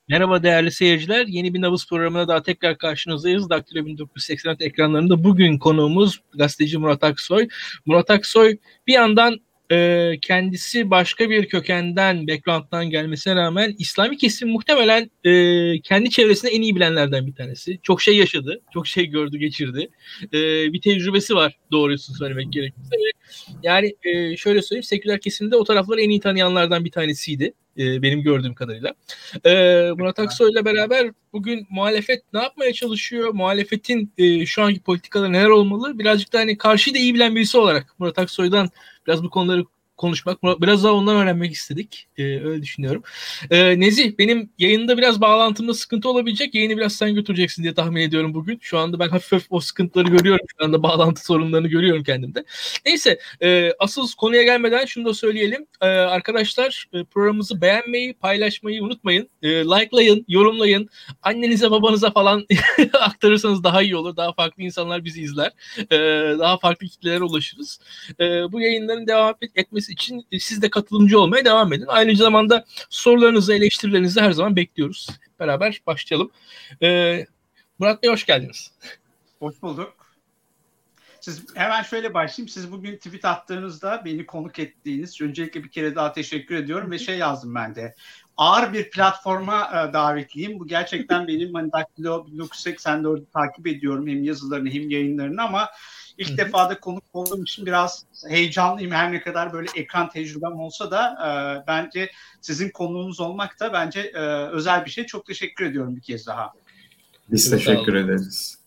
Merhaba değerli seyirciler. Yeni bir nabız programına daha tekrar karşınızdayız. Daktilo 1984 ekranlarında bugün konuğumuz gazeteci Murat Aksoy. Murat Aksoy bir yandan kendisi başka bir kökenden, background'dan gelmesine rağmen İslami kesim muhtemelen kendi çevresinde en iyi bilenlerden bir tanesi. Çok şey yaşadı, çok şey gördü, geçirdi. Bir tecrübesi var doğrusunu söylemek gerekirse. Yani şöyle söyleyeyim, seküler kesimde o tarafları en iyi tanıyanlardan bir tanesiydi. Benim gördüğüm kadarıyla. Murat Aksoy'la beraber bugün muhalefet ne yapmaya çalışıyor? Muhalefetin şu anki politikaları neler olmalı? Birazcık da hani karşıyı da iyi bilen birisi olarak Murat Aksoy'dan biraz bu konuları konuşmak, biraz daha ondan öğrenmek istedik. Öyle düşünüyorum. Nezih, benim yayında biraz bağlantımda sıkıntı olabilecek. Yayını biraz sen götüreceksin diye tahmin ediyorum bugün. Şu anda ben hafif hafif o sıkıntıları görüyorum. Şu anda bağlantı sorunlarını görüyorum kendimde. Neyse, asıl konuya gelmeden şunu da söyleyelim. Arkadaşlar, programımızı beğenmeyi, paylaşmayı unutmayın. Likelayın, yorumlayın. Annenize, babanıza falan aktarırsanız daha iyi olur. Daha farklı insanlar bizi izler. Daha farklı kitlelere ulaşırız. Bu yayınların devam etmesi için siz de katılımcı olmaya devam edin. Aynı zamanda sorularınızı, eleştirilerinizi her zaman bekliyoruz. Hep beraber başlayalım. Murat Bey, hoş geldiniz. Hoş bulduk. Hemen şöyle başlayayım. Siz bugün tweet attığınızda beni konuk ettiğiniz, öncelikle bir kere daha teşekkür ediyorum ve şey yazdım ben de. Ağır bir platforma davetliyim. Bu gerçekten benim Daktilo 1984'ü takip ediyorum. Hem yazılarını hem yayınlarını ama ilk defa da konuk olduğum için biraz heyecanlıyım. Her ne kadar böyle ekran tecrübem olsa da bence sizin konuğunuz olmak da bence özel bir şey. Çok teşekkür ediyorum bir kez daha. Biz teşekkür ederiz.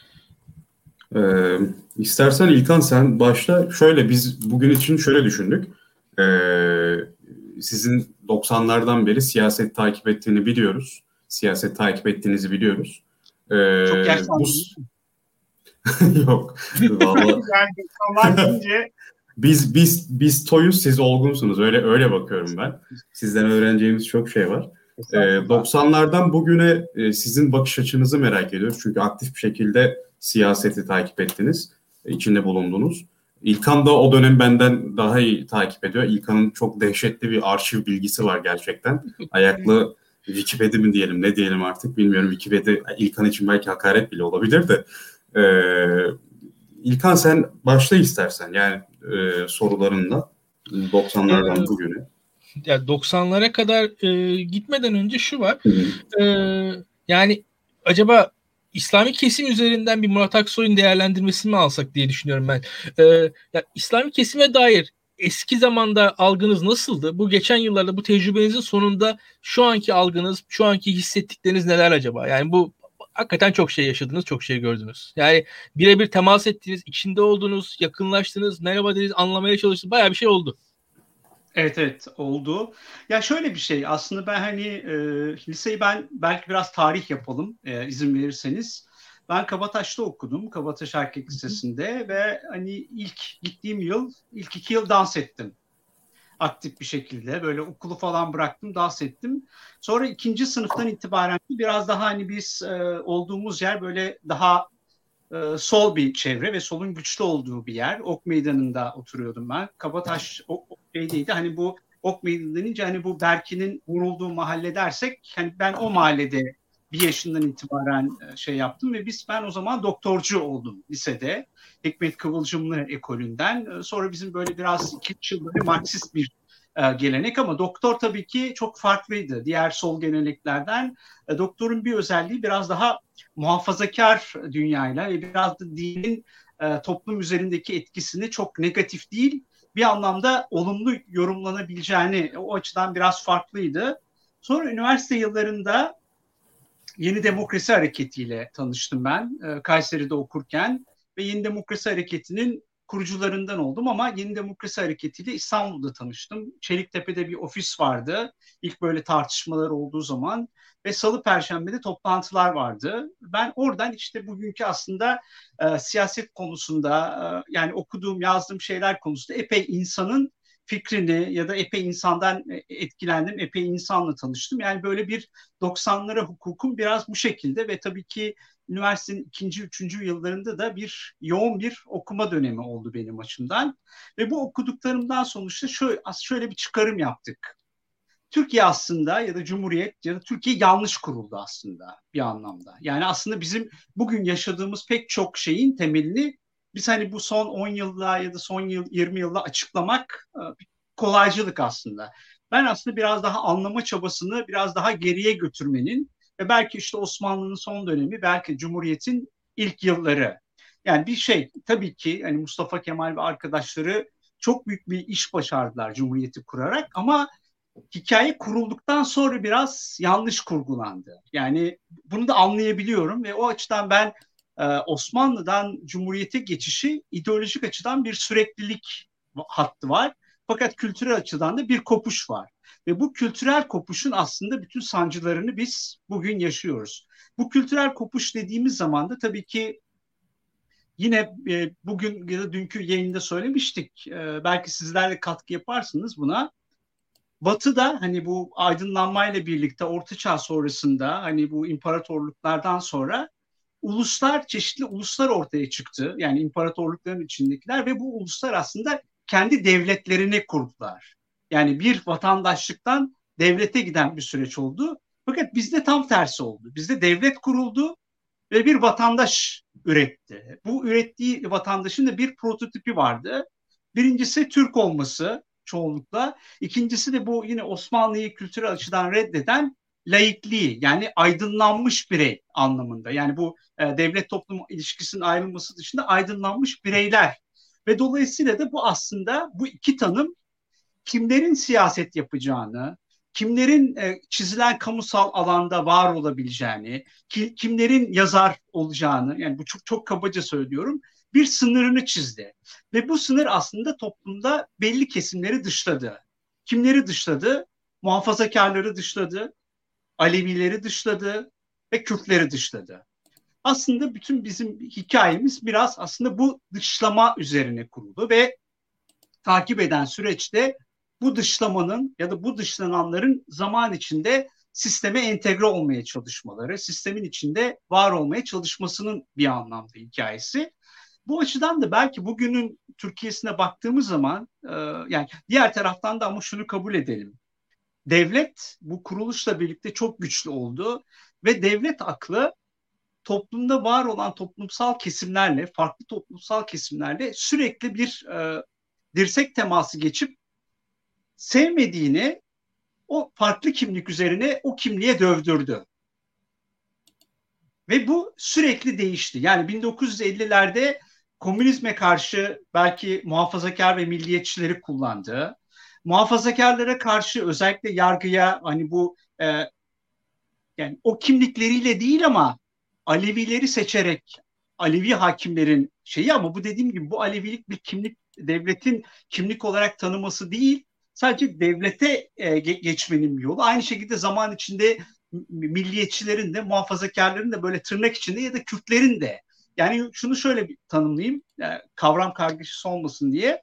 İstersen İlkan sen başla. Şöyle biz bugün için şöyle düşündük. Sizin 90'lardan beri siyaset takip ettiğini biliyoruz. Siyaset takip ettiğinizi biliyoruz. Çok yaşlandım. Yok. Vallahi biz toyuz, siz olgunsunuz. Öyle bakıyorum ben. Sizden öğreneceğimiz çok şey var. 90'lardan bugüne sizin bakış açınızı merak ediyoruz. Çünkü aktif bir şekilde siyaseti takip ettiniz. İçinde bulundunuz. İlkan da o dönem benden daha iyi takip ediyor. İlkan'ın çok dehşetli bir arşiv bilgisi var gerçekten. Ayaklı Wikipedia mi diyelim, ne diyelim artık bilmiyorum. Wikipedia İlkan için belki hakaret bile olabilir de. İlkan sen başla istersen yani sorularınla 90'lardan bugüne. Yani 90'lara kadar gitmeden önce şu var. Yani acaba İslami kesim üzerinden bir Murat Aksoy'un değerlendirmesini mi alsak diye düşünüyorum ben. Ya İslami kesime dair eski zamanda algınız nasıldı? Bu geçen yıllarda bu tecrübenizin sonunda şu anki algınız, şu anki hissettikleriniz neler acaba? Yani bu hakikaten çok şey yaşadınız, çok şey gördünüz. Yani birebir temas ettiniz, içinde oldunuz, yakınlaştınız, merhaba dediniz, anlamaya çalıştınız. Bayağı bir şey oldu. Evet oldu. Ya şöyle bir şey aslında ben hani liseyi ben belki biraz tarih yapalım izin verirseniz. Ben Kabataş'ta okudum. Kabataş Erkek Lisesi'nde ve hani ilk gittiğim yıl ilk 2 yıl dans ettim. Aktif bir şekilde böyle okulu falan bıraktım dans ettim. Sonra ikinci sınıftan itibaren biraz daha hani biz olduğumuz yer böyle daha sol bir çevre ve solun güçlü olduğu bir yer. Ok Meydanı'nda oturuyordum ben. Kabataş şeydeydi. Hani bu Ok Meydanı denince hani bu Berkin'in vurulduğu mahalle dersek hani ben o mahallede bir yaşından itibaren şey yaptım ve ben o zaman doktorcu oldum lisede. Hikmet Kıvılcımlı ekolünden. Sonra bizim böyle biraz 2-3 yıl böyle Marksist bir gelenek ama doktor tabii ki çok farklıydı diğer sol geleneklerden. Doktorun bir özelliği biraz daha muhafazakar dünyayla ve biraz da dinin toplum üzerindeki etkisini çok negatif değil bir anlamda olumlu yorumlanabileceğini o açıdan biraz farklıydı. Sonra üniversite yıllarında Yeni Demokrasi Hareketi'yle tanıştım ben Kayseri'de okurken ve Yeni Demokrasi Hareketi'nin kurucularından oldum ama Yeni Demokrasi Hareketi'yle İstanbul'da tanıştım. Çeliktepe'de bir ofis vardı. İlk böyle tartışmalar olduğu zaman ve Salı Perşembe'de toplantılar vardı. Ben oradan işte bugünkü aslında siyaset konusunda yani okuduğum, yazdığım şeyler konusunda epey insanın fikrini ya da epey insandan etkilendim, epey insanla tanıştım. Yani böyle bir 90'lara hukukum biraz bu şekilde ve tabii ki üniversitenin ikinci, üçüncü yıllarında da yoğun bir okuma dönemi oldu benim açımdan. Ve bu okuduklarımdan sonuçta şöyle bir çıkarım yaptık. Türkiye aslında ya da Cumhuriyet ya da Türkiye yanlış kuruldu aslında bir anlamda. Yani aslında bizim bugün yaşadığımız pek çok şeyin temelini biz hani bu son 10 yılda ya da son 20 yılda açıklamak bir kolaycılık aslında. Ben aslında biraz daha anlama çabasını biraz daha geriye götürmenin ve belki işte Osmanlı'nın son dönemi, belki Cumhuriyet'in ilk yılları. Yani bir şey tabii ki hani Mustafa Kemal ve arkadaşları çok büyük bir iş başardılar Cumhuriyet'i kurarak ama hikaye kurulduktan sonra biraz yanlış kurgulandı. Yani bunu da anlayabiliyorum ve o açıdan ben Osmanlı'dan Cumhuriyet'e geçişi ideolojik açıdan bir süreklilik hattı var. Fakat kültürel açıdan da bir kopuş var. Ve bu kültürel kopuşun aslında bütün sancılarını biz bugün yaşıyoruz. Bu kültürel kopuş dediğimiz zaman da tabii ki yine bugün ya da dünkü yayında söylemiştik. Belki sizler de katkı yaparsınız buna. Batı'da hani bu aydınlanmayla birlikte Orta Çağ sonrasında hani bu imparatorluklardan sonra çeşitli uluslar ortaya çıktı. Yani imparatorlukların içindekiler ve bu uluslar aslında kendi devletlerini kurdular. Yani bir vatandaşlıktan devlete giden bir süreç oldu. Fakat bizde tam tersi oldu. Bizde devlet kuruldu ve bir vatandaş üretti. Bu ürettiği vatandaşın da bir prototipi vardı. Birincisi Türk olması çoğunlukla. İkincisi de bu yine Osmanlı'yı kültürel açıdan reddeden laikliği, yani aydınlanmış birey anlamında. Yani bu devlet toplum ilişkisinin ayrılması dışında aydınlanmış bireyler. Ve dolayısıyla da bu aslında bu iki tanım kimlerin siyaset yapacağını, kimlerin çizilen kamusal alanda var olabileceğini, kimlerin yazar olacağını, yani bu çok çok kabaca söylüyorum, bir sınırını çizdi. Ve bu sınır aslında toplumda belli kesimleri dışladı. Kimleri dışladı? Muhafazakarları dışladı, Alevileri dışladı ve Kürtleri dışladı. Aslında bütün bizim hikayemiz biraz aslında bu dışlama üzerine kuruldu ve takip eden süreçte bu dışlamanın ya da bu dışlananların zaman içinde sisteme entegre olmaya çalışmaları, sistemin içinde var olmaya çalışmasının bir anlamda hikayesi. Bu açıdan da belki bugünün Türkiye'sine baktığımız zaman yani diğer taraftan da ama şunu kabul edelim. Devlet bu kuruluşla birlikte çok güçlü oldu ve devlet aklı toplumda var olan toplumsal kesimlerle, farklı toplumsal kesimlerle sürekli bir dirsek teması geçip sevmediğini o farklı kimlik üzerine o kimliğe dövdürdü. Ve bu sürekli değişti. Yani 1950'lerde komünizme karşı belki muhafazakar ve milliyetçileri kullandı. Muhafazakarlara karşı özellikle yargıya hani bu yani o kimlikleriyle değil ama Alevileri seçerek Alevi hakimlerin şeyi, ama bu dediğim gibi bu Alevilik bir kimlik, devletin kimlik olarak tanıması değil, sadece devlete geçmenin bir yolu. Aynı şekilde zaman içinde milliyetçilerin de muhafazakarların da böyle tırnak içinde ya da Kürtlerin de, yani şunu şöyle bir tanımlayayım kavram kargaşası olmasın diye.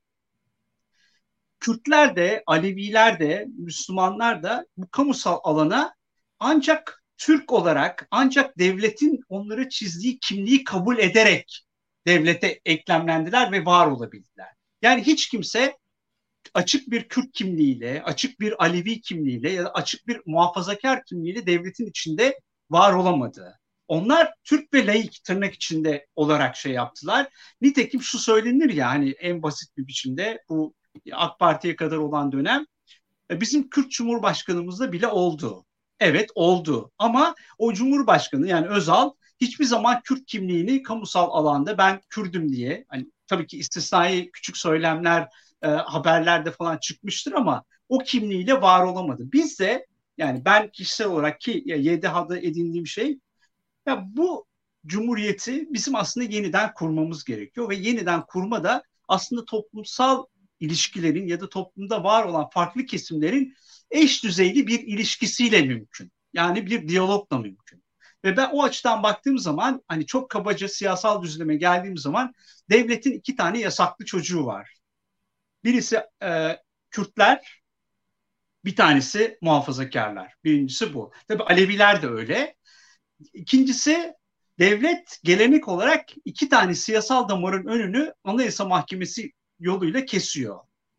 Kürtler de, Aleviler de, Müslümanlar da bu kamusal alana ancak Türk olarak, ancak devletin onları çizdiği kimliği kabul ederek devlete eklemlendiler ve var olabildiler. Yani hiç kimse açık bir Kürt kimliğiyle, açık bir Alevi kimliğiyle ya da açık bir muhafazakar kimliğiyle devletin içinde var olamadı. Onlar Türk ve laik tırnak içinde olarak şey yaptılar. Nitekim şu söylenir ya hani en basit bir biçimde bu AK Parti'ye kadar olan dönem bizim Kürt Cumhurbaşkanımızda bile oldu. Evet oldu ama o Cumhurbaşkanı yani Özal hiçbir zaman Kürt kimliğini kamusal alanda ben Kürdüm diye, hani tabii ki istisnai küçük söylemler haberlerde falan çıkmıştır ama o kimliğiyle var olamadı. Biz de yani ben kişisel olarak ki YDH'da edindiğim şey, ya bu cumhuriyeti bizim aslında yeniden kurmamız gerekiyor ve yeniden kurma da aslında toplumsal ilişkilerin ya da toplumda var olan farklı kesimlerin eş düzeyli bir ilişkisiyle mümkün. Yani bir diyalogla mümkün. Ve ben o açıdan baktığım zaman hani çok kabaca siyasal düzleme geldiğim zaman devletin iki tane yasaklı çocuğu var. Birisi Kürtler, bir tanesi muhafazakarlar. Birincisi bu. Tabii Aleviler de öyle. İkincisi devlet gelenek olarak iki tane siyasal damarın önünü Anayasa Mahkemesi yoluyla kesiyor.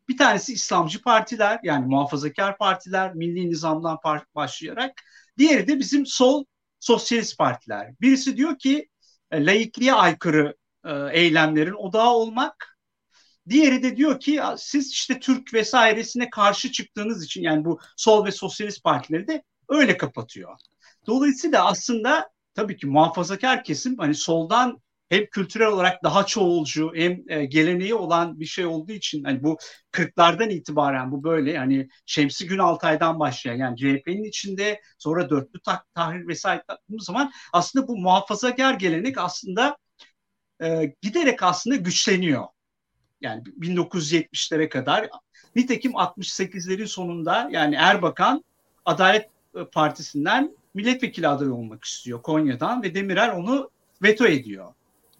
Bir tanesi İslamcı partiler, yani muhafazakar partiler, milli nizamdan başlayarak. Diğeri de bizim sol sosyalist partiler. Birisi diyor ki laikliğe aykırı eylemlerin odağı olmak. Diğeri de diyor ki siz işte Türk vesairesine karşı çıktığınız için, yani bu sol ve sosyalist partileri de öyle kapatıyor. Dolayısıyla aslında tabii ki muhafazakar kesim hani soldan hem kültürel olarak daha çoğulcu hem geleneği olan bir şey olduğu için hani bu 40'lardan itibaren bu böyle hani Şemsi Günaltay'dan başlayan, yani CHP'nin içinde sonra dörtlü tahrir vesaire taktığımız zaman aslında bu muhafazakar gelenek aslında giderek aslında güçleniyor. Yani 1970'lere kadar, nitekim 68'lerin sonunda yani Erbakan Adalet Partisi'nden milletvekili adayı olmak istiyor Konya'dan ve Demirel onu veto ediyor.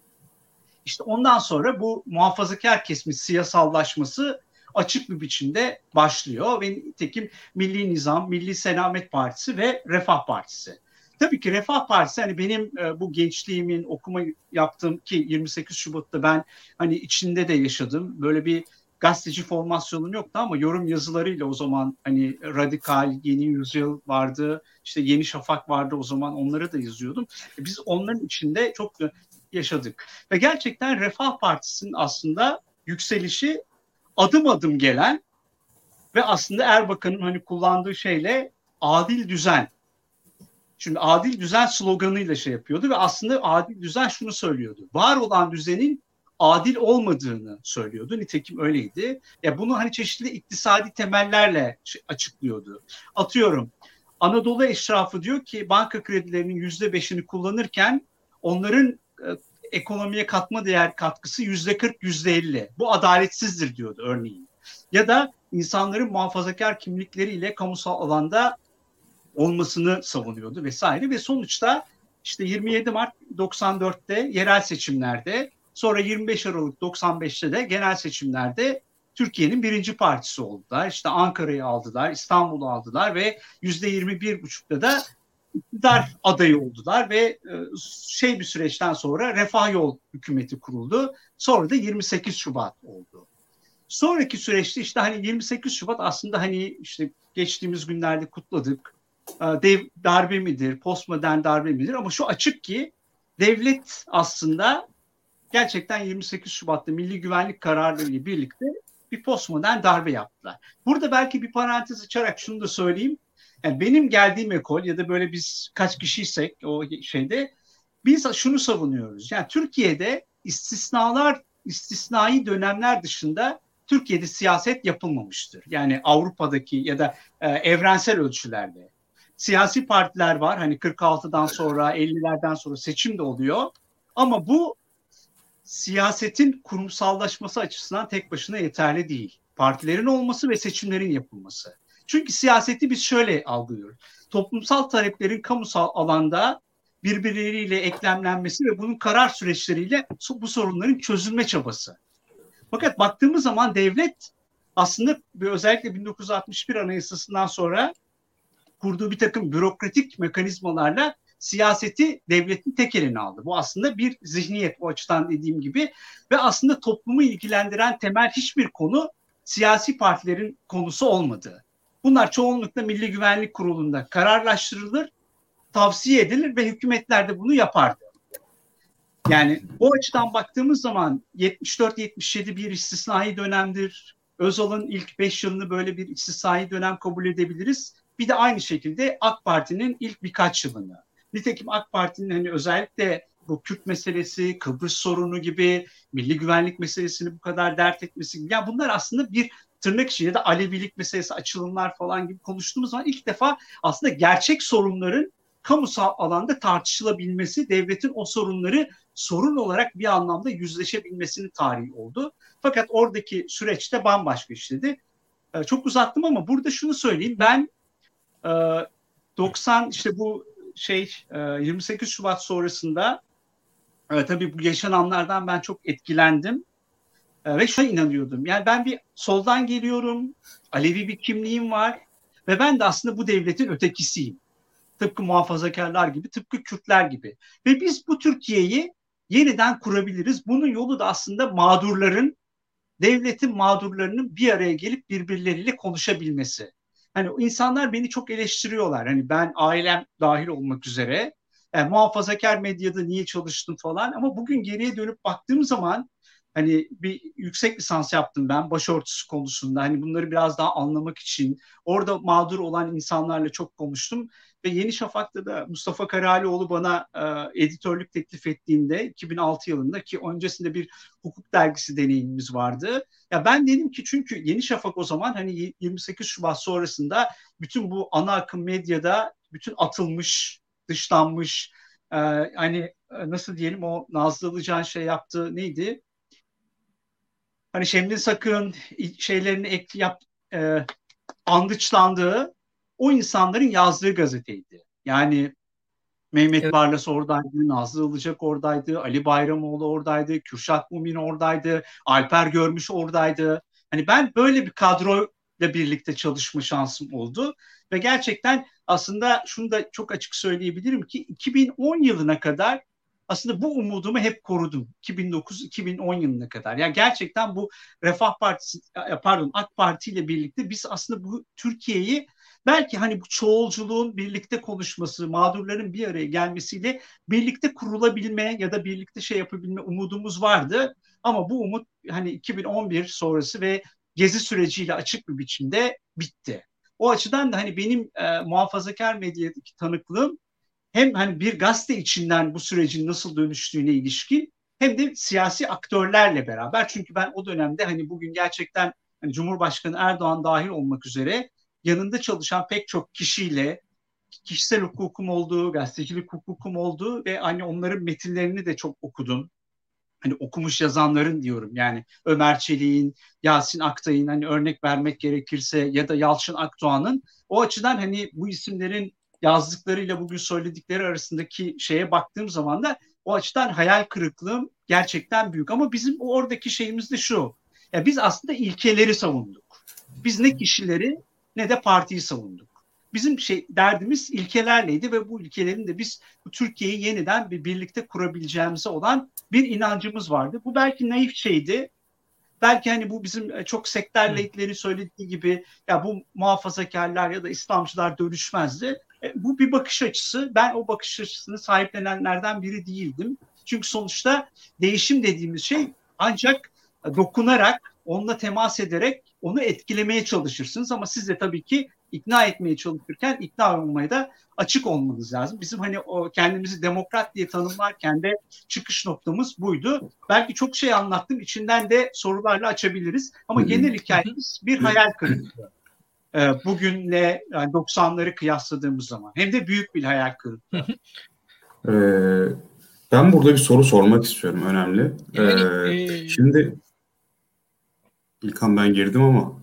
İşte ondan sonra bu muhafazakar kesimin siyasallaşması açık bir biçimde başlıyor ve nitekim Milli Nizam, Milli Selamet Partisi ve Refah Partisi. Tabii ki Refah Partisi hani benim bu gençliğimin okuma yaptığım, ki 28 Şubat'ta ben hani içinde de yaşadım. Böyle bir gazeteci formasyonum yoktu ama yorum yazılarıyla o zaman hani Radikal, Yeni Yüzyıl vardı, işte Yeni Şafak vardı, o zaman onları da yazıyordum. Biz onların içinde çok yaşadık. Ve gerçekten Refah Partisi'nin aslında yükselişi adım adım gelen ve aslında Erbakan'ın hani kullandığı şeyle adil düzen. Şimdi adil düzen sloganıyla şey yapıyordu ve aslında adil düzen şunu söylüyordu: var olan düzenin adil olmadığını söylüyordu. Nitekim öyleydi. Ya bunu hani çeşitli iktisadi temellerle açıklıyordu. Atıyorum, Anadolu eşrafı diyor ki banka kredilerinin %5'ini kullanırken onların ekonomiye katma değer katkısı %40, %50. Bu adaletsizdir diyordu örneğin. Ya da insanların muhafazakar kimlikleriyle kamusal alanda olmasını savunuyordu vesaire ve sonuçta işte 27 Mart 94'te yerel seçimlerde, sonra 25 Aralık 95'te de genel seçimlerde Türkiye'nin birinci partisi oldular. İşte Ankara'yı aldılar, İstanbul'u aldılar ve %21,5'ta da iktidar adayı oldular ve bir süreçten sonra Refah Yol hükümeti kuruldu. Sonra da 28 Şubat oldu. Sonraki süreçte işte hani 28 Şubat aslında hani işte geçtiğimiz günlerde kutladık. Darbe midir, postmodern darbe midir? Ama şu açık ki devlet aslında gerçekten 28 Şubat'ta Milli Güvenlik Kararı ile birlikte bir postmodern darbe yaptılar. Burada belki bir parantez açarak şunu da söyleyeyim. Yani benim geldiğim ekol ya da böyle biz kaç kişiysek o şeyde biz şunu savunuyoruz. Yani Türkiye'de istisnai dönemler dışında Türkiye'de siyaset yapılmamıştır. Yani Avrupa'daki ya da evrensel ölçülerde. Siyasi partiler var. Hani 46'dan sonra 50'lerden sonra seçim de oluyor. Ama bu siyasetin kurumsallaşması açısından tek başına yeterli değil. Partilerin olması ve seçimlerin yapılması. Çünkü siyaseti biz şöyle algılıyoruz: toplumsal taleplerin kamusal alanda birbirleriyle eklemlenmesi ve bunun karar süreçleriyle bu sorunların çözülme çabası. Fakat baktığımız zaman devlet aslında özellikle 1961 Anayasası'ndan sonra kurduğu bir takım bürokratik mekanizmalarla siyaseti devletin tek eline aldı. Bu aslında bir zihniyet, o açıdan dediğim gibi, ve aslında toplumu ilgilendiren temel hiçbir konu siyasi partilerin konusu olmadı. Bunlar çoğunlukla Milli Güvenlik Kurulu'nda kararlaştırılır, tavsiye edilir ve hükümetler de bunu yapardı. Yani o açıdan baktığımız zaman 74-77 bir istisnai dönemdir. Özal'ın ilk 5 yılını böyle bir istisnai dönem kabul edebiliriz. Bir de aynı şekilde AK Parti'nin ilk birkaç yılını. Nitekim AK Parti'nin hani özellikle bu Kürt meselesi, Kıbrıs sorunu gibi, milli güvenlik meselesini bu kadar dert etmesi gibi. Yani bunlar aslında bir tırnak içinde de Alevilik meselesi, açılımlar falan gibi konuştuğumuz zaman ilk defa aslında gerçek sorunların kamusal alanda tartışılabilmesi, devletin o sorunları sorun olarak bir anlamda yüzleşebilmesinin tarihi oldu. Fakat oradaki süreçte bambaşka işledi. Çok uzattım ama burada şunu söyleyeyim. Ben 90 işte bu 28 Şubat sonrasında tabii bu yaşananlardan ben çok etkilendim. Ve şuna inanıyordum. Yani ben bir soldan geliyorum, Alevi bir kimliğim var ve ben de aslında bu devletin ötekisiyim. Tıpkı muhafazakarlar gibi, tıpkı Kürtler gibi. Ve biz bu Türkiye'yi yeniden kurabiliriz. Bunun yolu da aslında mağdurların devletin mağdurlarının bir araya gelip birbirleriyle konuşabilmesi. Hani insanlar beni çok eleştiriyorlar. Hani ben ailem dahil olmak üzere muhafazakar medyada niye çalıştım falan. Ama bugün geriye dönüp baktığım zaman hani bir yüksek lisans yaptım ben başörtüsü konusunda. Hani bunları biraz daha anlamak için orada mağdur olan insanlarla çok konuştum. Ve Yeni Şafak'ta da Mustafa Karalioğlu bana editörlük teklif ettiğinde 2006 yılında, ki öncesinde bir hukuk dergisi deneyimimiz vardı. Ya ben dedim ki çünkü Yeni Şafak o zaman hani 28 Şubat sonrasında bütün bu ana akım medyada bütün atılmış, dışlanmış, hani nasıl diyelim, o Nazlı Ilıcan şey yaptığı neydi? Hani Şemdin Sakın şeylerini andıçlandığı o insanların yazdığı gazeteydi. Yani Mehmet Evet. Barlas oradaydı, Nazlı Ilıcak oradaydı, Ali Bayramoğlu oradaydı, Kürşat Mumin oradaydı, Alper Görmüş oradaydı. Hani ben böyle bir kadroyla birlikte çalışma şansım oldu. Ve gerçekten aslında şunu da çok açık söyleyebilirim ki 2010 yılına kadar aslında bu umudumu hep korudum. 2009-2010 yılına kadar. Yani gerçekten bu Refah Partisi, pardon AK Parti ile birlikte biz aslında bu Türkiye'yi belki hani bu çoğulculuğun birlikte konuşması, mağdurların bir araya gelmesiyle birlikte kurulabilme ya da birlikte şey yapabilme umudumuz vardı. Ama bu umut hani 2011 sonrası ve Gezi süreciyle açık bir biçimde bitti. O açıdan da hani benim muhafazakar medyadaki tanıklığım hem hani bir gazete içinden bu sürecin nasıl dönüştüğüne ilişkin hem de siyasi aktörlerle beraber. Çünkü ben o dönemde hani bugün gerçekten hani Cumhurbaşkanı Erdoğan dahil olmak üzere yanında çalışan pek çok kişiyle kişisel hukukum olduğu, gazetecilik hukukum olduğu ve hani onların metinlerini de çok okudum. Hani okumuş yazanların diyorum, yani Ömer Çelik'in, Yasin Aktay'ın, hani örnek vermek gerekirse, ya da Yalçın Akdoğan'ın, o açıdan hani bu isimlerin yazdıklarıyla bugün söyledikleri arasındaki şeye baktığım zaman da o açıdan hayal kırıklığım gerçekten büyük. Ama bizim oradaki şeyimiz de şu: ya biz aslında ilkeleri savunduk. Biz ne kişileri ne de partiyi savunduk. Bizim derdimiz ilkelerleydi ve bu ilkelerin de biz bu Türkiye'yi yeniden bir birlikte kurabileceğimize olan bir inancımız vardı. Bu belki naif şeydi. Belki hani bu bizim çok sektör laiklerin söylediği gibi ya bu muhafazakarlar ya da İslamcılar dönüşmezdi. Bu bir bakış açısı. Ben o bakış açısını sahiplenenlerden biri değildim. Çünkü sonuçta değişim dediğimiz şey ancak dokunarak, onunla temas ederek onu etkilemeye çalışırsınız. Ama siz de tabii ki ikna etmeye çalışırken ikna olmaya da açık olmanız lazım. Bizim hani o kendimizi demokrat diye tanımlarken de çıkış noktamız buydu. Belki çok şey anlattım. İçinden de sorularla açabiliriz. Ama genel hikayemiz bir hayal kırıklığı. Bugünle yani 90'ları kıyasladığımız zaman. Hem de büyük bir hayal kırıklığı. Ben burada bir soru sormak istiyorum, önemli. Şimdi İlkan, ben girdim ama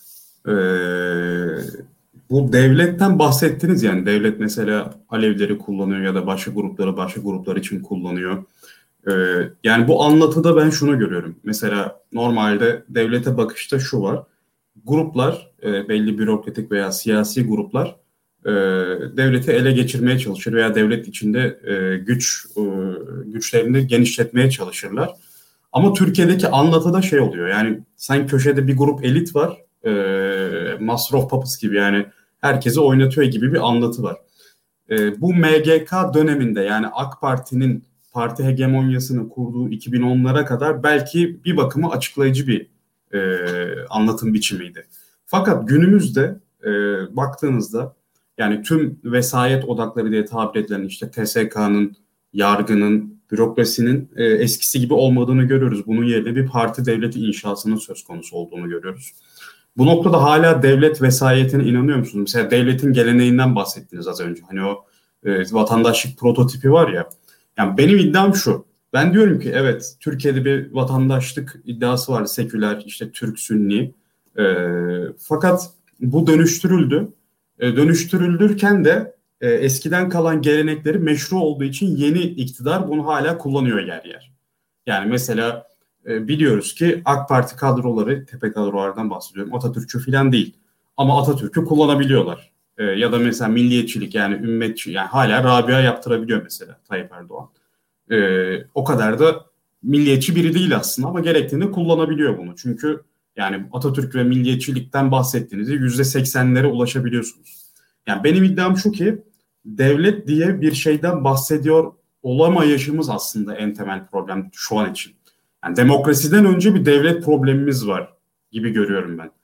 bu devletten bahsettiniz, yani devlet mesela Alevileri kullanıyor ya da başka gruplar için kullanıyor. Yani bu anlatıda ben şunu görüyorum. Mesela normalde devlete bakışta şu var. Gruplar, belli bürokratik veya siyasi gruplar devleti ele geçirmeye çalışır veya devlet içinde güçlerini genişletmeye çalışırlar. Ama Türkiye'deki anlatıda şey oluyor. Yani sen köşede bir grup elit var. Master of Puppets gibi, yani herkesi oynatıyor gibi bir anlatı var. Bu MGK döneminde, yani AK Parti'nin parti hegemonyasını kurduğu 2010'lara kadar belki bir bakıma açıklayıcı bir anlatım biçimiydi. Fakat günümüzde baktığınızda, yani tüm vesayet odakları diye tabir edilen işte TSK'nın, yargının, bürokrasinin eskisi gibi olmadığını görüyoruz. Bunun yerine bir parti devleti inşasının söz konusu olduğunu görüyoruz. Bu noktada hala devlet vesayetine inanıyor musunuz? Mesela devletin geleneğinden bahsettiniz az önce. Hani o vatandaşlık prototipi var ya. Yani benim iddiam şu. Ben diyorum ki evet, Türkiye'de bir vatandaşlık iddiası var. Seküler, işte Türk, Sünni. Fakat bu dönüştürüldü. Dönüştürülürken de eskiden kalan gelenekleri meşru olduğu için yeni iktidar bunu hala kullanıyor yer yer. Yani mesela biliyoruz ki AK Parti kadroları, tepe kadrolardan bahsediyorum, Atatürkçü falan değil. Ama Atatürk'ü kullanabiliyorlar. Ya da mesela milliyetçilik, yani ümmetçi, yani hala Rabia yaptırabiliyor mesela Tayyip Erdoğan. O kadar da milliyetçi biri değil aslında ama gerektiğinde kullanabiliyor bunu. Çünkü yani Atatürk ve milliyetçilikten bahsettiğinizde %80'lere ulaşabiliyorsunuz. Yani benim iddiam şu ki devlet diye bir şeyden bahsediyor olamayışımız aslında en temel problem şu an için. Yani demokrasiden önce bir devlet problemimiz var gibi görüyorum ben.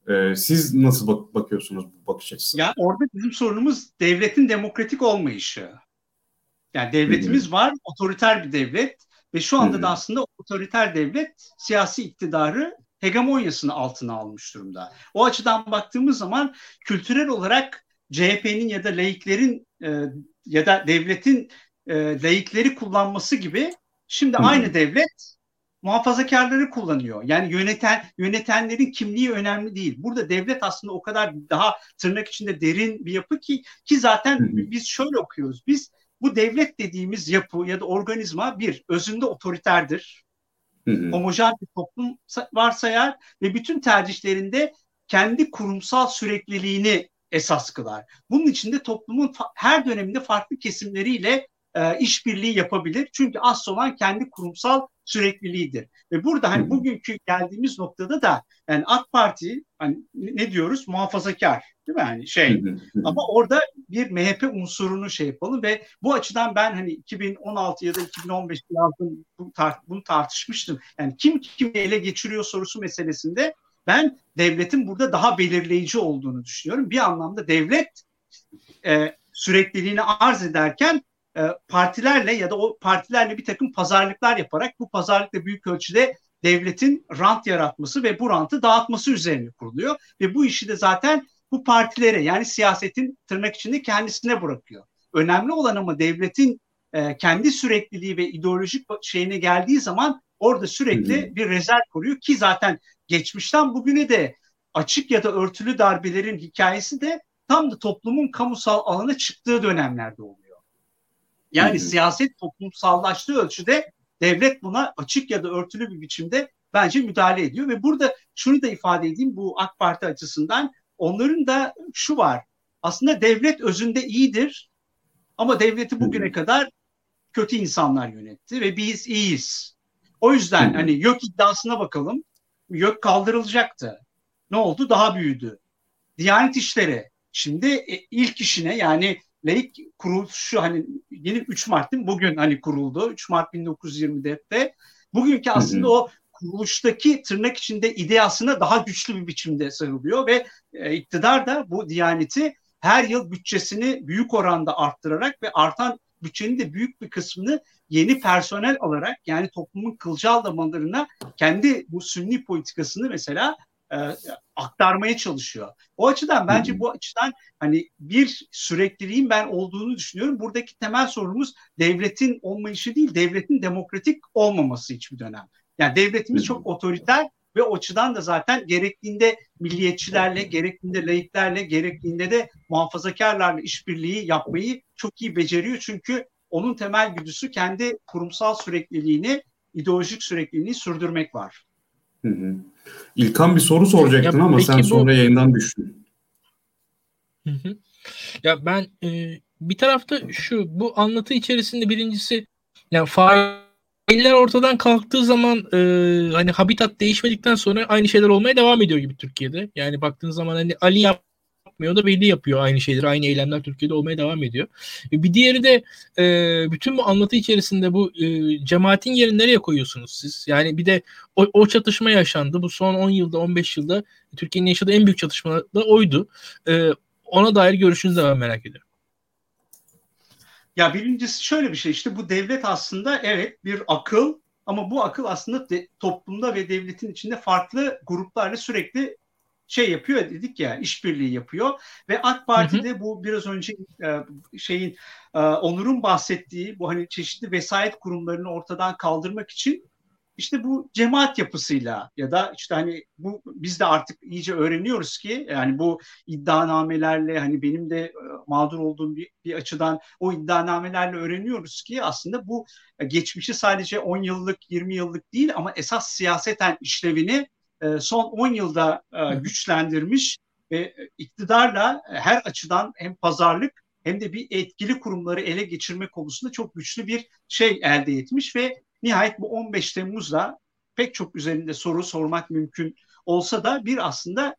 Siz nasıl bakıyorsunuz bu bakış açısına? Ya orada bizim sorunumuz devletin demokratik olmayışı. Yani devletimiz var, otoriter bir devlet ve şu anda da aslında otoriter devlet siyasi iktidarı hegemonyasını altına almış durumda. O açıdan baktığımız zaman kültürel olarak CHP'nin ya da laiklerin ya da devletin laikleri kullanması gibi şimdi aynı devlet muhafazakarları kullanıyor. Yani yönetenlerin kimliği önemli değil. Burada devlet aslında o kadar daha tırnak içinde derin bir yapı ki zaten biz şöyle okuyoruz. Biz bu devlet dediğimiz yapı ya da organizma bir özünde otoriterdir. Homojen bir toplum varsayar ve bütün tercihlerinde kendi kurumsal sürekliliğini esas kılar. Bunun için de toplumun her döneminde farklı kesimleriyle işbirliği yapabilir. Çünkü asıl olan kendi kurumsal sürekliliğidir. Ve burada hani bugünkü geldiğimiz noktada da yani AK Parti hani ne diyoruz? Muhafazakar. Değil mi? Yani ama orada bir MHP unsurunu yapalım ve bu açıdan ben hani 2016 ya da 2015 yazdım bunu tartışmıştım. Yani kim kimi ele geçiriyor sorusu meselesinde ben devletin burada daha belirleyici olduğunu düşünüyorum. Bir anlamda devlet sürekliliğini arz ederken partilerle ya da o partilerle bir takım pazarlıklar yaparak bu pazarlıkla büyük ölçüde devletin rant yaratması ve bu rantı dağıtması üzerine kuruluyor. Ve bu işi de zaten bu partilere yani siyasetin tırnak içinde kendisine bırakıyor. Önemli olan ama devletin kendi sürekliliği ve ideolojik şeyine geldiği zaman orada sürekli bir rezerv kuruyor ki zaten geçmişten bugüne de açık ya da örtülü darbelerin hikayesi de tam da toplumun kamusal alana çıktığı dönemlerde oluyor. Yani siyaset toplumsallaştığı ölçüde devlet buna açık ya da örtülü bir biçimde bence müdahale ediyor ve burada şunu da ifade edeyim bu AK Parti açısından onların da şu var. Aslında devlet özünde iyidir ama devleti bugüne kadar kötü insanlar yönetti ve biz iyiyiz. O yüzden hani YÖK iddiasına bakalım. YÖK kaldırılacaktı. Ne oldu? Daha büyüdü. Diyanet İşleri şimdi ilk işine yani laik kuruluşu hani yeni 3 Mart değil mi? Bugün hani kuruldu. 3 Mart 1924'te. Bugünkü aslında o kuruluştaki tırnak içinde ideasına daha güçlü bir biçimde sarılıyor ve iktidar da bu Diyaneti her yıl bütçesini büyük oranda arttırarak ve artan bütçenin de büyük bir kısmını yeni personel alarak yani toplumun kılcal damarlarına kendi bu sünni politikasını mesela aktarmaya çalışıyor. O açıdan bence bu açıdan hani bir sürekliliğin ben olduğunu düşünüyorum. Buradaki temel sorunumuz devletin olmayışı değil, devletin demokratik olmaması hiçbir dönem. Yani devletimiz çok otoriter ve o açıdan da zaten gerektiğinde milliyetçilerle, gerektiğinde laiklerle, gerektiğinde de muhafazakarlarla işbirliği yapmayı çok iyi beceriyor. Çünkü onun temel güdüsü kendi kurumsal sürekliliğini, ideolojik sürekliliğini sürdürmek var. İlkan bir soru soracaktın ama sen sonra yayından düştün. Ya ben bir tarafta bu anlatı içerisinde birincisi yani failler ortadan kalktığı zaman hani habitat değişmedikten sonra aynı şeyler olmaya devam ediyor gibi Türkiye'de. Yani baktığın zaman hani Ali yapmıyor da Veli yapıyor aynı şeyleri, aynı eylemler Türkiye'de olmaya devam ediyor. Bir diğeri de bütün bu anlatı içerisinde bu cemaatin yerini nereye koyuyorsunuz siz? Yani bir de o çatışma yaşandı. Bu son 10 yılda 15 yılda Türkiye'nin yaşadığı en büyük çatışma da oydu. Ona dair görüşünüzü de ben merak ediyorum. Ya birincisi şöyle bir şey işte bu devlet aslında evet bir akıl ama bu akıl aslında toplumda ve devletin içinde farklı gruplarla sürekli yapıyor dedik ya işbirliği yapıyor ve AK Parti'de bu biraz önce Onur'un bahsettiği bu hani çeşitli vesayet kurumlarını ortadan kaldırmak için işte bu cemaat yapısıyla ya da işte hani bu biz de artık iyice öğreniyoruz ki yani bu iddianamelerle hani benim de mağdur olduğum bir açıdan o iddianamelerle öğreniyoruz ki aslında bu geçmişi sadece 10 yıllık 20 yıllık değil ama esas siyaseten işlevini son 10 yılda güçlendirmiş ve iktidarla her açıdan hem pazarlık hem de bir etkili kurumları ele geçirme konusunda çok güçlü bir elde etmiş ve nihayet bu 15 Temmuz'da pek çok üzerinde soru sormak mümkün olsa da bir aslında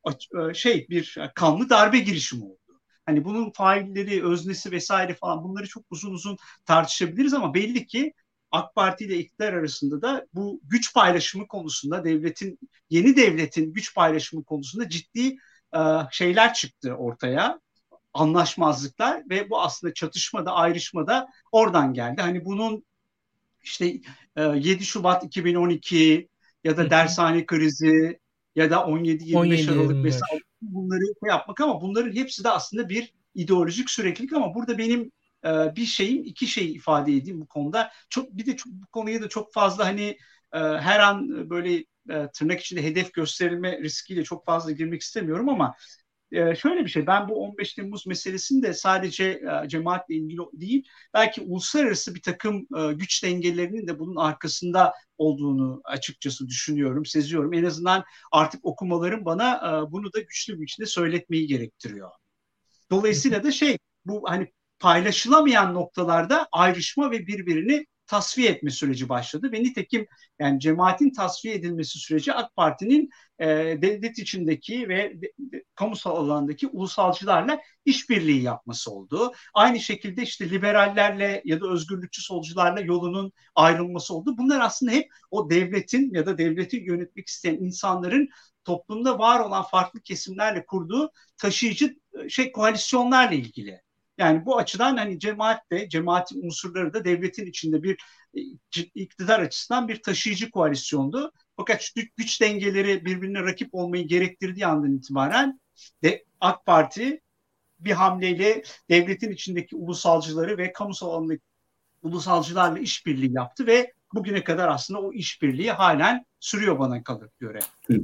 bir kanlı darbe girişimi oldu. Hani bunun failleri, öznesi vesaire falan bunları çok uzun uzun tartışabiliriz ama belli ki AK Parti ile iktidar arasında da bu güç paylaşımı konusunda yeni devletin güç paylaşımı konusunda ciddi şeyler çıktı ortaya. Anlaşmazlıklar ve bu aslında çatışmada, ayrışmada oradan geldi. Hani bunun işte 7 Şubat 2012 ya da dershane krizi ya da 17-25 Aralık vesaire bunları yapmak ama bunların hepsi de aslında bir ideolojik süreklilik ama burada benim iki şey ifade edeyim bu konuda. Bu konuya da çok fazla hani her an böyle tırnak içinde hedef gösterilme riskiyle çok fazla girmek istemiyorum ama şöyle bir şey, ben bu 15 Temmuz meselesini de sadece cemaatle ilgili değil, belki uluslararası bir takım güç dengelerinin de bunun arkasında olduğunu açıkçası düşünüyorum, seziyorum. En azından artık okumalarım bana bunu da güçlü bir biçimde söyletmeyi gerektiriyor. Dolayısıyla da bu hani paylaşılamayan noktalarda ayrışma ve birbirini tasfiye etme süreci başladı ve nitekim yani cemaatin tasfiye edilmesi süreci AK Parti'nin devlet içindeki ve kamusal alandaki ulusalcılarla işbirliği yapması oldu. Aynı şekilde işte liberallerle ya da özgürlükçü solcularla yolunun ayrılması oldu. Bunlar aslında hep o devletin ya da devleti yönetmek isteyen insanların toplumda var olan farklı kesimlerle kurduğu taşıyıcı koalisyonlarla ilgili. Yani bu açıdan hani cemaatin unsurları da devletin içinde bir iktidar açısından bir taşıyıcı koalisyondu. Fakat güç dengeleri birbirine rakip olmayı gerektirdiği andan itibaren de AK Parti bir hamleyle devletin içindeki ulusalcıları ve kamusal alandaki ulusalcılarla işbirliği yaptı ve bugüne kadar aslında o işbirliği halen sürüyor bana göre.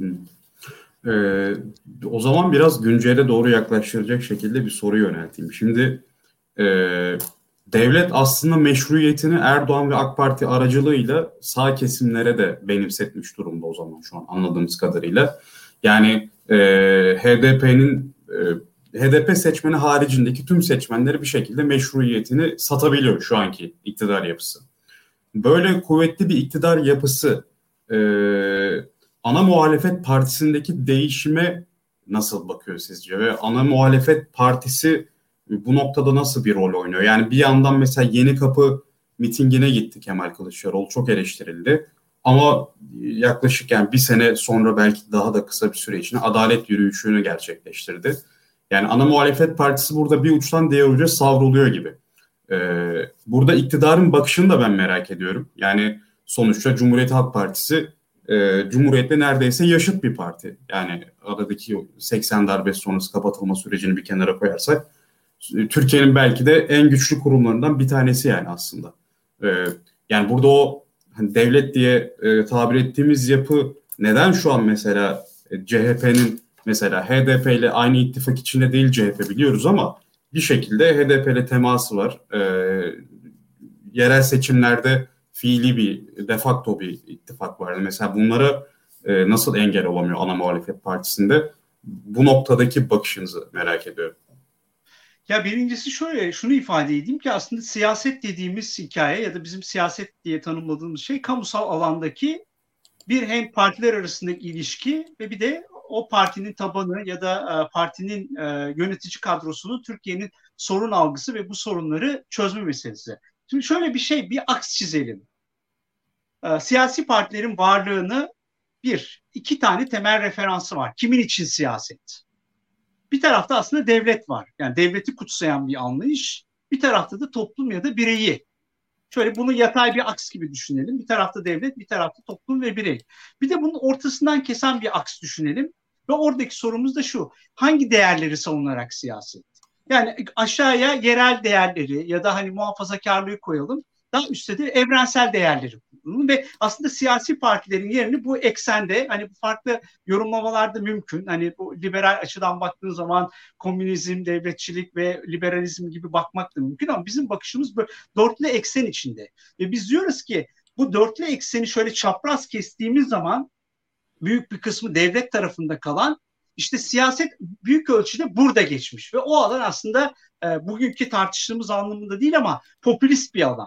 O zaman biraz güncele doğru yaklaştıracak şekilde bir soru yönelteyim. Şimdi devlet aslında meşruiyetini Erdoğan ve AK Parti aracılığıyla sağ kesimlere de benimsetmiş durumda o zaman şu an anladığımız kadarıyla. Yani HDP seçmeni haricindeki tüm seçmenleri bir şekilde meşruiyetini satabiliyor şu anki iktidar yapısı. Böyle kuvvetli bir iktidar yapısı ana muhalefet partisindeki değişime nasıl bakıyor sizce? Ve ana muhalefet partisi bu noktada nasıl bir rol oynuyor? Yani bir yandan mesela Yeni Kapı mitingine gitti Kemal Kılıçdaroğlu. Çok eleştirildi. Ama yaklaşık yani bir sene sonra belki daha da kısa bir süre içinde adalet yürüyüşünü gerçekleştirdi. Yani ana muhalefet partisi burada bir uçtan diğer uca savruluyor gibi. Burada iktidarın bakışını da ben merak ediyorum. Yani sonuçta Cumhuriyet Halk Partisi Cumhuriyet'le neredeyse yaşıt bir parti. Yani aradaki 80 darbesi sonrası kapatılma sürecini bir kenara koyarsak Türkiye'nin belki de en güçlü kurumlarından bir tanesi yani aslında. Yani burada o hani devlet diye tabir ettiğimiz yapı neden şu an mesela CHP'nin mesela HDP ile aynı ittifak içinde değil CHP biliyoruz ama bir şekilde HDP ile teması var. Yerel seçimlerde fiili bir, de facto bir ittifak var. Mesela bunlara nasıl engel olamıyor ana muhalefet partisinde? Bu noktadaki bakışınızı merak ediyorum. Ya birincisi şunu ifade edeyim ki aslında siyaset dediğimiz hikaye ya da bizim siyaset diye tanımladığımız şey kamusal alandaki bir hem partiler arasındaki ilişki ve bir de o partinin tabanı ya da partinin yönetici kadrosunun Türkiye'nin sorun algısı ve bu sorunları çözme meselesi. Şimdi şöyle bir aks çizelim. Siyasi partilerin varlığını iki tane temel referansı var. Kimin için siyaset? Bir tarafta aslında devlet var. Yani devleti kutsayan bir anlayış. Bir tarafta da toplum ya da bireyi. Şöyle bunu yatay bir aks gibi düşünelim. Bir tarafta devlet, bir tarafta toplum ve birey. Bir de bunun ortasından kesen bir aks düşünelim. Ve oradaki sorumuz da şu. Hangi değerleri savunarak siyaset? Yani aşağıya yerel değerleri ya da hani muhafazakarlığı koyalım. Daha üstte de evrensel değerleri koyalım. Ve aslında siyasi partilerin yerini bu eksende hani bu farklı yorumlamalar da mümkün. Hani bu liberal açıdan baktığın zaman komünizm, devletçilik ve liberalizm gibi bakmak da mümkün ama bizim bakışımız böyle dörtlü eksen içinde. Ve biz diyoruz ki bu dörtlü ekseni şöyle çapraz kestiğimiz zaman büyük bir kısmı devlet tarafında kalan işte siyaset büyük ölçüde burada geçmiş ve o alan aslında bugünkü tartıştığımız anlamında değil ama popülist bir alan.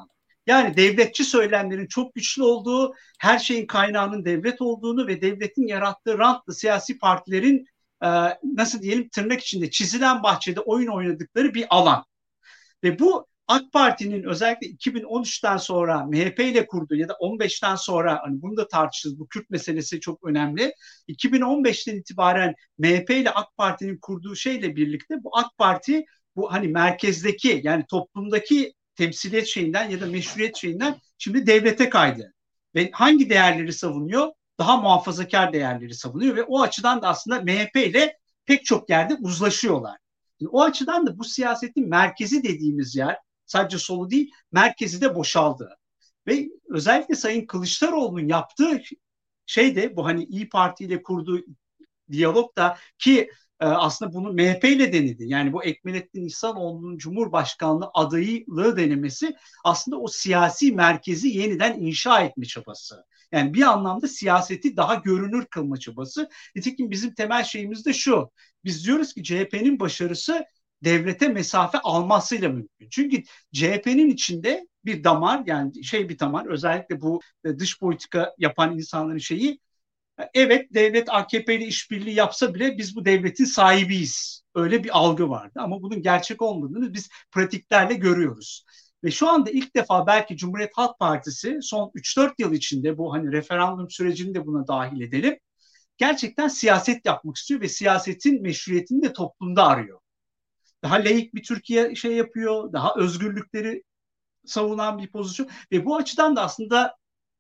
Yani devletçi söylemlerin çok güçlü olduğu, her şeyin kaynağının devlet olduğunu ve devletin yarattığı rantlı siyasi partilerin nasıl diyelim tırnak içinde çizilen bahçede oyun oynadıkları bir alan. Ve bu AK Parti'nin özellikle 2013'ten sonra MHP ile kurduğu ya da 15'ten sonra hani bunu da tartışırız. Bu Kürt meselesi çok önemli. 2015'ten itibaren MHP ile AK Parti'nin kurduğu şeyle birlikte bu AK Parti bu hani merkezdeki yani toplumdaki temsiliyet şeyinden ya da meşruiyet şeyinden şimdi devlete kaydı. Ve hangi değerleri savunuyor? Daha muhafazakar değerleri savunuyor ve o açıdan da aslında MHP ile pek çok yerde uzlaşıyorlar. O açıdan da bu siyasetin merkezi dediğimiz yer sadece solu değil merkezi de boşaldı. Ve özellikle Sayın Kılıçdaroğlu'nun yaptığı şey de bu hani İYİ Parti ile kurduğu diyalog da ki aslında bunu MHP ile denedi. Yani bu Ekmelettin İhsanoğlu'nun Cumhurbaşkanlığı adaylığı denemesi aslında o siyasi merkezi yeniden inşa etme çabası. Yani bir anlamda siyaseti daha görünür kılma çabası. Nitekim bizim temel şeyimiz de şu. Biz diyoruz ki CHP'nin başarısı devlete mesafe almasıyla mümkün. Çünkü CHP'nin içinde bir damar yani bir damar özellikle bu dış politika yapan insanların şeyi evet devlet AKP ile işbirliği yapsa bile biz bu devletin sahibiyiz. Öyle bir algı vardı ama bunun gerçek olmadığını biz pratiklerle görüyoruz. Ve şu anda ilk defa belki Cumhuriyet Halk Partisi son 3-4 yıl içinde bu hani referandum sürecini de buna dahil edelim. Gerçekten siyaset yapmak istiyor ve siyasetin meşruiyetini de toplumda arıyor. Daha laik bir Türkiye yapıyor, daha özgürlükleri savunan bir pozisyon ve bu açıdan da aslında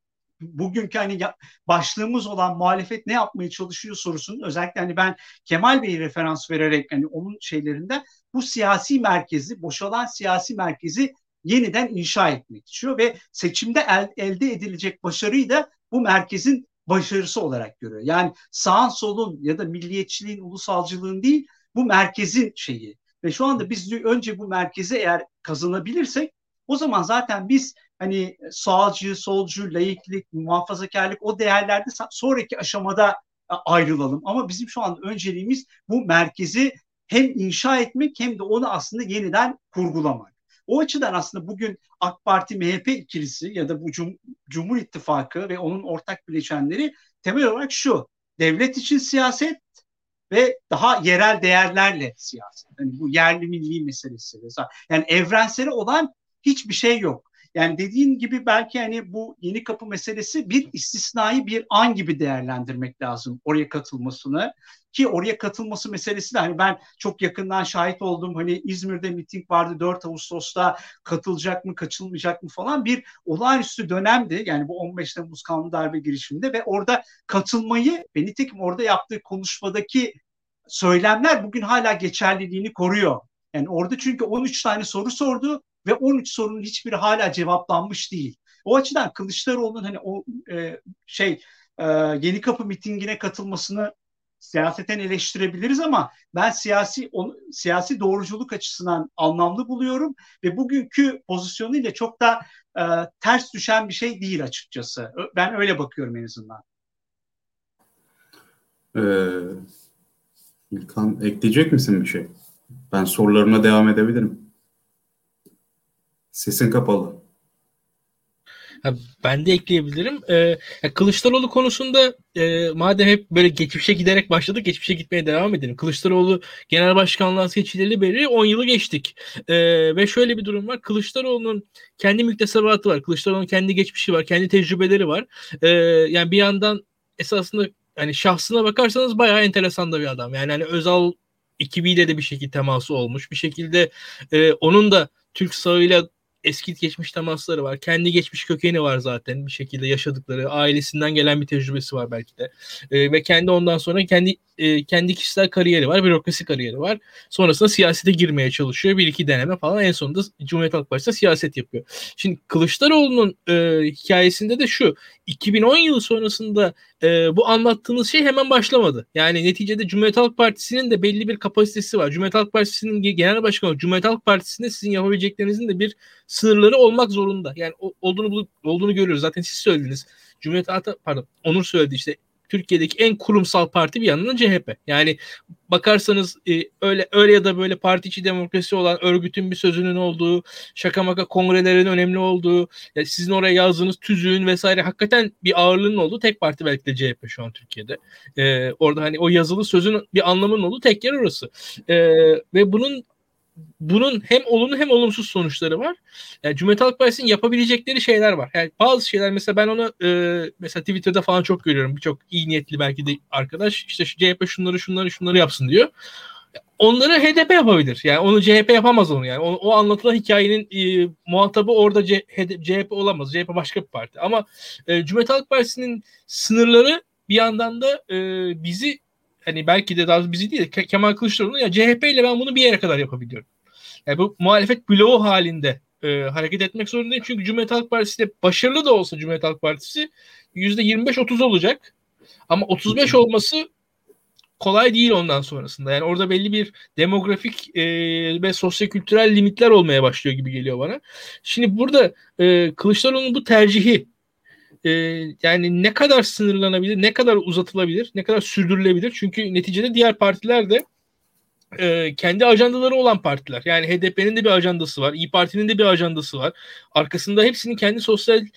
bugünkü hani başlığımız olan muhalefet ne yapmaya çalışıyor sorusunun özellikle hani ben Kemal Bey'i referans vererek hani onun şeylerinden bu siyasi merkezi, boşalan siyasi merkezi yeniden inşa etmek istiyor ve seçimde elde edilecek başarıyı da bu merkezin başarısı olarak görüyor. Yani sağın solun ya da milliyetçiliğin, ulusalcılığın değil bu merkezin şeyi. Ve şu anda biz önce bu merkezi eğer kazanabilirsek o zaman zaten biz hani sağcı, solcu, laiklik, muhafazakarlık o değerlerde sonraki aşamada ayrılalım. Ama bizim şu anda önceliğimiz bu merkezi hem inşa etmek hem de onu aslında yeniden kurgulamak. O açıdan aslında bugün AK Parti MHP ikilisi ya da bu Cumhur İttifakı ve onun ortak bileşenleri temel olarak şu. Devlet için siyaset ve daha yerel değerlerle siyaset. Yani bu yerli milli meselesi. Yani evrensel olan hiçbir şey yok. Yani dediğin gibi belki hani bu Yeni Kapı meselesi bir istisnai bir an gibi değerlendirmek lazım oraya katılmasını. Ki oraya katılması meselesi de hani ben çok yakından şahit oldum. Hani İzmir'de miting vardı 4 Ağustos'ta katılacak mı kaçılmayacak mı falan bir olağanüstü dönemdi. Yani bu 15 Temmuz kanun darbe girişiminde ve orada katılmayı ve nitekim orada yaptığı konuşmadaki söylemler bugün hala geçerliliğini koruyor. Yani orada çünkü 13 tane soru sordu ve 13 sorunun hiçbiri hala cevaplanmış değil. O açıdan Kılıçdaroğlu'nun hani o Yeni Kapı mitingine katılmasını siyaseten eleştirebiliriz ama ben siyasi doğruculuk açısından anlamlı buluyorum ve bugünkü pozisyonuyla çok da ters düşen bir şey değil açıkçası. Ben öyle bakıyorum en azından. İlkan ekleyecek misin bir şey? Ben sorularıma devam edebilirim. Sesin kapalı. Ben de ekleyebilirim. Kılıçdaroğlu konusunda madem hep böyle geçmişe giderek başladık, geçmişe gitmeye devam edelim. Kılıçdaroğlu genel başkanlığa seçileli beri 10 yılı geçtik. Ve şöyle bir durum var. Kılıçdaroğlu'nun kendi müktesebatı var. Kılıçdaroğlu'nun kendi geçmişi var. Kendi tecrübeleri var. Yani bir yandan esasında hani şahsına bakarsanız bayağı enteresan da bir adam. Yani hani Özal ekibiyle de bir şekilde teması olmuş. Bir şekilde onun da Türk sağıyla eski geçmiş temasları var. Kendi geçmiş kökeni var zaten bir şekilde yaşadıkları. Ailesinden gelen bir tecrübesi var belki de. Ve kendi ondan sonra kendi kişisel kariyeri var. Bürokrasi kariyeri var. Sonrasında siyasete girmeye çalışıyor. Bir iki deneme falan. En sonunda Cumhuriyet Halk Partisi'nde siyaset yapıyor. Şimdi Kılıçdaroğlu'nun hikayesinde de şu. 2010 yılı sonrasında bu anlattığınız şey hemen başlamadı. Yani neticede Cumhuriyet Halk Partisi'nin de belli bir kapasitesi var. Cumhuriyet Halk Partisi'nin genel başkanı Cumhuriyet Halk Partisi'nde sizin yapabileceklerinizin de bir sınırları olmak zorunda. Yani olduğunu görüyoruz. Zaten siz söylediniz. Onur söyledi işte Türkiye'deki en kurumsal parti bir yandan CHP. Yani bakarsanız öyle ya da böyle parti içi demokrasi olan örgütün bir sözünün olduğu, şaka maka kongrelerin önemli olduğu, yani sizin oraya yazdığınız tüzüğün vesaire hakikaten bir ağırlığının olduğu tek parti belki de CHP şu an Türkiye'de. Orada hani o yazılı sözün bir anlamının olduğu tek yer orası. Ve bunun hem olumlu hem olumsuz sonuçları var. Yani Cumhuriyet Halk Partisi'nin yapabilecekleri şeyler var. Yani bazı şeyler mesela ben onu mesela Twitter'da falan çok görüyorum. Birçok iyi niyetli belki de arkadaş işte şu CHP şunları yapsın diyor. Onları HDP yapabilir. Yani onu CHP yapamaz onu yani. O anlatılan hikayenin muhatabı orada CHP olamaz. CHP başka bir parti. Ama Cumhuriyet Halk Partisi'nin sınırları bir yandan da bizi hani belki de daha bizi değil Kemal Kılıçdaroğlu ya CHP ile ben bunu bir yere kadar yapabiliyorum. Yani bu muhalefet bloğu halinde hareket etmek zorundayım. Çünkü Cumhuriyet Halk Partisi de başarılı da olsa Cumhuriyet Halk Partisi %25-30 olacak. Ama 35 olması kolay değil ondan sonrasında. Yani orada belli bir demografik ve sosyokültürel limitler olmaya başlıyor gibi geliyor bana. Şimdi burada Kılıçdaroğlu'nun bu tercihi yani ne kadar sınırlanabilir, ne kadar uzatılabilir, ne kadar sürdürülebilir? Çünkü neticede diğer partiler de kendi ajandaları olan partiler. Yani HDP'nin de bir ajandası var. İYİ Parti'nin de bir ajandası var. Arkasında hepsinin kendi sosyal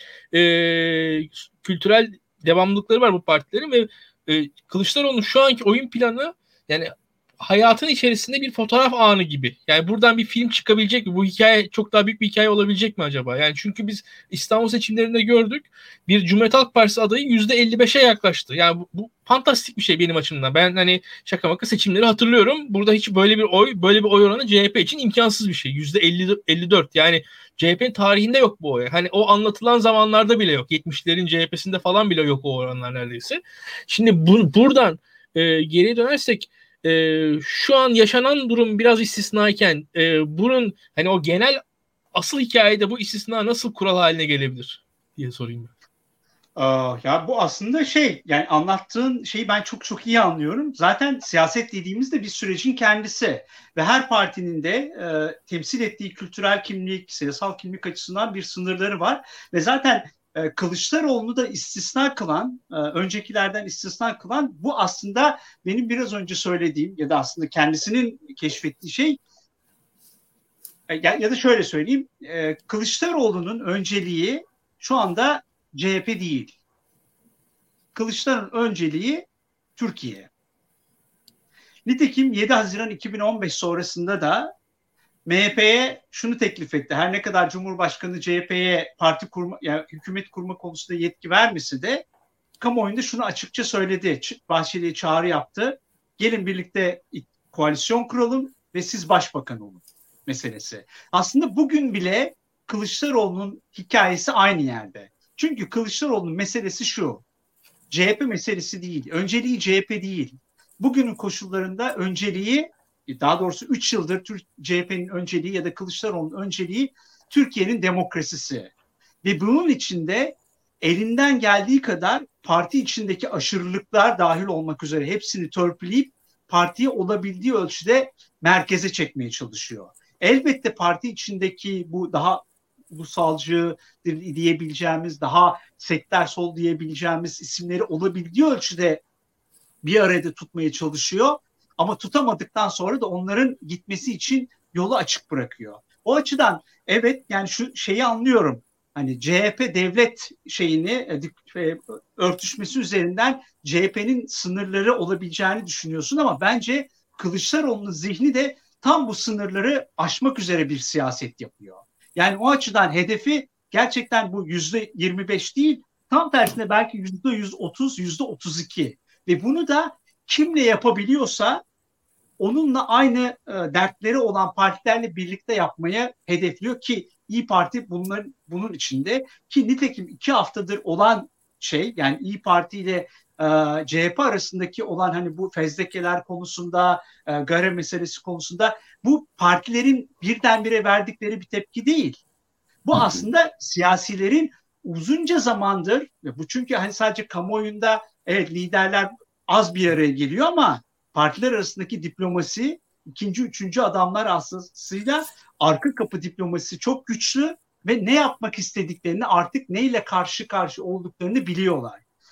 kültürel devamlılıkları var bu partilerin ve Kılıçdaroğlu'nun şu anki oyun planı yani hayatın içerisinde bir fotoğraf anı gibi. Yani buradan bir film çıkabilecek mi? Bu hikaye çok daha büyük bir hikaye olabilecek mi acaba? Yani çünkü biz İstanbul seçimlerinde gördük. Bir Cumhuriyet Halk Partisi adayı %55'e yaklaştı. Yani bu fantastik bir şey benim açımdan. Ben hani şaka maka seçimleri hatırlıyorum. Burada hiç böyle bir oy oranı CHP için imkansız bir şey. %54. Yani CHP'nin tarihinde yok bu oy. Hani o anlatılan zamanlarda bile yok. 70'lerin CHP'sinde falan bile yok o oranlar neredeyse. Şimdi buradan geriye dönersek şu an yaşanan durum biraz istisnayken bunun hani o genel asıl hikayede bu istisna nasıl kural haline gelebilir diye sorayım ben. Ya bu aslında yani anlattığın şeyi ben çok çok iyi anlıyorum. Zaten siyaset dediğimizde bir sürecin kendisi ve her partinin de temsil ettiği kültürel kimlik, siyasal kimlik açısından bir sınırları var ve zaten Kılıçdaroğlu'nu da istisna kılan, öncekilerden istisna kılan bu aslında benim biraz önce söylediğim ya da aslında kendisinin keşfettiği şey ya da şöyle söyleyeyim, Kılıçdaroğlu'nun önceliği şu anda CHP değil. Kılıçdaroğlu'nun önceliği Türkiye. Nitekim 7 Haziran 2015 sonrasında da MHP'ye şunu teklif etti. Her ne kadar Cumhurbaşkanı CHP'ye parti kurma, yani hükümet kurma konusunda yetki vermesi de kamuoyunda şunu açıkça söyledi. Bahçeli'ye çağrı yaptı. Gelin birlikte koalisyon kuralım ve siz başbakan olun meselesi. Aslında bugün bile Kılıçdaroğlu'nun hikayesi aynı yerde. Çünkü Kılıçdaroğlu'nun meselesi şu. CHP meselesi değil. Önceliği CHP değil. Bugünün koşullarında önceliği, daha doğrusu 3 yıldır CHP'nin önceliği ya da Kılıçdaroğlu'nun önceliği Türkiye'nin demokrasisi. Ve bunun içinde elinden geldiği kadar parti içindeki aşırılıklar dahil olmak üzere hepsini törpüleyip partiyi olabildiği ölçüde merkeze çekmeye çalışıyor. Elbette parti içindeki bu daha ulusalcı diyebileceğimiz, daha sektör sol diyebileceğimiz isimleri olabildiği ölçüde bir arada tutmaya çalışıyor. Ama tutamadıktan sonra da onların gitmesi için yolu açık bırakıyor. O açıdan evet yani şu şeyi anlıyorum. Hani CHP devlet örtüşmesi üzerinden CHP'nin sınırları olabileceğini düşünüyorsun ama bence Kılıçdaroğlu'nun zihni de tam bu sınırları aşmak üzere bir siyaset yapıyor. Yani o açıdan hedefi gerçekten bu %25 değil, tam tersine belki %130, %32 ve bunu da kimle yapabiliyorsa onunla aynı dertleri olan partilerle birlikte yapmaya hedefliyor ki İYİ Parti bunun içinde ki nitekim 2 haftadır olan yani İYİ Parti ile CHP arasındaki olan hani bu fezlekeler konusunda, gara meselesi konusunda bu partilerin birdenbire verdikleri bir tepki değil. Bu aslında siyasilerin uzunca zamandır, bu çünkü hani sadece kamuoyunda evet liderler az bir araya geliyor ama partiler arasındaki diplomasi, ikinci, üçüncü adamlar aslında arka kapı diplomasisi çok güçlü ve ne yapmak istediklerini artık neyle karşı karşı olduklarını biliyorlar.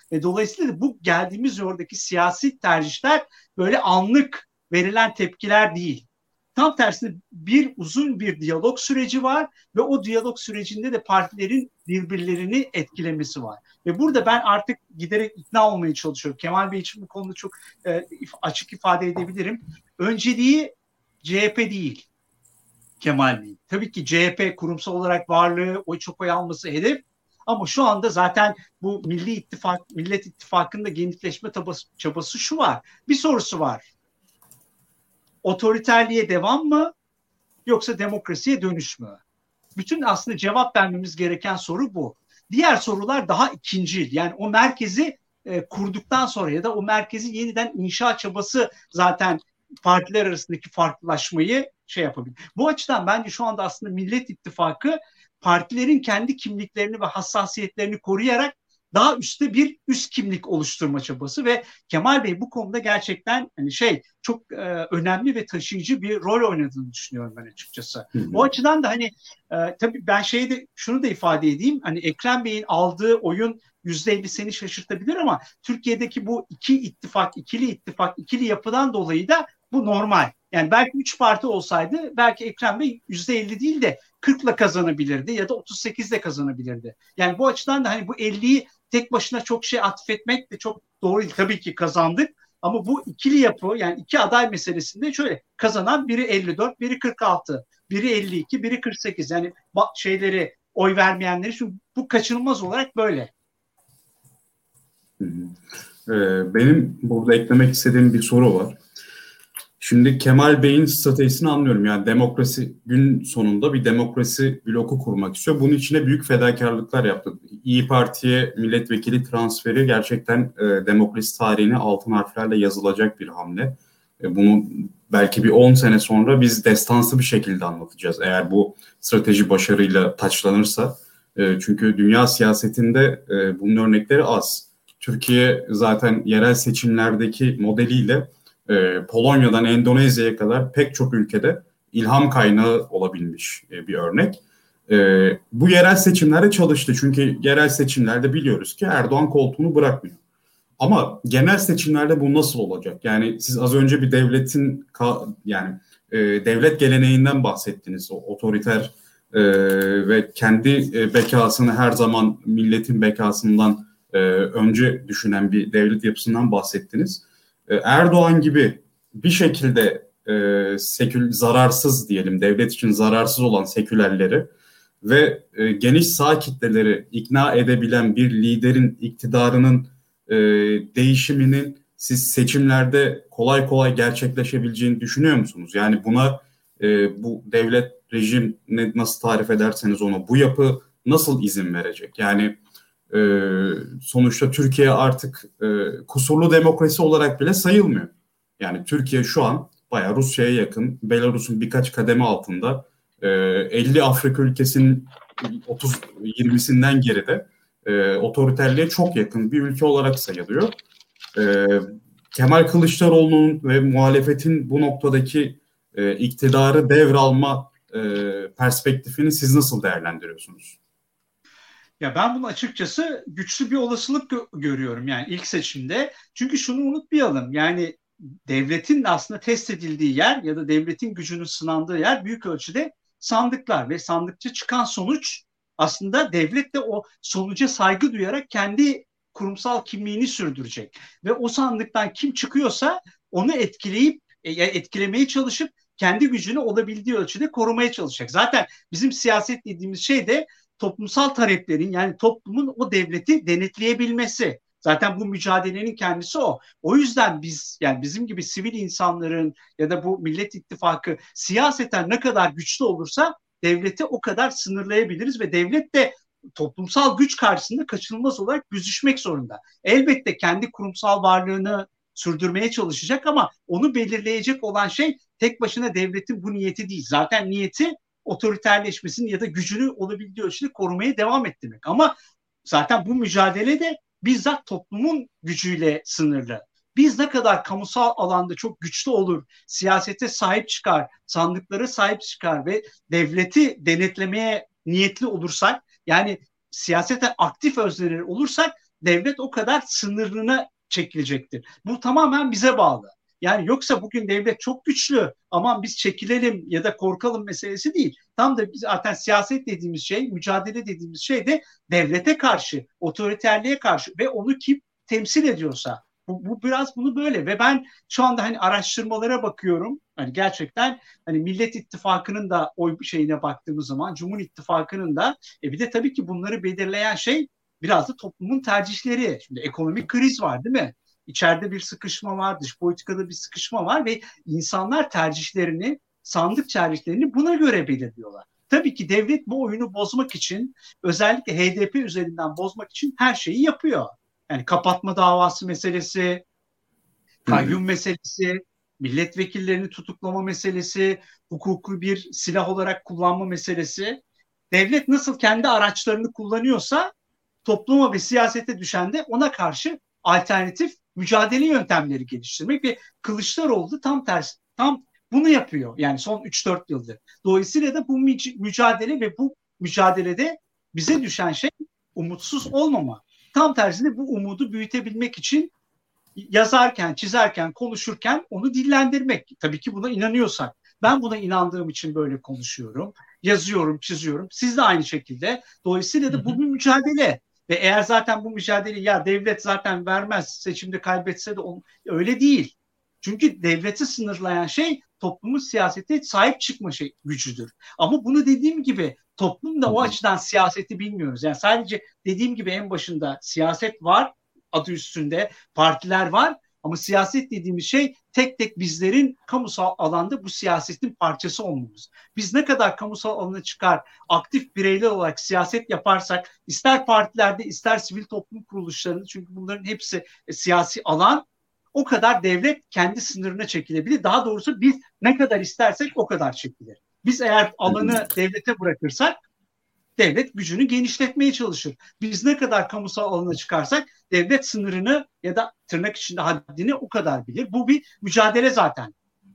Ve dolayısıyla da bu geldiğimiz yordaki siyasi tercihler böyle anlık verilen tepkiler değil. Tam tersine uzun bir diyalog süreci var ve o diyalog sürecinde de partilerin birbirlerini etkilemesi var. Ve burada ben artık giderek ikna olmaya çalışıyorum. Kemal Bey için bu konuda çok açık ifade edebilirim. Önceliği CHP değil Kemal Bey. Tabii ki CHP kurumsal olarak varlığı, çok oy alması hedef. Ama şu anda zaten bu Millet İttifakı'nda genişleşme çabası şu var. Bir sorusu var. Otoriterliğe devam mı yoksa demokrasiye dönüş mü? Bütün aslında cevap vermemiz gereken soru bu. Diğer sorular daha ikincil. Yani o merkezi kurduktan sonra ya da o merkezi yeniden inşa çabası zaten partiler arasındaki farklılaşmayı yapabilir. Bu açıdan bence şu anda aslında Millet İttifakı partilerin kendi kimliklerini ve hassasiyetlerini koruyarak daha üstte bir üst kimlik oluşturma çabası ve Kemal Bey bu konuda gerçekten çok önemli ve taşıyıcı bir rol oynadığını düşünüyorum ben açıkçası. O açıdan da tabii ben şunu da ifade edeyim. Hani Ekrem Bey'in aldığı oyun %50 seni şaşırtabilir ama Türkiye'deki bu ikili yapıdan dolayı da bu normal. Yani belki 3 parti olsaydı belki Ekrem Bey %50 değil de 40'la kazanabilirdi ya da 38'le kazanabilirdi. Yani bu açıdan da bu 50'yi tek başına çok atfetmek de çok doğru değil. Tabii ki kazandık ama bu ikili yapı, yani iki aday meselesinde şöyle kazanan biri 54, biri 46, biri 52, biri 48. Yani oy vermeyenleri bu kaçınılmaz olarak böyle. Benim burada eklemek istediğim bir soru var. Şimdi Kemal Bey'in stratejisini anlıyorum. Yani demokrasi, gün sonunda bir demokrasi bloku kurmak istiyor. Bunun içine büyük fedakarlıklar yaptı. İYİ Parti'ye milletvekili transferi gerçekten demokrasi tarihine altın harflerle yazılacak bir hamle. Bunu belki bir 10 sene sonra biz destansı bir şekilde anlatacağız. Eğer bu strateji başarıyla taçlanırsa. Çünkü dünya siyasetinde bunun örnekleri az. Türkiye zaten yerel seçimlerdeki modeliyle Polonya'dan Endonezya'ya kadar pek çok ülkede ilham kaynağı olabilmiş bir örnek. Bu yerel seçimlerde çalıştı. Çünkü yerel seçimlerde biliyoruz ki Erdoğan koltuğunu bırakmıyor. Ama genel seçimlerde bu nasıl olacak? Yani siz az önce bir devletin devlet geleneğinden bahsettiniz. O otoriter ve kendi bekasını her zaman milletin bekasından önce düşünen bir devlet yapısından bahsettiniz. Erdoğan gibi bir şekilde zararsız diyelim, devlet için zararsız olan sekülerleri ve geniş sağ kitleleri ikna edebilen bir liderin iktidarının değişiminin siz seçimlerde kolay kolay gerçekleşebileceğini düşünüyor musunuz? Yani buna bu devlet rejim nasıl tarif ederseniz onu, bu yapı nasıl izin verecek? Yani sonuçta Türkiye artık kusurlu demokrasi olarak bile sayılmıyor. Yani Türkiye şu an bayağı Rusya'ya yakın, Belarus'un birkaç kademe altında, 50 Afrika ülkesinin 30-20'sinden geride, otoriterliğe çok yakın bir ülke olarak sayılıyor. Kemal Kılıçdaroğlu'nun ve muhalefetin bu noktadaki iktidarı devralma perspektifini siz nasıl değerlendiriyorsunuz? Ya ben bunu açıkçası güçlü bir olasılık görüyorum yani ilk seçimde. Çünkü şunu unutmayalım, yani devletin aslında test edildiği yer ya da devletin gücünün sınandığı yer büyük ölçüde sandıklar ve sandıkça çıkan sonuç aslında devlet de o sonuca saygı duyarak kendi kurumsal kimliğini sürdürecek. Ve o sandıktan kim çıkıyorsa onu etkilemeye çalışıp kendi gücünü olabildiği ölçüde korumaya çalışacak. Zaten bizim siyaset dediğimiz şey de toplumsal taleplerin, yani toplumun o devleti denetleyebilmesi. Zaten bu mücadelenin kendisi o. O yüzden bizim gibi sivil insanların ya da bu Millet İttifakı siyaseten ne kadar güçlü olursa devleti o kadar sınırlayabiliriz ve devlet de toplumsal güç karşısında kaçınılmaz olarak büzüşmek zorunda. Elbette kendi kurumsal varlığını sürdürmeye çalışacak ama onu belirleyecek olan şey tek başına devletin bu niyeti değil. Zaten niyeti otoriterleşmesini ya da gücünü olabildiği ölçüde korumaya devam ettirmek. Ama zaten bu mücadele de bizzat toplumun gücüyle sınırlı. Biz ne kadar kamusal alanda çok güçlü olur, siyasete sahip çıkar, sandıklara sahip çıkar ve devleti denetlemeye niyetli olursak, yani siyasete aktif özneler olursak devlet o kadar sınırına çekilecektir. Bu tamamen bize bağlı. Yani yoksa bugün devlet çok güçlü, aman biz çekilelim ya da korkalım meselesi değil. Tam da biz zaten siyaset dediğimiz şey, mücadele dediğimiz şey de devlete karşı, otoriterliğe karşı ve onu kim temsil ediyorsa. Bu biraz bunu böyle ve ben şu anda hani araştırmalara bakıyorum. Hani gerçekten hani Millet İttifakı'nın da oy şeyine baktığımız zaman, Cumhur İttifakı'nın da bir de tabii ki bunları belirleyen şey biraz da toplumun tercihleri. Şimdi ekonomik kriz var değil mi? İçeride bir sıkışma var, dış politikada bir sıkışma var ve insanlar tercihlerini, sandık tercihlerini buna göre belirliyorlar. Tabii ki devlet bu oyunu bozmak için, özellikle HDP üzerinden bozmak için her şeyi yapıyor. Yani kapatma davası meselesi, kayyum meselesi, milletvekillerini tutuklama meselesi, hukuku bir silah olarak kullanma meselesi. Devlet nasıl kendi araçlarını kullanıyorsa topluma ve siyasete düşen de ona karşı alternatif mücadele yöntemleri geliştirmek ve Kılıçdaroğlu tam tersi, tam bunu yapıyor. Yani son 3-4 yıldır. Dolayısıyla da bu mücadele ve bu mücadelede bize düşen şey umutsuz olmama. Tam tersine bu umudu büyütebilmek için yazarken, çizerken, konuşurken onu dillendirmek. Tabii ki buna inanıyorsak. Ben buna inandığım için böyle konuşuyorum. Yazıyorum, çiziyorum. Siz de aynı şekilde. Dolayısıyla da bu bir mücadele. Ve eğer zaten bu mücadeleyi ya devlet zaten vermez, seçimde kaybetse de öyle değil. Çünkü devleti sınırlayan şey toplumun siyasete sahip çıkma gücüdür. Ama bunu dediğim gibi toplum da o açıdan siyaseti bilmiyoruz. Yani sadece dediğim gibi en başında siyaset var, adı üstünde partiler var. Ama siyaset dediğimiz şey tek tek bizlerin kamusal alanda bu siyasetin parçası olmamız. Biz ne kadar kamusal alana çıkar, aktif bireyler olarak siyaset yaparsak, ister partilerde ister sivil toplum kuruluşlarında, çünkü bunların hepsi siyasi alan, o kadar devlet kendi sınırına çekilebilir. Daha doğrusu biz ne kadar istersek o kadar çekilir. Biz eğer alanı devlete bırakırsak devlet gücünü genişletmeye çalışır. Biz ne kadar kamusal alana çıkarsak devlet sınırını ya da tırnak içinde haddini o kadar bilir. Bu bir mücadele zaten.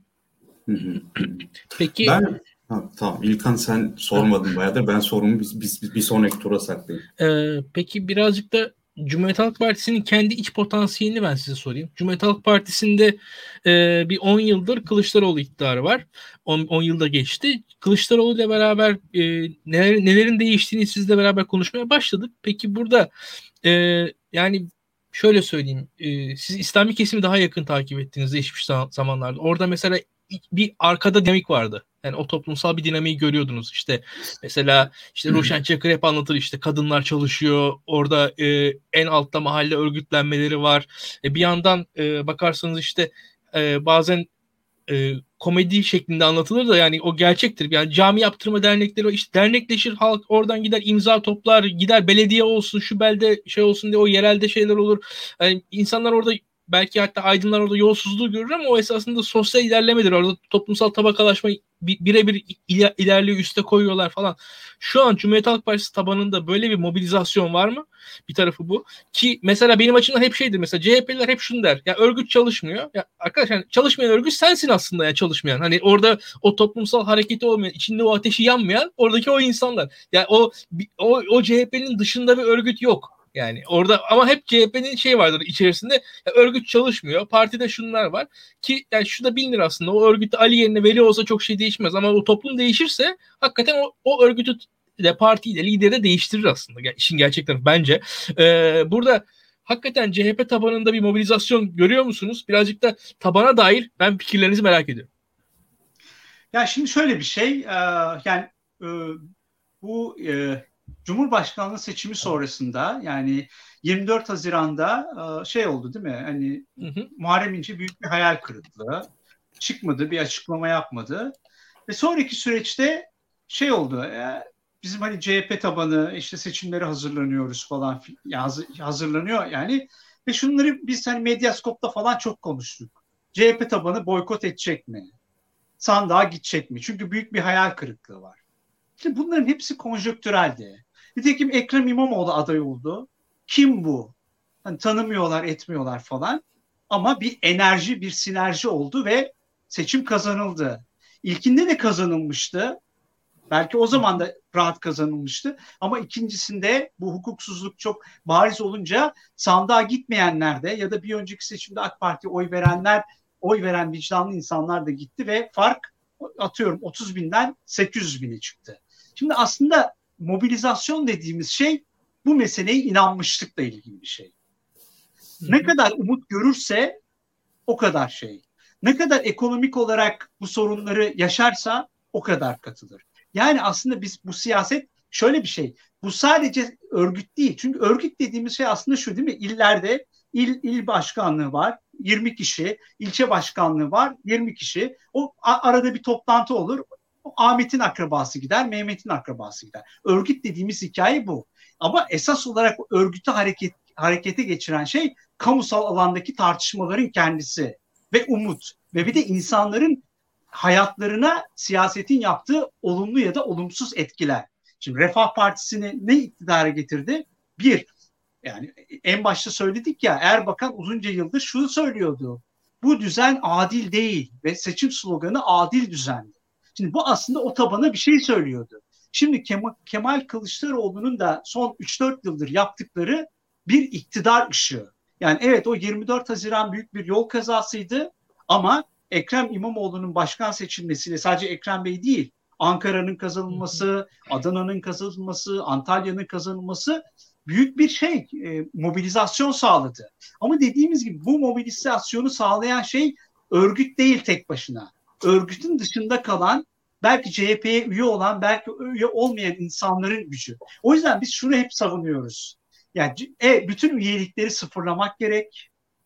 Peki tamam İlkan sen sormadın bayağıdır. Ben sorumu biz bir sonraki tura saklayayım. Peki birazcık da Cumhuriyet Halk Partisi'nin kendi iç potansiyelini ben size sorayım. Cumhuriyet Halk Partisi'nde bir 10 yıldır Kılıçdaroğlu iktidarı var. 10 yılda geçti. Kılıçdaroğlu ile beraber nelerin değiştiğini sizle beraber konuşmaya başladık. Peki burada yani şöyle söyleyeyim. Siz İslami kesimi daha yakın takip ettiğiniz geçmiş zamanlarda. Orada mesela bir arkada dinamik vardı. Yani o toplumsal bir dinamiği görüyordunuz. İşte mesela Ruşen Çakır hep anlatır, işte kadınlar çalışıyor. Orada en altta mahalle örgütlenmeleri var. Bir yandan bakarsanız işte bazen komedi şeklinde anlatılır da yani o gerçektir. Yani cami yaptırma dernekleri işte dernekleşir, halk oradan gider imza toplar, gider belediye olsun şu belde şey olsun diye o yerelde şeyler olur. Yani insanlar orada belki hatta aydınlar orada yolsuzluğu görür ama o esasında sosyal ilerlemedir. Orada toplumsal tabakalaşma birebir ilerliyor, üste koyuyorlar falan. Şu an Cumhuriyet Halk Partisi tabanında böyle bir mobilizasyon var mı? Bir tarafı bu. Ki mesela benim açımdan hep şeydir. Mesela CHP'liler hep şunu der. Ya örgüt çalışmıyor. Ya arkadaşlar yani çalışmayan örgüt sensin aslında ya, çalışmayan. Hani orada o toplumsal hareketi olmayan, içinde o ateşi yanmayan oradaki o insanlar. Yani o CHP'nin dışında bir örgüt yok. Yani orada ama hep CHP'nin şey vardır içerisinde, ya örgüt çalışmıyor. Partide şunlar var ki yani şu da bilinir aslında. O örgütte Ali yerine Veli olsa çok şey değişmez ama o toplum değişirse hakikaten o örgütü de partiyi de lideri de değiştirir aslında. Yani işin gerçekten bence. Burada hakikaten CHP tabanında bir mobilizasyon görüyor musunuz? Birazcık da tabana dair ben fikirlerinizi merak ediyorum. Ya şimdi şöyle bir şey, yani bu Cumhurbaşkanlığı seçimi sonrasında, yani 24 Haziran'da şey oldu değil mi? Hani Muharrem İnce büyük bir hayal kırıklığı. Çıkmadı, bir açıklama yapmadı. Ve sonraki süreçte şey oldu. Bizim hani CHP tabanı işte seçimlere hazırlanıyoruz falan, hazırlanıyor yani. Ve şunları biz hani Medyaskop'ta falan çok konuştuk. CHP tabanı boykot edecek mi? Sandığa gidecek mi? Çünkü büyük bir hayal kırıklığı var. İşte bunların hepsi konjonktüreldi. Nitekim Ekrem İmamoğlu aday oldu. Kim bu? Hani tanımıyorlar, etmiyorlar falan. Ama bir enerji, bir sinerji oldu ve seçim kazanıldı. İlkinde de kazanılmıştı. Belki o zaman da rahat kazanılmıştı. Ama ikincisinde bu hukuksuzluk çok bariz olunca sandığa gitmeyenler de ya da bir önceki seçimde AK Parti'ye oy veren vicdanlı insanlar da gitti ve fark atıyorum 30 binden 800 bine çıktı. Şimdi aslında mobilizasyon dediğimiz şey bu meseleye inanmışlıkla ilgili bir şey. Ne kadar umut görürse o kadar şey. Ne kadar ekonomik olarak bu sorunları yaşarsa o kadar katılır. Yani aslında biz bu siyaset şöyle bir şey. Bu sadece örgüt değil. Çünkü örgüt dediğimiz şey aslında şu değil mi? İllerde il başkanlığı var 20 kişi, ilçe başkanlığı var 20 kişi. O arada bir toplantı olur. O Ahmet'in akrabası gider, Mehmet'in akrabası gider. Örgüt dediğimiz hikaye bu. Ama esas olarak örgütü harekete geçiren şey kamusal alandaki tartışmaların kendisi ve umut ve bir de insanların hayatlarına siyasetin yaptığı olumlu ya da olumsuz etkiler. Şimdi Refah Partisi'ni ne iktidara getirdi? Bir, yani en başta söyledik ya, Erbakan uzunca yıldır şunu söylüyordu. Bu düzen adil değil ve seçim sloganı adil düzendi. Şimdi bu aslında o tabana bir şey söylüyordu. Şimdi Kemal Kılıçdaroğlu'nun da son 3-4 yıldır yaptıkları bir iktidar ışığı. Yani evet, o 24 Haziran büyük bir yol kazasıydı ama Ekrem İmamoğlu'nun başkan seçilmesiyle sadece Ekrem Bey değil, Ankara'nın kazanılması, Adana'nın kazanılması, Antalya'nın kazanılması büyük bir mobilizasyon sağladı. Ama dediğimiz gibi bu mobilizasyonu sağlayan şey örgüt değil tek başına. Örgütün dışında kalan, belki CHP'ye üye olan, belki üye olmayan insanların gücü. O yüzden biz şunu hep savunuyoruz. Yani bütün üyelikleri sıfırlamak gerek.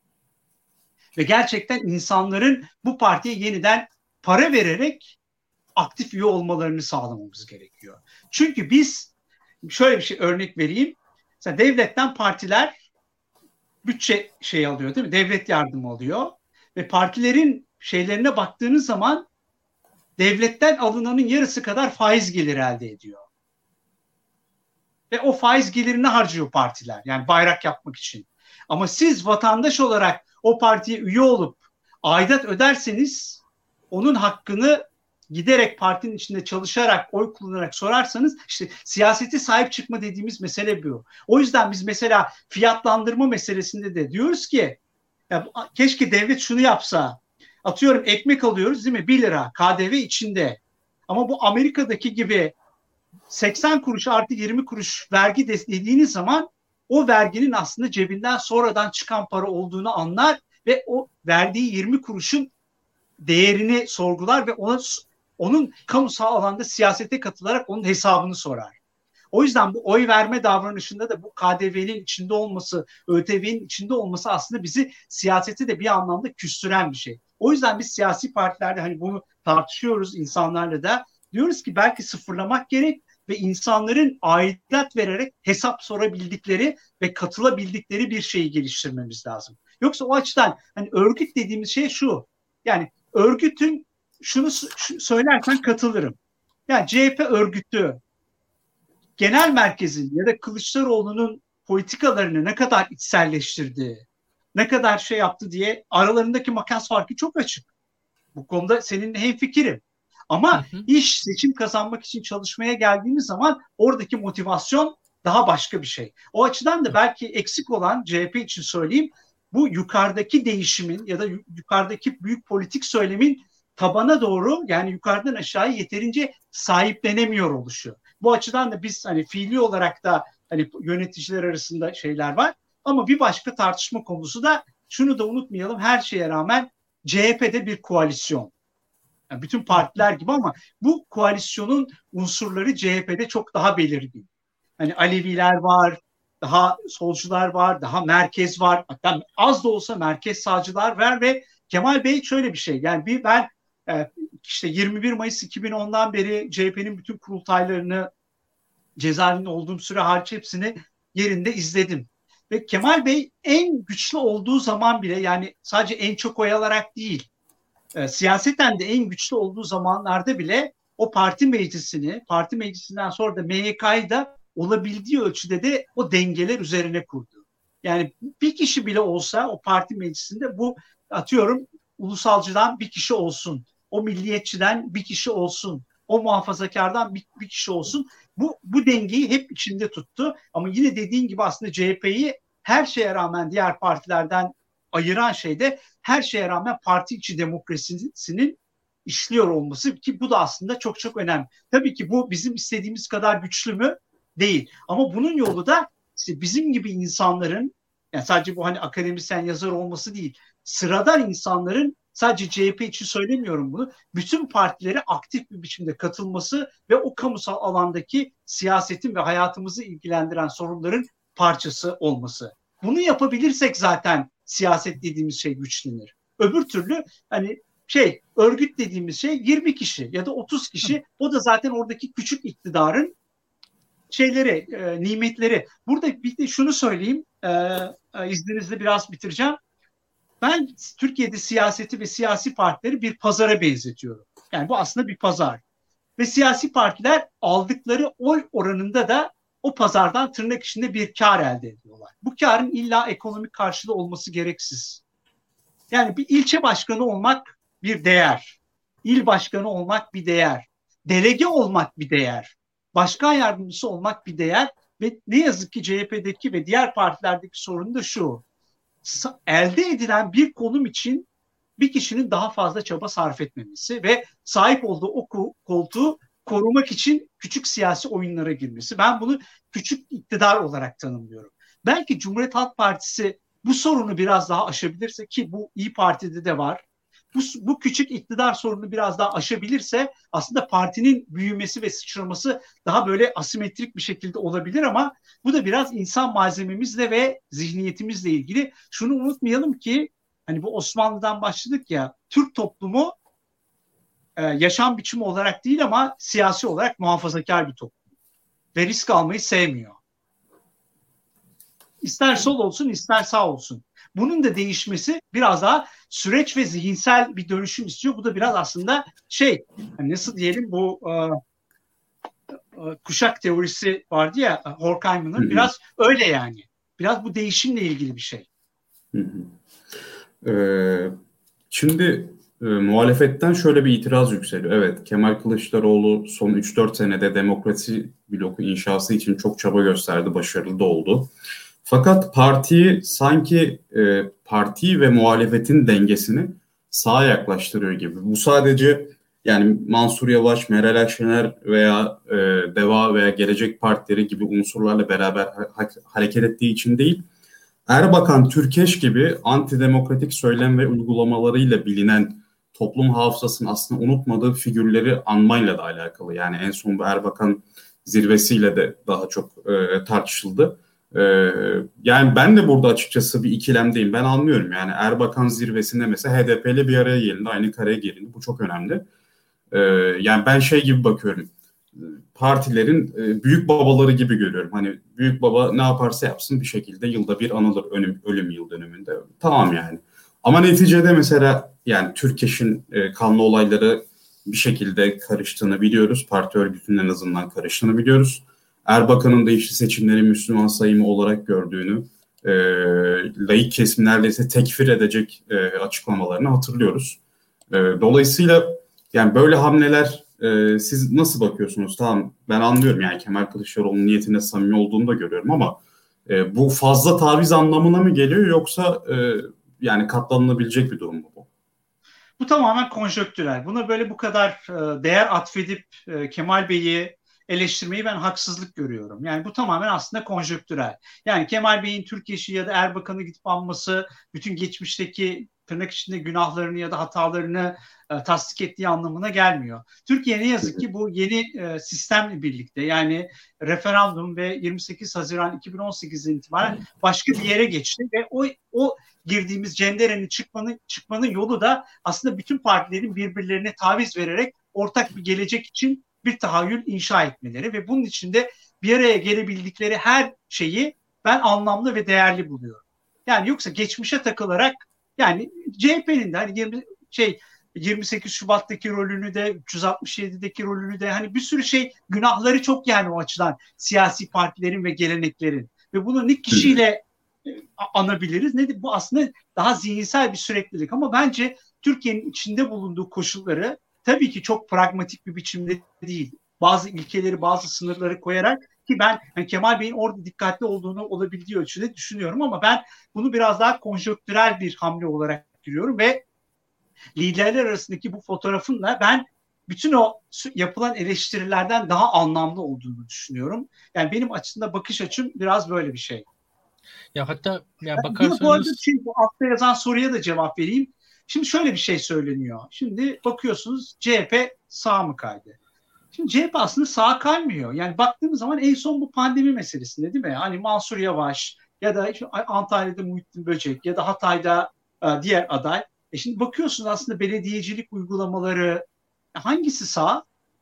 Ve gerçekten insanların bu partiye yeniden para vererek aktif üye olmalarını sağlamamız gerekiyor. Çünkü biz şöyle bir şey örnek vereyim. Mesela devletten partiler bütçe alıyor değil mi? Devlet yardımı alıyor. Ve partilerin şeylerine baktığınız zaman devletten alınanın yarısı kadar faiz geliri elde ediyor. Ve o faiz gelirini harcıyor partiler. Yani bayrak yapmak için. Ama siz vatandaş olarak o partiye üye olup aidat öderseniz onun hakkını giderek partinin içinde çalışarak, oy kullanarak sorarsanız, işte siyaseti sahip çıkma dediğimiz mesele bu. O yüzden biz mesela fiyatlandırma meselesinde de diyoruz ki ya, keşke devlet şunu yapsa. Atıyorum ekmek alıyoruz değil mi? 1 lira KDV içinde. Ama bu Amerika'daki gibi 80 kuruş artı 20 kuruş vergi dediğiniz zaman o verginin aslında cebinden sonradan çıkan para olduğunu anlar ve o verdiği 20 kuruşun değerini sorgular ve onun kamusal alanda siyasete katılarak onun hesabını sorar. O yüzden bu oy verme davranışında da bu KDV'nin içinde olması, ÖTV'nin içinde olması aslında bizi siyasete de bir anlamda küstüren bir şey. O yüzden biz siyasi partilerde hani bunu tartışıyoruz insanlarla da. Diyoruz ki belki sıfırlamak gerek ve insanların aidat vererek hesap sorabildikleri ve katılabildikleri bir şeyi geliştirmemiz lazım. Yoksa o açıdan hani örgüt dediğimiz şey şu. Yani örgütün şunu söylersen katılırım. Yani CHP örgütü genel merkezin ya da Kılıçdaroğlu'nun politikalarını ne kadar içselleştirdi, ne kadar yaptı diye aralarındaki makas farkı çok açık. Bu konuda seninle hemfikirim. Ama iş seçim kazanmak için çalışmaya geldiğimiz zaman oradaki motivasyon daha başka bir şey. O açıdan da belki eksik olan, CHP için söyleyeyim, bu yukarıdaki değişimin ya da yukarıdaki büyük politik söylemin tabana doğru, yani yukarıdan aşağıya yeterince sahiplenemiyor oluşu. Bu açıdan da biz hani fiili olarak da hani yöneticiler arasında şeyler var. Ama bir başka tartışma konusu da, şunu da unutmayalım, her şeye rağmen CHP'de bir koalisyon. Yani bütün partiler gibi ama bu koalisyonun unsurları CHP'de çok daha belirgin. Hani Aleviler var, daha solcular var, daha merkez var. Hatta az da olsa merkez sağcılar var ve Kemal Bey şöyle bir şey. Yani ben işte 21 Mayıs 2010'dan beri CHP'nin bütün kurultaylarını, cezaevinde olduğum süre hariç hepsini yerinde izledim. Ve Kemal Bey en güçlü olduğu zaman bile, yani sadece en çok oy alarak değil, siyaseten de en güçlü olduğu zamanlarda bile o parti meclisinden sonra da MYK'yı da olabildiği ölçüde de o dengeler üzerine kurdu. Yani bir kişi bile olsa o parti meclisinde, bu atıyorum ulusalcıdan bir kişi olsun, o milliyetçiden bir kişi olsun, o muhafazakardan bir kişi olsun. Bu dengeyi hep içinde tuttu. Ama yine dediğin gibi aslında CHP'yi her şeye rağmen diğer partilerden ayıran şey de her şeye rağmen parti içi demokrasisinin işliyor olması, ki bu da aslında çok çok önemli. Tabii ki bu bizim istediğimiz kadar güçlü mü? Değil. Ama bunun yolu da işte bizim gibi insanların, yani sadece bu hani akademisyen yazar olması değil, sıradan insanların, sadece CHP için söylemiyorum bunu, bütün partilere aktif bir biçimde katılması ve o kamusal alandaki siyasetin ve hayatımızı ilgilendiren sorunların parçası olması. Bunu yapabilirsek zaten siyaset dediğimiz şey güçlenir. Öbür türlü hani örgüt dediğimiz şey 20 kişi ya da 30 kişi, o da zaten oradaki küçük iktidarın nimetleri. Burada bir de şunu söyleyeyim, izninizle biraz bitireceğim. Ben Türkiye'de siyaseti ve siyasi partileri bir pazara benzetiyorum. Yani bu aslında bir pazar. Ve siyasi partiler aldıkları oy oranında da o pazardan tırnak içinde bir kar elde ediyorlar. Bu karın illa ekonomik karşılığı olması gereksiz. Yani bir ilçe başkanı olmak bir değer. İl başkanı olmak bir değer. Delege olmak bir değer. Başkan yardımcısı olmak bir değer. Ve ne yazık ki CHP'deki ve diğer partilerdeki sorun da şu: elde edilen bir konum için bir kişinin daha fazla çaba sarf etmemesi ve sahip olduğu o koltuğu korumak için küçük siyasi oyunlara girmesi. Ben bunu küçük iktidar olarak tanımlıyorum. Belki Cumhuriyet Halk Partisi bu sorunu biraz daha aşabilirse, ki bu İYİ Parti'de de var, bu küçük iktidar sorununu biraz daha aşabilirse aslında partinin büyümesi ve sıçraması daha böyle asimetrik bir şekilde olabilir, ama bu da biraz insan malzememizle ve zihniyetimizle ilgili. Şunu unutmayalım ki hani bu Osmanlı'dan başladık ya, Türk toplumu yaşam biçimi olarak değil ama siyasi olarak muhafazakar bir toplum ve risk almayı sevmiyor. İster sol olsun ister sağ olsun. Bunun da değişmesi biraz daha süreç ve zihinsel bir dönüşüm istiyor. Bu da biraz aslında hani nasıl diyelim, bu kuşak teorisi vardı ya Horkheimer'ın, biraz öyle yani. Biraz bu değişimle ilgili bir şey. Şimdi muhalefetten şöyle bir itiraz yükseliyor. Evet, Kemal Kılıçdaroğlu son 3-4 senede demokrasi bloku inşası için çok çaba gösterdi, başarılı da oldu. Fakat partiyi sanki partiyi ve muhalefetin dengesini sağa yaklaştırıyor gibi. Bu sadece yani Mansur Yavaş, Meral Akşener veya DEVA veya Gelecek Partileri gibi unsurlarla beraber hareket ettiği için değil, Erbakan, Türkeş gibi antidemokratik söylem ve uygulamalarıyla bilinen toplum hafızasının aslında unutmadığı figürleri anmayla da alakalı. Yani en son bu Erbakan zirvesiyle de daha çok tartışıldı. Yani ben de burada açıkçası bir ikilemdeyim. Ben anlıyorum yani Erbakan zirvesinde mesela HDP ile bir araya gelindi, aynı kareye gelindi. Bu çok önemli. Yani ben gibi bakıyorum. Partilerin büyük babaları gibi görüyorum. Hani büyük baba ne yaparsa yapsın bir şekilde yılda bir anılır ölüm yıl dönümünde. Tamam yani. Ama neticede mesela yani Türkeş'in kanlı olayları bir şekilde karıştığını biliyoruz. Parti örgütünün en azından karıştığını biliyoruz. Erbakan'ın da işte seçimleri Müslüman sayımı olarak gördüğünü, laik kesim neredeyse tekfir edecek açıklamalarını hatırlıyoruz. Dolayısıyla yani böyle hamleler siz nasıl bakıyorsunuz? Tamam, ben anlıyorum yani Kemal Kılıçdaroğlu'nun niyetine samimi olduğunu da görüyorum ama bu fazla taviz anlamına mı geliyor yoksa yani katlanılabilecek bir durum mu bu? Bu tamamen konjonktürel. Buna böyle bu kadar değer atfedip Kemal Bey'i eleştirmeyi ben haksızlık görüyorum. Yani bu tamamen aslında konjonktürel. Yani Kemal Bey'in Türkeş'i ya da Erbakan'ı gidip anması bütün geçmişteki tırnak içinde günahlarını ya da hatalarını tasdik ettiği anlamına gelmiyor. Türkiye ne yazık ki bu yeni sistemle birlikte, yani referandum ve 28 Haziran 2018'den itibaren başka bir yere geçti ve o girdiğimiz cenderenin çıkmanın yolu da aslında bütün partilerin birbirlerine taviz vererek ortak bir gelecek için bir tahayyül inşa etmeleri ve bunun içinde bir araya gelebildikleri her şeyi ben anlamlı ve değerli buluyorum. Yani yoksa geçmişe takılarak, yani CHP'nin de hani 28 Şubat'taki rolünü de 367'deki rolünü de, hani bir sürü günahları çok yani o açıdan siyasi partilerin ve geleneklerin, ve bunu ne kişiyle anabiliriz ne de bu aslında daha zihinsel bir süreklilik, ama bence Türkiye'nin içinde bulunduğu koşulları tabii ki çok pragmatik bir biçimde değil. Bazı ilkeleri, bazı sınırları koyarak, ki ben yani Kemal Bey'in orada dikkatli olduğunu olabildiği ölçüde düşünüyorum, ama ben bunu biraz daha konjonktürel bir hamle olarak görüyorum ve liderler arasındaki bu fotoğrafınla ben bütün o yapılan eleştirilerden daha anlamlı olduğunu düşünüyorum. Yani benim açımda bakış açım biraz böyle bir şey. Ya hatta ya Bu arada bakarsanız bu altta yazan soruya da cevap vereyim. Şimdi şöyle bir şey söyleniyor. Şimdi bakıyorsunuz CHP sağ mı kaydı? Şimdi CHP aslında sağa kaymıyor. Yani baktığımız zaman en son bu pandemi meselesinde, değil mi? Hani Mansur Yavaş ya da Antalya'da Muhittin Böcek ya da Hatay'da diğer aday. Şimdi bakıyorsunuz aslında belediyecilik uygulamaları hangisi sağ?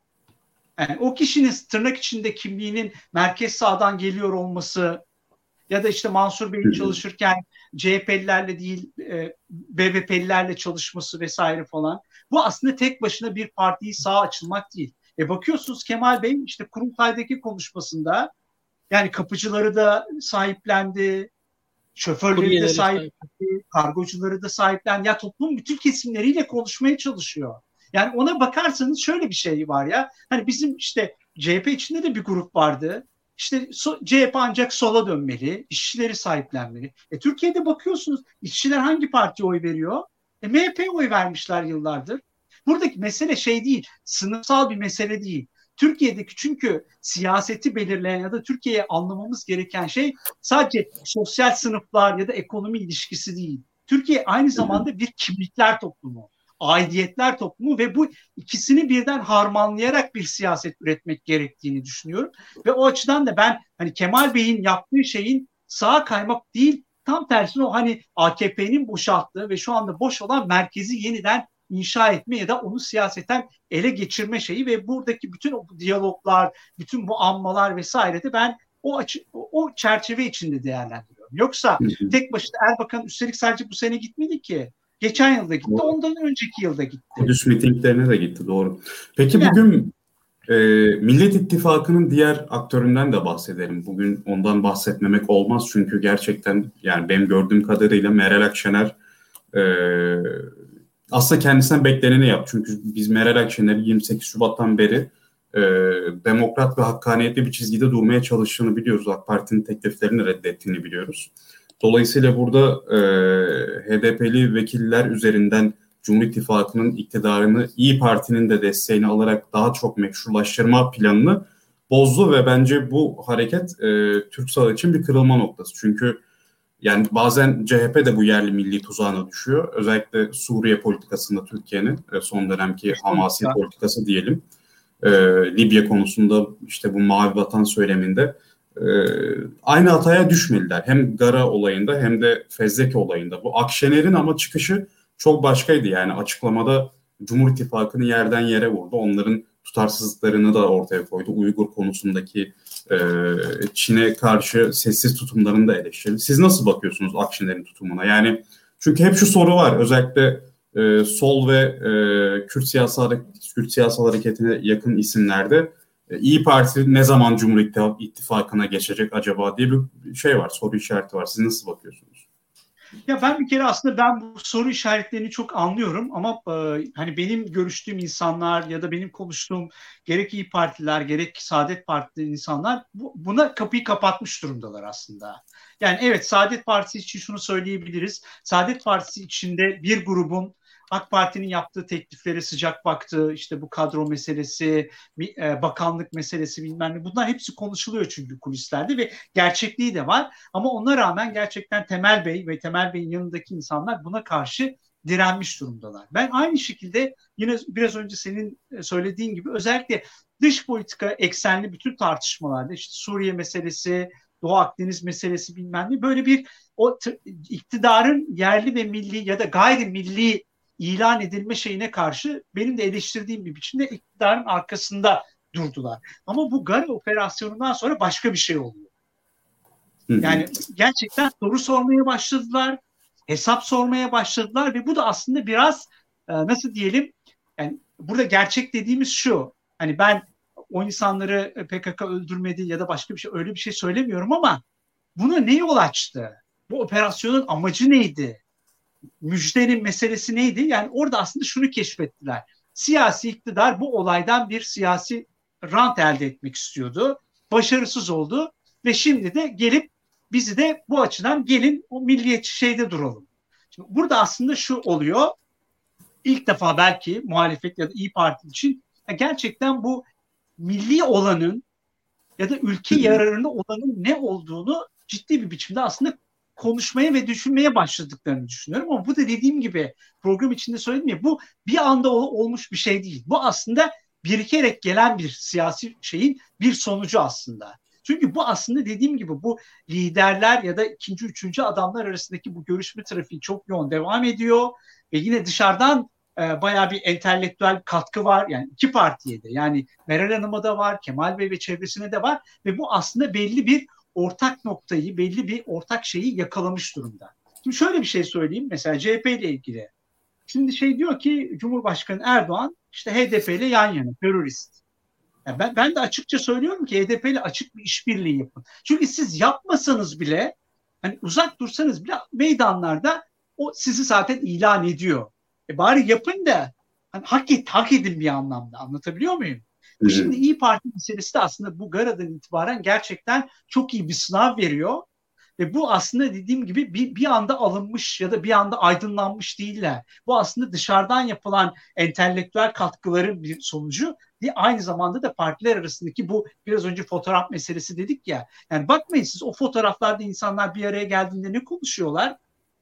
Yani o kişinin tırnak içinde kimliğinin merkez sağdan geliyor olması ya da işte Mansur Bey'in çalışırken CHP'lilerle değil BBP'lilerle çalışması vesaire falan. Bu aslında tek başına bir partiyi sağa açılmak değil. Bakıyorsunuz Kemal Bey işte kurultaydaki konuşmasında yani kapıcıları da sahiplendi, şoförleri de sahiplendi, kargocuları da sahiplendi. Ya toplumun bütün kesimleriyle konuşmaya çalışıyor. Yani ona bakarsanız şöyle bir şey var ya. Hani bizim işte CHP içinde de bir grup vardı. İşte CHP ancak sola dönmeli, işçileri sahiplenmeli. Türkiye'de bakıyorsunuz işçiler hangi partiye oy veriyor? MHP'ye oy vermişler yıllardır. Buradaki mesele şey değil, sınıfsal bir mesele değil. Türkiye'deki çünkü siyaseti belirleyen ya da Türkiye'ye anlamamız gereken şey sadece sosyal sınıflar ya da ekonomi ilişkisi değil. Türkiye aynı zamanda bir kimlikler toplumu, aidiyetler toplumu ve bu ikisini birden harmanlayarak bir siyaset üretmek gerektiğini düşünüyorum. Ve o açıdan da ben hani Kemal Bey'in yaptığı şeyin sağa kaymak değil, tam tersine o hani AKP'nin boşalttığı ve şu anda boş olan merkezi yeniden inşa etme ya da onu siyaseten ele geçirme şeyi ve buradaki bütün o diyaloglar, bütün bu anmalar vesaire de ben o çerçeve içinde değerlendiriyorum. Yoksa tek başına Erbakan üstelik sadece bu sene gitmedi ki. Geçen yılda gitti, ondan önceki yılda gitti. Kudüs mitinglerine de gitti, doğru. Peki yani, bugün Millet İttifakı'nın diğer aktöründen de bahsedelim. Bugün ondan bahsetmemek olmaz çünkü gerçekten yani benim gördüğüm kadarıyla Meral Akşener aslında kendisinden bekleneni yaptı. Çünkü biz Meral Akşener'i 28 Şubat'tan beri demokrat ve hakkaniyetli bir çizgide durmaya çalıştığını biliyoruz. AK Parti'nin tekliflerini reddettiğini biliyoruz. Dolayısıyla burada HDP'li vekiller üzerinden Cumhur İttifakı'nın iktidarını İYİ Parti'nin de desteğini alarak daha çok meşrulaştırma planını bozdu ve bence bu hareket Türk sağ için bir kırılma noktası. Çünkü yani bazen CHP de bu yerli milli tuzağına düşüyor. Özellikle Suriye politikasında Türkiye'nin son dönemki hamasi politikası diyelim. Libya konusunda işte bu Mavi Vatan söyleminde aynı hataya düşmediler. Hem Gara olayında hem de Fezleke olayında. Bu Akşener'in ama çıkışı çok başkaydı. Yani açıklamada Cumhur İttifakı'nı yerden yere vurdu. Onların tutarsızlıklarını da ortaya koydu. Uygur konusundaki Çin'e karşı sessiz tutumlarını da eleştirdi. Siz nasıl bakıyorsunuz Akşener'in tutumuna? Yani çünkü hep şu soru var. Özellikle sol ve Kürt siyasal hareketine yakın isimlerde İYİ Parti ne zaman Cumhur İttifakı'na geçecek acaba diye bir şey var, soru işareti var. Siz nasıl bakıyorsunuz? Ya ben bir kere aslında ben bu soru işaretlerini çok anlıyorum ama hani benim görüştüğüm insanlar ya da benim konuştuğum gerek İYİ Partiler gerek Saadet Partili insanlar buna kapıyı kapatmış durumdalar aslında. Yani evet, Saadet Partisi için şunu söyleyebiliriz. Saadet Partisi içinde bir grubun AK Parti'nin yaptığı tekliflere sıcak baktığı, işte bu kadro meselesi, bakanlık meselesi bilmem ne, bunlar hepsi konuşuluyor çünkü kulislerde ve gerçekliği de var. Ama ona rağmen gerçekten Temel Bey ve Temel Bey'in yanındaki insanlar buna karşı direnmiş durumdalar. Ben aynı şekilde yine biraz önce senin söylediğin gibi özellikle dış politika eksenli bütün tartışmalarda işte Suriye meselesi, Doğu Akdeniz meselesi bilmem ne, böyle bir o iktidarın yerli ve milli ya da gayrimilli ilan edilme şeyine karşı benim de eleştirdiğim bir biçimde iktidarın arkasında durdular. Ama bu Gara operasyonundan sonra başka bir şey oluyor. Yani gerçekten soru sormaya başladılar, hesap sormaya başladılar ve bu da aslında biraz nasıl diyelim, yani burada gerçek dediğimiz şu, hani ben o insanları PKK öldürmedi ya da başka bir şey, öyle bir şey söylemiyorum ama buna ne yol açtı? Bu operasyonun amacı neydi? Müjdenin meselesi neydi? Yani orada aslında şunu keşfettiler. siyasi iktidar bu olaydan bir siyasi rant elde etmek istiyordu. Başarısız oldu ve şimdi de gelip bizi de bu açıdan gelin o milliyetçi şeyde duralım. Şimdi burada aslında şu oluyor. İlk defa belki muhalefet ya da İYİ Parti için gerçekten bu milli olanın ya da ülke yararına olanın ne olduğunu ciddi bir biçimde aslında konuşmaya ve düşünmeye başladıklarını düşünüyorum. Ama bu da dediğim gibi program içinde söyledim ya, bu bir anda olmuş bir şey değil. Bu aslında birikerek gelen bir siyasi şeyin bir sonucu aslında. Çünkü bu aslında dediğim gibi bu liderler ya da ikinci, üçüncü adamlar arasındaki bu görüşme trafiği çok yoğun devam ediyor. Ve yine dışarıdan bayağı bir entelektüel katkı var. Yani iki partiye de, yani Meral Hanım'a da var, Kemal Bey ve çevresine de var. Ve bu aslında belli bir ortak noktayı, belli bir ortak şeyi yakalamış durumda. Şimdi şöyle bir şey söyleyeyim mesela CHP ile ilgili. Şimdi diyor ki Cumhurbaşkanı Erdoğan işte HDP ile yan yana, terörist. Yani ben de açıkça söylüyorum ki HDP ile açık bir işbirliği yapın. Çünkü siz yapmasanız bile, hani uzak dursanız bile meydanlarda o sizi zaten ilan ediyor. Bari yapın da hani hak edin bir anlamda. Anlatabiliyor muyum? Şimdi İYİ Parti meselesi de aslında bu Gara'dan itibaren gerçekten çok iyi bir sınav veriyor. Ve bu aslında dediğim gibi bir anda alınmış ya da bir anda aydınlanmış değiller. Bu aslında dışarıdan yapılan entelektüel katkıların bir sonucu. Aynı zamanda da partiler arasındaki bu biraz önce fotoğraf meselesi dedik ya. Yani bakmayın siz, o fotoğraflarda insanlar bir araya geldiğinde ne konuşuyorlar?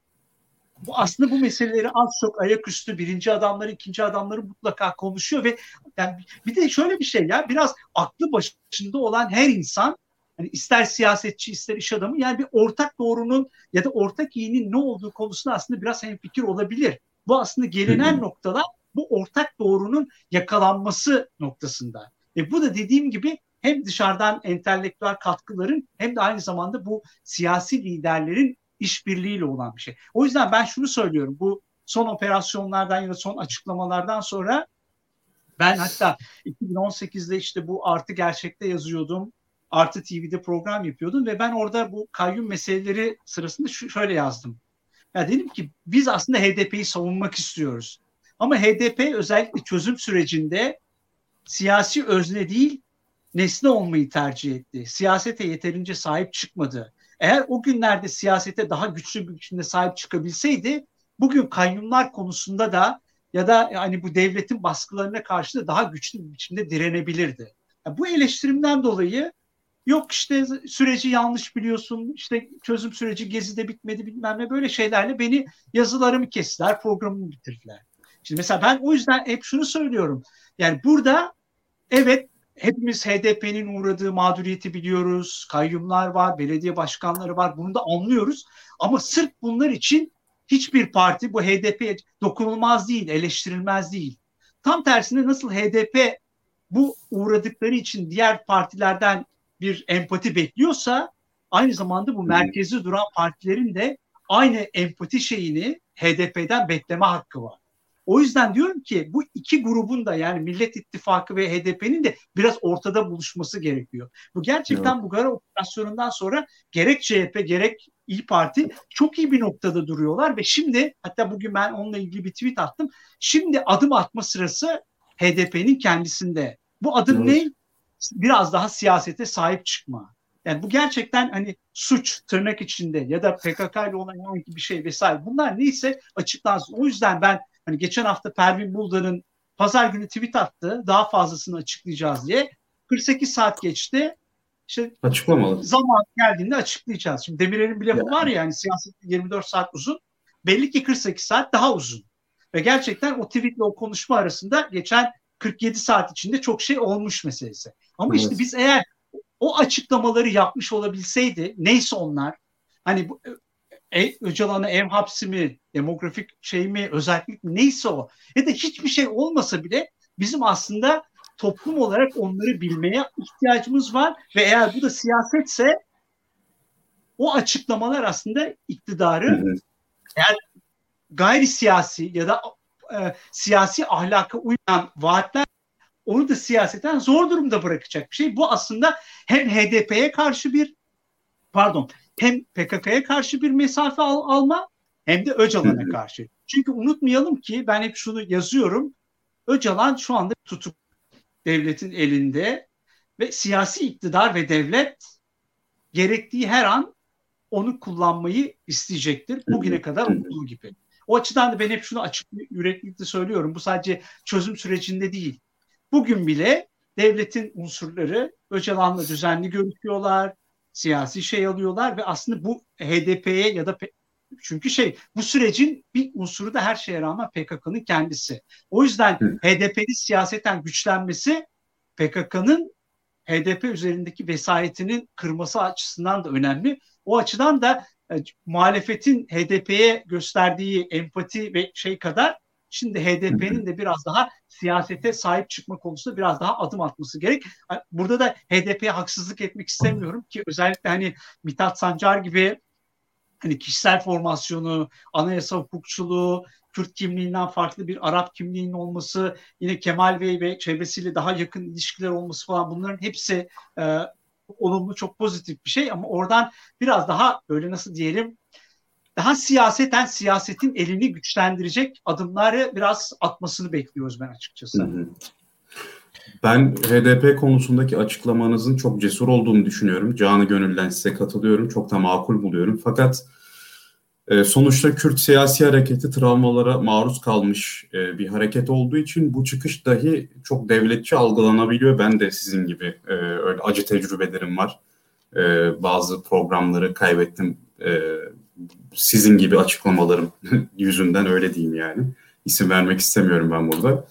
Bu aslında bu meseleleri az çok ayaküstü birinci adamları, ikinci adamları mutlaka konuşuyor ve yani bir de şöyle bir şey ya, biraz aklı başında olan her insan, hani ister siyasetçi ister iş adamı, yani bir ortak doğrunun ya da ortak iyinin ne olduğu konusunda aslında biraz hemfikir olabilir. Bu aslında gelinen noktalar bu ortak doğrunun yakalanması noktasında. Bu da dediğim gibi hem dışarıdan entelektüel katkıların hem de aynı zamanda bu siyasi liderlerin işbirliğiyle olan bir şey. O yüzden ben şunu söylüyorum. Bu son operasyonlardan ya da son açıklamalardan sonra ben hatta 2018'de işte bu Artı Gerçek'te yazıyordum. Artı TV'de program yapıyordum ve ben orada bu kayyum meseleleri sırasında şöyle yazdım. Ya dedim ki biz aslında HDP'yi savunmak istiyoruz. Ama HDP özellikle çözüm sürecinde siyasi özne değil, nesne olmayı tercih etti. Siyasete yeterince sahip çıkmadı. Eğer o günlerde siyasete daha güçlü bir biçimde sahip çıkabilseydi, bugün kayyumlar konusunda da ya da hani bu devletin baskılarına karşı da daha güçlü bir biçimde direnebilirdi. Yani bu eleştirimden dolayı yok işte süreci yanlış biliyorsun, işte çözüm süreci Gezi'de bitmedi bilmem ne, böyle şeylerle beni, yazılarımı kestiler, programımı bitirdiler. Şimdi mesela ben o yüzden hep şunu söylüyorum. Yani burada evet, hepimiz HDP'nin uğradığı mağduriyeti biliyoruz. Kayyumlar var, belediye başkanları var. Bunu da anlıyoruz. Ama sırf bunlar için hiçbir parti bu HDP'ye dokunulmaz değil, eleştirilmez değil. Tam tersine nasıl HDP bu uğradıkları için diğer partilerden bir empati bekliyorsa, aynı zamanda bu merkezi duran partilerin de aynı empati şeyini HDP'den bekleme hakkı var. O yüzden diyorum ki bu iki grubun da, yani Millet İttifakı ve HDP'nin de biraz ortada buluşması gerekiyor. Bu gerçekten bu Gara operasyonundan sonra gerek CHP gerek İYİ Parti çok iyi bir noktada duruyorlar ve şimdi, hatta bugün ben onunla ilgili bir tweet attım. Şimdi adım atma sırası HDP'nin kendisinde. Bu adım ne? Biraz daha siyasete sahip çıkma. Yani bu gerçekten hani suç tırnak içinde ya da PKK ile olan herhangi bir şey vesaire, bunlar neyse açıklansın. O yüzden ben hani geçen hafta Pervin Buldan'ın pazar günü tweet attı, daha fazlasını açıklayacağız diye. 48 saat geçti. İşte açıklamalı. Zaman geldiğinde açıklayacağız. Şimdi Demirel'in bir lafı var ya, hani siyaset 24 saat uzun. Belli ki 48 saat daha uzun. Ve gerçekten o tweetle o konuşma arasında geçen 47 saat içinde çok şey olmuş meselesi. Ama işte biz eğer o açıklamaları yapmış olabilseydi, neyse onlar, hani bu Öcalan'a ev hapsi mi, demografik şey mi, özellik mi, neyse o, ya da hiçbir şey olmasa bile bizim aslında toplum olarak onları bilmeye ihtiyacımız var ve eğer bu da siyasetse o açıklamalar aslında iktidarı eğer gayri siyasi ya da siyasi ahlaka uyan vaatler, onu da siyaseten zor durumda bırakacak bir şey. Bu aslında hem HDP'ye karşı hem PKK'ya karşı bir mesafe alma hem de Öcalan'a karşı. Çünkü unutmayalım ki, ben hep şunu yazıyorum. Öcalan şu anda tutuk devletin elinde ve siyasi iktidar ve devlet gerektiği her an onu kullanmayı isteyecektir. Bugüne kadar olduğu gibi. O açıdan da ben hep şunu açık yüreklilikle söylüyorum. Bu sadece çözüm sürecinde değil. Bugün bile devletin unsurları Öcalan'la düzenli görüşüyorlar, siyasi şey alıyorlar ve aslında bu HDP'ye ya da çünkü bu sürecin bir unsuru da her şeye rağmen PKK'nın kendisi. O yüzden HDP'nin siyaseten güçlenmesi PKK'nın HDP üzerindeki vesayetinin kırması açısından da önemli. O açıdan da muhalefetin HDP'ye gösterdiği empati ve kadar şimdi HDP'nin de biraz daha siyasete sahip çıkma konusunda biraz daha adım atması gerek. Burada da HDP'ye haksızlık etmek istemiyorum ki özellikle hani Mithat Sancar gibi hani kişisel formasyonu, anayasa hukukçuluğu, Kürt kimliğinden farklı bir Arap kimliğinin olması, yine Kemal Bey ve çevresiyle daha yakın ilişkiler olması falan bunların hepsi olumlu, çok pozitif bir şey ama oradan biraz daha böyle nasıl diyelim daha siyaseten siyasetin elini güçlendirecek adımları biraz atmasını bekliyoruz ben açıkçası. Ben HDP konusundaki açıklamanızın çok cesur olduğunu düşünüyorum. Canı gönülden size katılıyorum. Çok da makul buluyorum. Fakat sonuçta Kürt siyasi hareketi travmalara maruz kalmış bir hareket olduğu için bu çıkış dahi çok devletçi algılanabiliyor. Ben de sizin gibi öyle acı tecrübelerim var. Bazı programları kaybettim. Sizin gibi açıklamalarım yüzünden öyle diyeyim yani. İsim vermek istemiyorum ben burada.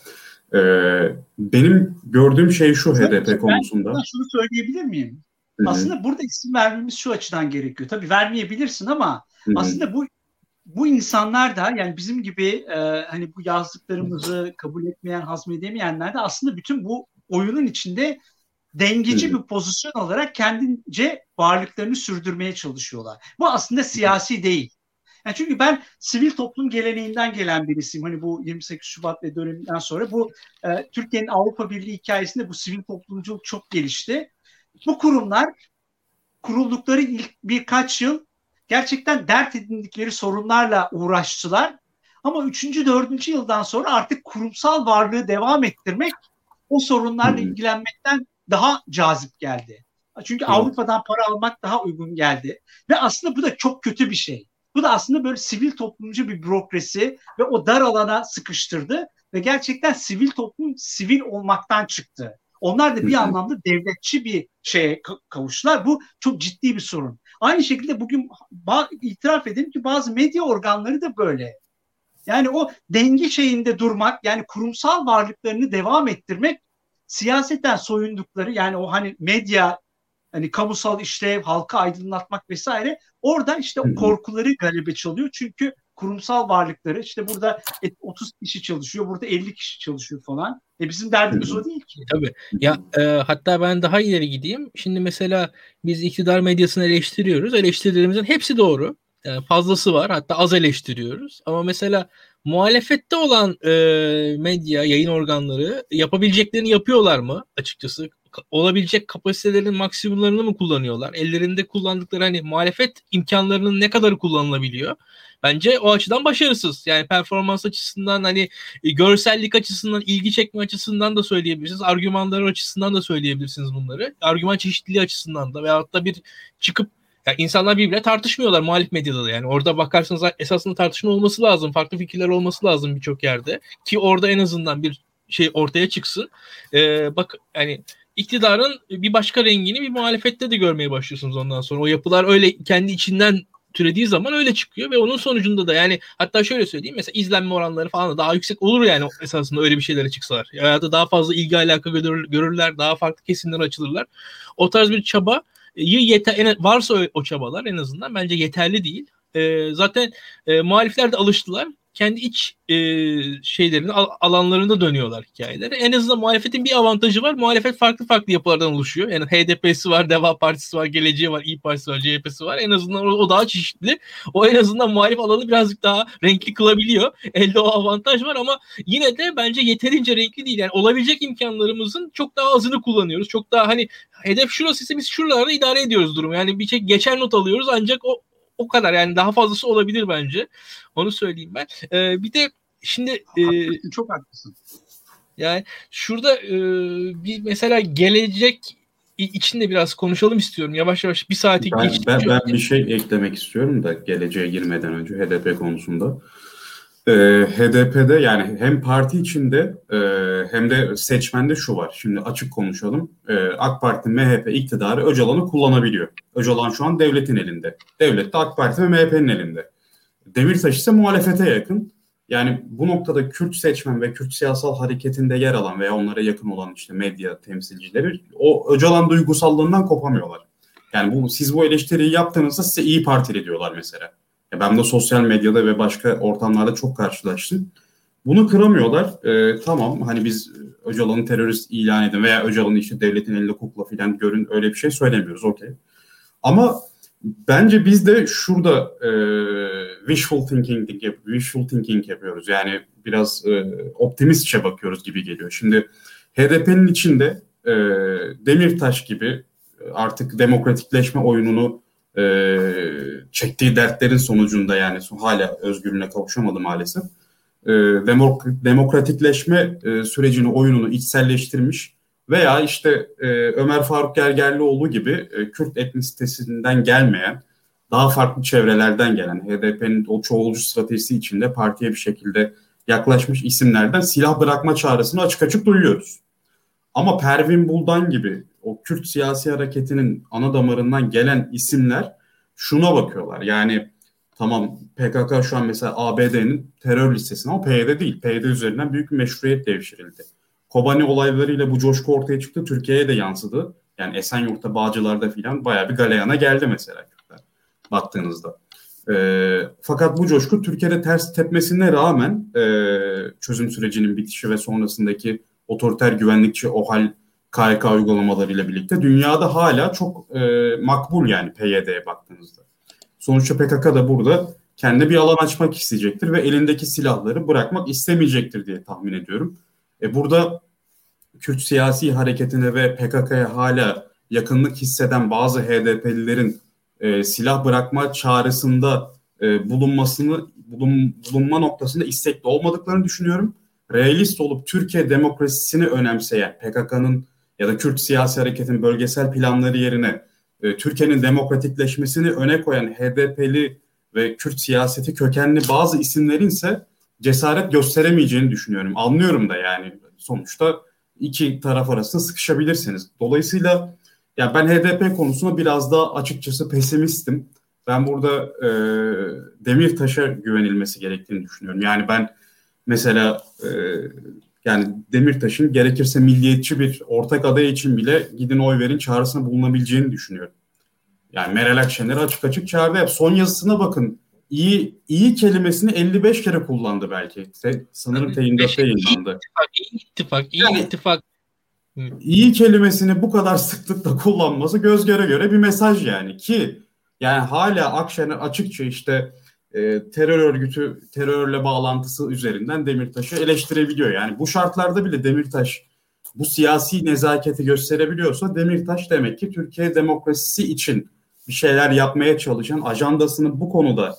Benim gördüğüm şey şu HDP konusunda. Ben şunu söyleyebilir miyim? Hı-hı. Aslında burada isim vermemiz şu açıdan gerekiyor. Tabii vermeyebilirsin ama Hı-hı. aslında bu insanlar da yani bizim gibi hani bu yazdıklarımızı kabul etmeyen, hazmedemeyenler de aslında bütün bu oyunun içinde dengeci Hı-hı. bir pozisyon olarak kendince varlıklarını sürdürmeye çalışıyorlar. Bu aslında siyasi değil. Yani çünkü ben sivil toplum geleneğinden gelen birisiyim. Hani bu 28 Şubat ve döneminden sonra bu Türkiye'nin Avrupa Birliği hikayesinde bu sivil toplumculuk çok gelişti. Bu kurumlar kuruldukları ilk birkaç yıl gerçekten dert edindikleri sorunlarla uğraştılar. Ama 3. 4. yıldan sonra artık kurumsal varlığı devam ettirmek o sorunlarla ilgilenmekten daha cazip geldi. Çünkü Avrupa'dan para almak daha uygun geldi. Ve aslında bu da çok kötü bir şey. Bu da aslında böyle sivil toplumcu bir bürokrasi ve o dar alana sıkıştırdı ve gerçekten sivil toplum sivil olmaktan çıktı. Onlar da bir anlamda devletçi bir şeye kavuştular. Bu çok ciddi bir sorun. Aynı şekilde bugün itiraf edelim ki bazı medya organları da böyle. Yani o denge şeyinde durmak, yani kurumsal varlıklarını devam ettirmek, siyaseten soyundukları yani o hani medya, hani kamusal işlev, halka aydınlatmak vesaire orada işte o korkuları galebe çalıyor. Çünkü kurumsal varlıkları işte burada 30 kişi çalışıyor, burada 50 kişi çalışıyor falan. Bizim derdimiz o değil ki. Tabii. Ya hatta ben daha ileri gideyim. Şimdi mesela biz iktidar medyasını eleştiriyoruz. Eleştirilerimizin hepsi doğru. Yani fazlası var. Hatta az eleştiriyoruz. Ama mesela muhalefette olan medya, yayın organları yapabileceklerini yapıyorlar mı açıkçası? Olabilecek kapasitelerin maksimumlarını mı kullanıyorlar? Ellerinde kullandıkları hani muhalefet imkanlarının ne kadarı kullanılabiliyor? Bence o açıdan başarısız. Yani performans açısından hani görsellik açısından, ilgi çekme açısından da söyleyebilirsiniz. Argümanları açısından da söyleyebilirsiniz bunları. Argüman çeşitliliği açısından da veyahut da bir çıkıp yani insanlar birbirine tartışmıyorlar muhalif medyada da yani. Orada bakarsanız esasında tartışma olması lazım. Farklı fikirler olması lazım birçok yerde. Ki orada en azından bir şey ortaya çıksın. Bak yani iktidarın bir başka rengini bir muhalefette de görmeye başlıyorsunuz ondan sonra. O yapılar öyle kendi içinden türediği zaman öyle çıkıyor ve onun sonucunda da yani hatta şöyle söyleyeyim mesela izlenme oranları falan da daha yüksek olur yani esasında öyle bir şeylere çıksalar. Ya da daha fazla ilgi alaka görürler, daha farklı kesimler açılırlar. O tarz bir çaba varsa o çabalar en azından bence yeterli değil. Zaten muhalifler de alıştılar. Kendi iç şeylerini alanlarında dönüyorlar hikayeleri. En azından muhalefetin bir avantajı var. Muhalefet farklı yapılardan oluşuyor. Yani HDP'si var, Deva Partisi var, Geleceği var, İYİ Partisi var, CHP'si var. En azından o daha çeşitli. O en azından muhalif alanı birazcık daha renkli kılabiliyor. Elde o avantaj var ama yine de bence yeterince renkli değil. Yani olabilecek imkanlarımızın çok daha azını kullanıyoruz. Çok daha hani hedef şurası ise biz şuralarda idare ediyoruz durumu. Yani bir geçer not alıyoruz ancak o kadar yani daha fazlası olabilir bence. Onu söyleyeyim ben. Bir de şimdi çok haklısın. Yani şurada bir mesela gelecek içinde biraz konuşalım istiyorum. Yavaş yavaş bir saati Ben bir şey eklemek istiyorum da geleceğe girmeden önce HDP konusunda. HDP'de yani hem parti içinde hem de seçmende şu var. Şimdi açık konuşalım. AK Parti, MHP iktidarı Öcalan'ı kullanabiliyor. Öcalan şu an devletin elinde. Devlet de AK Parti ve MHP'nin elinde. Demirtaş ise muhalefete yakın. Yani bu noktada Kürt seçmen ve Kürt siyasal hareketinde yer alan veya onlara yakın olan işte medya temsilcileri o Öcalan duygusallığından kopamıyorlar. Yani siz bu eleştiriyi yaptığınızda size İYİ Partili diyorlar mesela. Ya ben de sosyal medyada ve başka ortamlarda çok karşılaştım. Bunu kıramıyorlar. Tamam hani biz Öcalan'ı terörist ilan edin veya Öcalan'ı işte devletin elinde kukla falan görün öyle bir şey söylemiyoruz. Okey. Ama bence biz de şurada wishful thinking yapıyoruz. Yani biraz optimistçe bakıyoruz gibi geliyor. Şimdi HDP'nin içinde Demirtaş gibi artık demokratikleşme oyununu çektiği dertlerin sonucunda yani hala özgürlüğüne kavuşamadı maalesef. Demokratikleşme sürecini, oyununu içselleştirmiş veya işte Ömer Faruk Gergerlioğlu gibi Kürt etnisitesinden gelmeyen, daha farklı çevrelerden gelen, HDP'nin o çoğulcu stratejisi içinde partiye bir şekilde yaklaşmış isimlerden silah bırakma çağrısını açık açık duyuyoruz. Ama Pervin Buldan gibi o Kürt siyasi hareketinin ana damarından gelen isimler şuna bakıyorlar. Yani tamam PKK şu an mesela ABD'nin terör listesinde ama PYD değil. PYD üzerinden büyük bir meşruiyet devşirildi. Kobani olaylarıyla bu coşku ortaya çıktı. Türkiye'ye de yansıdı. Yani Esenyurt'ta, Bağcılar'da filan bayağı bir galeyana geldi mesela Kürtler baktığınızda. Fakat bu coşku Türkiye'de ters tepmesine rağmen çözüm sürecinin bitişi ve sonrasındaki otoriter güvenlikçi OHAL KHK uygulamalarıyla birlikte dünyada hala çok makbul yani PYD'ye baktığınızda. Sonuçta PKK da burada kendine bir alan açmak isteyecektir ve elindeki silahları bırakmak istemeyecektir diye tahmin ediyorum. Burada Kürt siyasi hareketine ve PKK'ya hala yakınlık hisseden bazı HDP'lilerin silah bırakma çağrısında bulunma noktasında istekli olmadıklarını düşünüyorum. Realist olup Türkiye demokrasisini önemseyen PKK'nın ya da Kürt siyasi hareketin bölgesel planları yerine Türkiye'nin demokratikleşmesini öne koyan HDP'li ve Kürt siyaseti kökenli bazı isimlerin ise cesaret gösteremeyeceğini düşünüyorum. Anlıyorum da yani sonuçta iki taraf arasında sıkışabilirsiniz. Dolayısıyla ya ben HDP konusunda biraz daha açıkçası pesimistim. Ben burada Demirtaş'a güvenilmesi gerektiğini düşünüyorum. Yani ben mesela yani Demirtaş'ın gerekirse milliyetçi bir ortak aday için bile gidin oy verin çağrısına bulunabileceğini düşünüyorum. Yani Meral Akşener açık açık çağırdı. Hep son yazısına bakın. İyi kelimesini 55 kere kullandı belki. Sanırım T24'te yayınlandı. İyi ittifak. İyi kelimesini bu kadar sıklıkla kullanması göz göre göre bir mesaj yani ki yani hala Akşener açıkça işte terör örgütü terörle bağlantısı üzerinden Demirtaş'ı eleştirebiliyor. Yani bu şartlarda bile Demirtaş bu siyasi nezaketi gösterebiliyorsa Demirtaş demek ki Türkiye demokrasisi için bir şeyler yapmaya çalışan, ajandasını bu konuda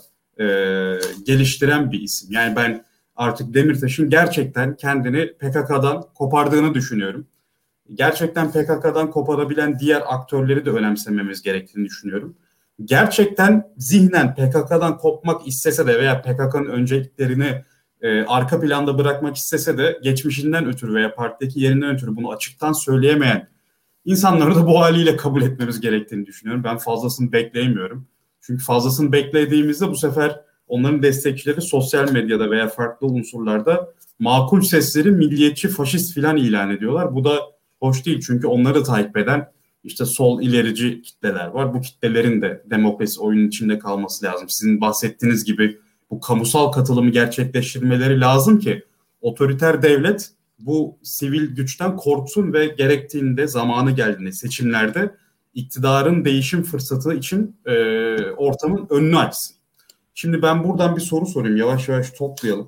geliştiren bir isim. Yani ben artık Demirtaş'ın gerçekten kendini PKK'dan kopardığını düşünüyorum. Gerçekten PKK'dan koparabilen diğer aktörleri de önemsememiz gerektiğini düşünüyorum. Gerçekten zihnen PKK'dan kopmak istese de veya PKK'nın önceliklerini arka planda bırakmak istese de geçmişinden ötürü veya partideki yerinden ötürü bunu açıktan söyleyemeyen insanları da bu haliyle kabul etmemiz gerektiğini düşünüyorum. Ben fazlasını bekleyemiyorum. Çünkü fazlasını beklediğimizde bu sefer onların destekçileri sosyal medyada veya farklı unsurlarda makul sesleri milliyetçi, faşist filan ilan ediyorlar. Bu da hoş değil çünkü onları takip eden işte sol ilerici kitleler var. Bu kitlelerin de demokrasi oyunun içinde kalması lazım. Sizin bahsettiğiniz gibi bu kamusal katılımı gerçekleştirmeleri lazım ki otoriter devlet bu sivil güçten korksun ve gerektiğinde zamanı geldiğinde seçimlerde iktidarın değişim fırsatı için ortamın önünü açsın. Şimdi ben buradan bir soru sorayım. Yavaş yavaş toplayalım.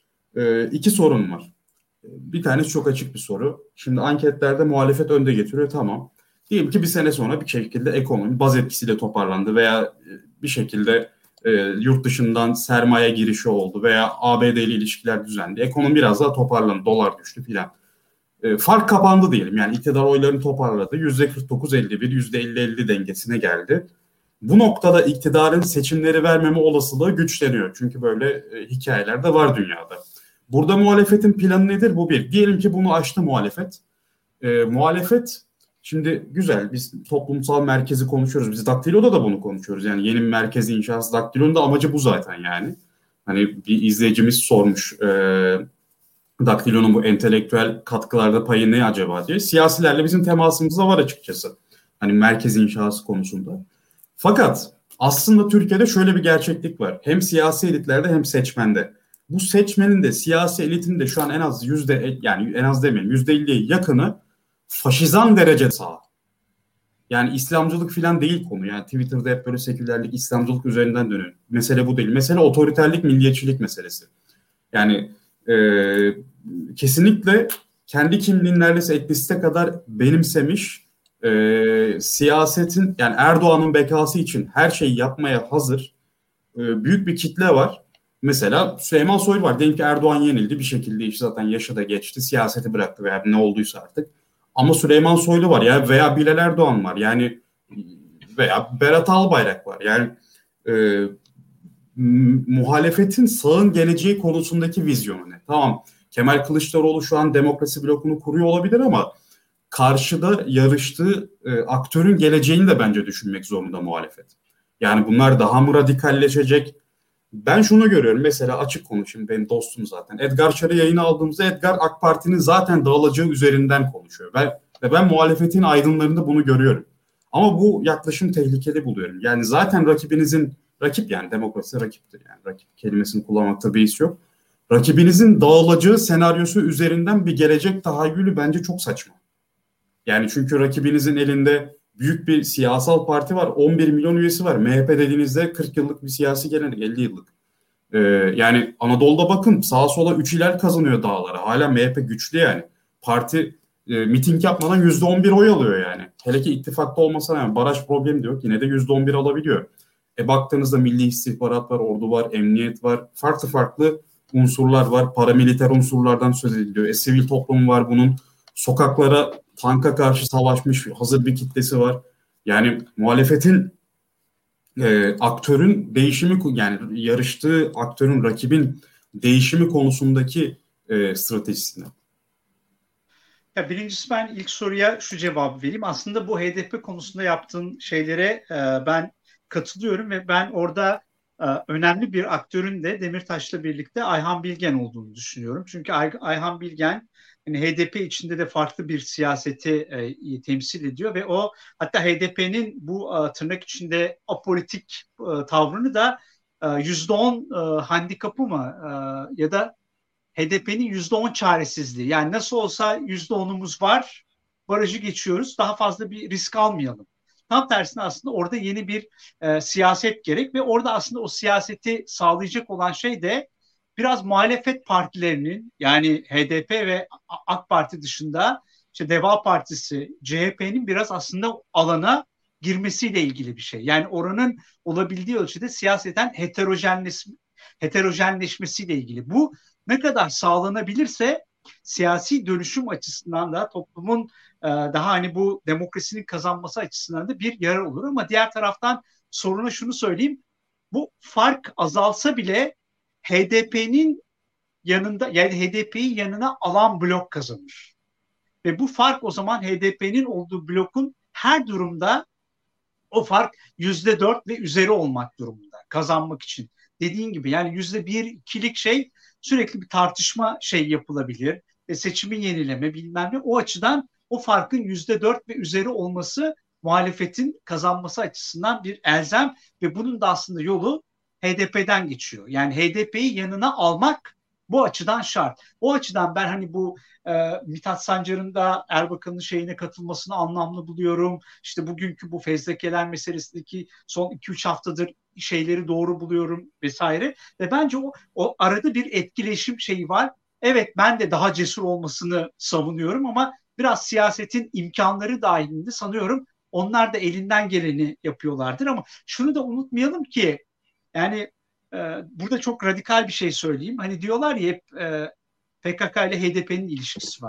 İki sorun var. Bir tanesi çok açık bir soru. Şimdi anketlerde muhalefet önde getiriyor, tamam. Diyelim ki bir sene sonra bir şekilde ekonomi baz etkisiyle toparlandı veya bir şekilde yurt dışından sermaye girişi oldu veya ABD ile ilişkiler düzeldi. Ekonomi biraz daha toparlandı, dolar düştü filan. fark kapandı diyelim. Yani iktidar oylarını toparladı. %49-51, %50-50 dengesine geldi. Bu noktada iktidarın seçimleri vermeme olasılığı güçleniyor. Çünkü böyle hikayeler de var dünyada. Burada muhalefetin planı nedir? Bu bir. Diyelim ki bunu aştı muhalefet. Muhalefet şimdi güzel, biz toplumsal merkezi konuşuyoruz. Biz Daktilo'da da bunu konuşuyoruz. Yani yeni bir merkez inşası, Daktilo'nun da amacı bu zaten yani. Hani bir izleyicimiz sormuş Daktilo'nun bu entelektüel katkılarda payı ne acaba diye. Siyasilerle bizim temasımız da var açıkçası. Hani merkez inşası konusunda. Fakat aslında Türkiye'de şöyle bir gerçeklik var. Hem siyasi elitlerde hem seçmende. Bu seçmenin de siyasi elitin de şu an en az yani en az demeyelim %50'ye yakını faşizan derece sağ. Yani İslamcılık falan değil konu. Yani Twitter'da hep böyle sekülerlik, İslamcılık üzerinden dönüyor. Mesele bu değil. Mesele otoriterlik, milliyetçilik meselesi. Yani kesinlikle kendi kimliğini neredeyse etnisite kadar benimsemiş, siyasetin yani Erdoğan'ın bekası için her şeyi yapmaya hazır büyük bir kitle var. Mesela Süleyman Soylu var. Diyelim ki Erdoğan yenildi bir şekilde, işte zaten yaşı da geçti, siyaseti bıraktı veya ne olduysa artık. Ama Süleyman Soylu var ya, veya Bilal Erdoğan var yani, veya Berat Albayrak var. Yani muhalefetin sağın geleceği konusundaki vizyonu ne? Tamam, Kemal Kılıçdaroğlu şu an demokrasi blokunu kuruyor olabilir ama karşıda yarıştığı aktörün geleceğini de bence düşünmek zorunda muhalefet. Yani bunlar daha mı radikalleşecek? Ben şunu görüyorum mesela, açık konuşayım, benim dostum zaten. Edgar Çar'ı yayına aldığımızda Edgar AK Parti'nin zaten dağılacağı üzerinden konuşuyor. Ve ben muhalefetin aydınlarında bunu görüyorum. Ama bu yaklaşım tehlikeli buluyorum. Yani zaten rakip yani demokrasi rakiptir. Yani rakip kelimesini kullanmakta bir his yok. Rakibinizin dağılacağı senaryosu üzerinden bir gelecek tahayyülü bence çok saçma. Yani çünkü rakibinizin elinde büyük bir siyasal parti var. 11 milyon üyesi var. MHP dediğinizde 40 yıllık bir siyasi gelenek, 50 yıllık. Yani Anadolu'da bakın sağa sola 3 ilal kazanıyor dağlara. Hala MHP güçlü yani. Parti miting yapmadan %11 oy alıyor yani. Hele ki ittifakta olmasa, yani baraj problemi de yok. Yine de %11 alabiliyor. Baktığınızda milli istihbarat var, ordu var, emniyet var. Farklı unsurlar var. Paramiliter unsurlardan söz ediliyor. Sivil toplum var bunun. Sokaklara tanka karşı savaşmış hazır bir kitlesi var. Yani muhalefetin aktörün değişimi, yani yarıştığı aktörün, rakibin değişimi konusundaki stratejisine. Ya birincisi, ben ilk soruya şu cevabı vereyim. Aslında bu HDP konusunda yaptığın şeylere ben katılıyorum ve ben orada önemli bir aktörün de Demirtaş'la birlikte Ayhan Bilgen olduğunu düşünüyorum. Çünkü Ayhan Bilgen yani HDP içinde de farklı bir siyaseti temsil ediyor ve o hatta HDP'nin bu tırnak içinde apolitik tavrını da %10 handikapı mı ya da HDP'nin %10 çaresizliği. Yani nasıl olsa %10'umuz var, barajı geçiyoruz, daha fazla bir risk almayalım. Tam tersine aslında orada yeni bir siyaset gerek ve orada aslında o siyaseti sağlayacak olan şey de biraz muhalefet partilerinin, yani HDP ve AK Parti dışında işte Deva Partisi, CHP'nin biraz aslında alana girmesiyle ilgili bir şey. Yani oranın olabildiği ölçüde siyaseten heterojenleşmesiyle ilgili. Bu ne kadar sağlanabilirse siyasi dönüşüm açısından da toplumun daha hani bu demokrasinin kazanması açısından da bir yarar olur. Ama diğer taraftan soruna şunu söyleyeyim. Bu fark azalsa bile HDP'nin yanında, yani HDP'yi yanına alan blok kazanır. Ve bu fark o zaman HDP'nin olduğu blokun her durumda o fark %4 ve üzeri olmak durumunda kazanmak için. Dediğin gibi yani %1-2'lik şey sürekli bir tartışma yapılabilir. Seçimi yenileme bilmem ne. O açıdan o farkın %4 ve üzeri olması muhalefetin kazanması açısından bir elzem ve bunun da aslında yolu HDP'den geçiyor. Yani HDP'yi yanına almak bu açıdan şart. O açıdan ben hani bu Mithat Sancar'ın da Erbakan'ın şeyine katılmasını anlamlı buluyorum. İşte bugünkü bu fezlekeler meselesindeki son 2-3 haftadır şeyleri doğru buluyorum vesaire. Ve bence o arada bir etkileşim şeyi var. Evet, ben de daha cesur olmasını savunuyorum ama biraz siyasetin imkanları dahilinde sanıyorum onlar da elinden geleni yapıyorlardır. Ama şunu da unutmayalım ki yani burada çok radikal bir şey söyleyeyim. Hani diyorlar ya hep PKK ile HDP'nin ilişkisi var.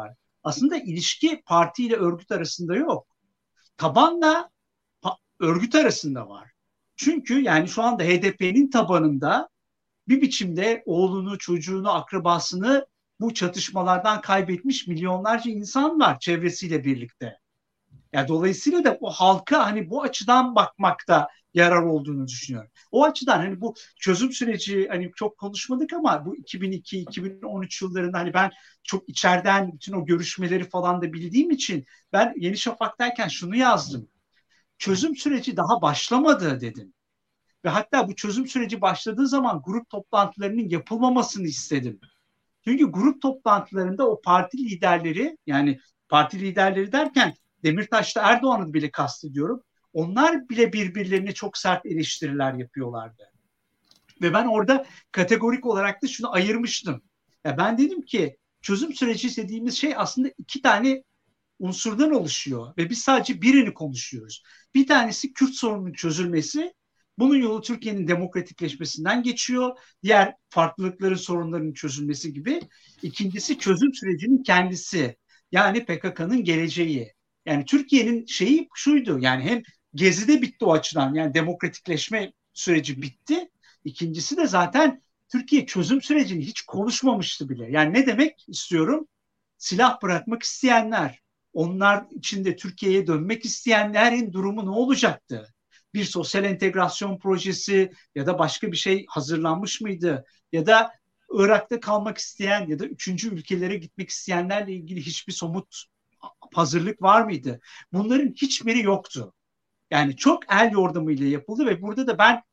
aslında ilişki partiyle örgüt arasında yok. Tabanla örgüt arasında var. Çünkü yani şu anda HDP'nin tabanında bir biçimde oğlunu, çocuğunu, akrabasını bu çatışmalardan kaybetmiş milyonlarca insan var çevresiyle birlikte. Yani dolayısıyla da o halka hani bu açıdan bakmakta yarar olduğunu düşünüyorum. O açıdan hani bu çözüm süreci hani çok konuşmadık ama bu 2002-2013 yıllarında hani ben çok içeriden bütün o görüşmeleri falan da bildiğim için ben Yeni Şafak'tayken şunu yazdım. Çözüm süreci daha başlamadı dedim. Ve hatta bu çözüm süreci başladığı zaman grup toplantılarının yapılmamasını istedim. Çünkü grup toplantılarında o parti liderleri, yani parti liderleri derken Demirtaş'la Erdoğan'ı bile kastediyorum. Onlar bile birbirlerine çok sert eleştiriler yapıyorlardı. Ve ben orada kategorik olarak da şunu ayırmıştım. Ya ben dedim ki çözüm süreci dediğimiz şey aslında iki tane unsurdan oluşuyor ve biz sadece birini konuşuyoruz. Bir tanesi Kürt sorununun çözülmesi. Bunun yolu Türkiye'nin demokratikleşmesinden geçiyor. Diğer farklılıkların, sorunların çözülmesi gibi. İkincisi çözüm sürecinin kendisi. Yani PKK'nın geleceği. Yani Türkiye'nin şeyi şuydu. Yani hem Gezi'de bitti o açıdan. Yani demokratikleşme süreci bitti. İkincisi de zaten Türkiye çözüm sürecini hiç konuşmamıştı bile. Yani ne demek istiyorum? Silah bırakmak isteyenler, onlar içinde Türkiye'ye dönmek isteyenlerin durumu ne olacaktı? Bir sosyal entegrasyon projesi ya da başka bir şey hazırlanmış mıydı? Ya da Irak'ta kalmak isteyen ya da üçüncü ülkelere gitmek isteyenlerle ilgili hiçbir somut hazırlık var mıydı? Bunların hiçbiri yoktu. Yani çok el yordamıyla yapıldı ve burada da ben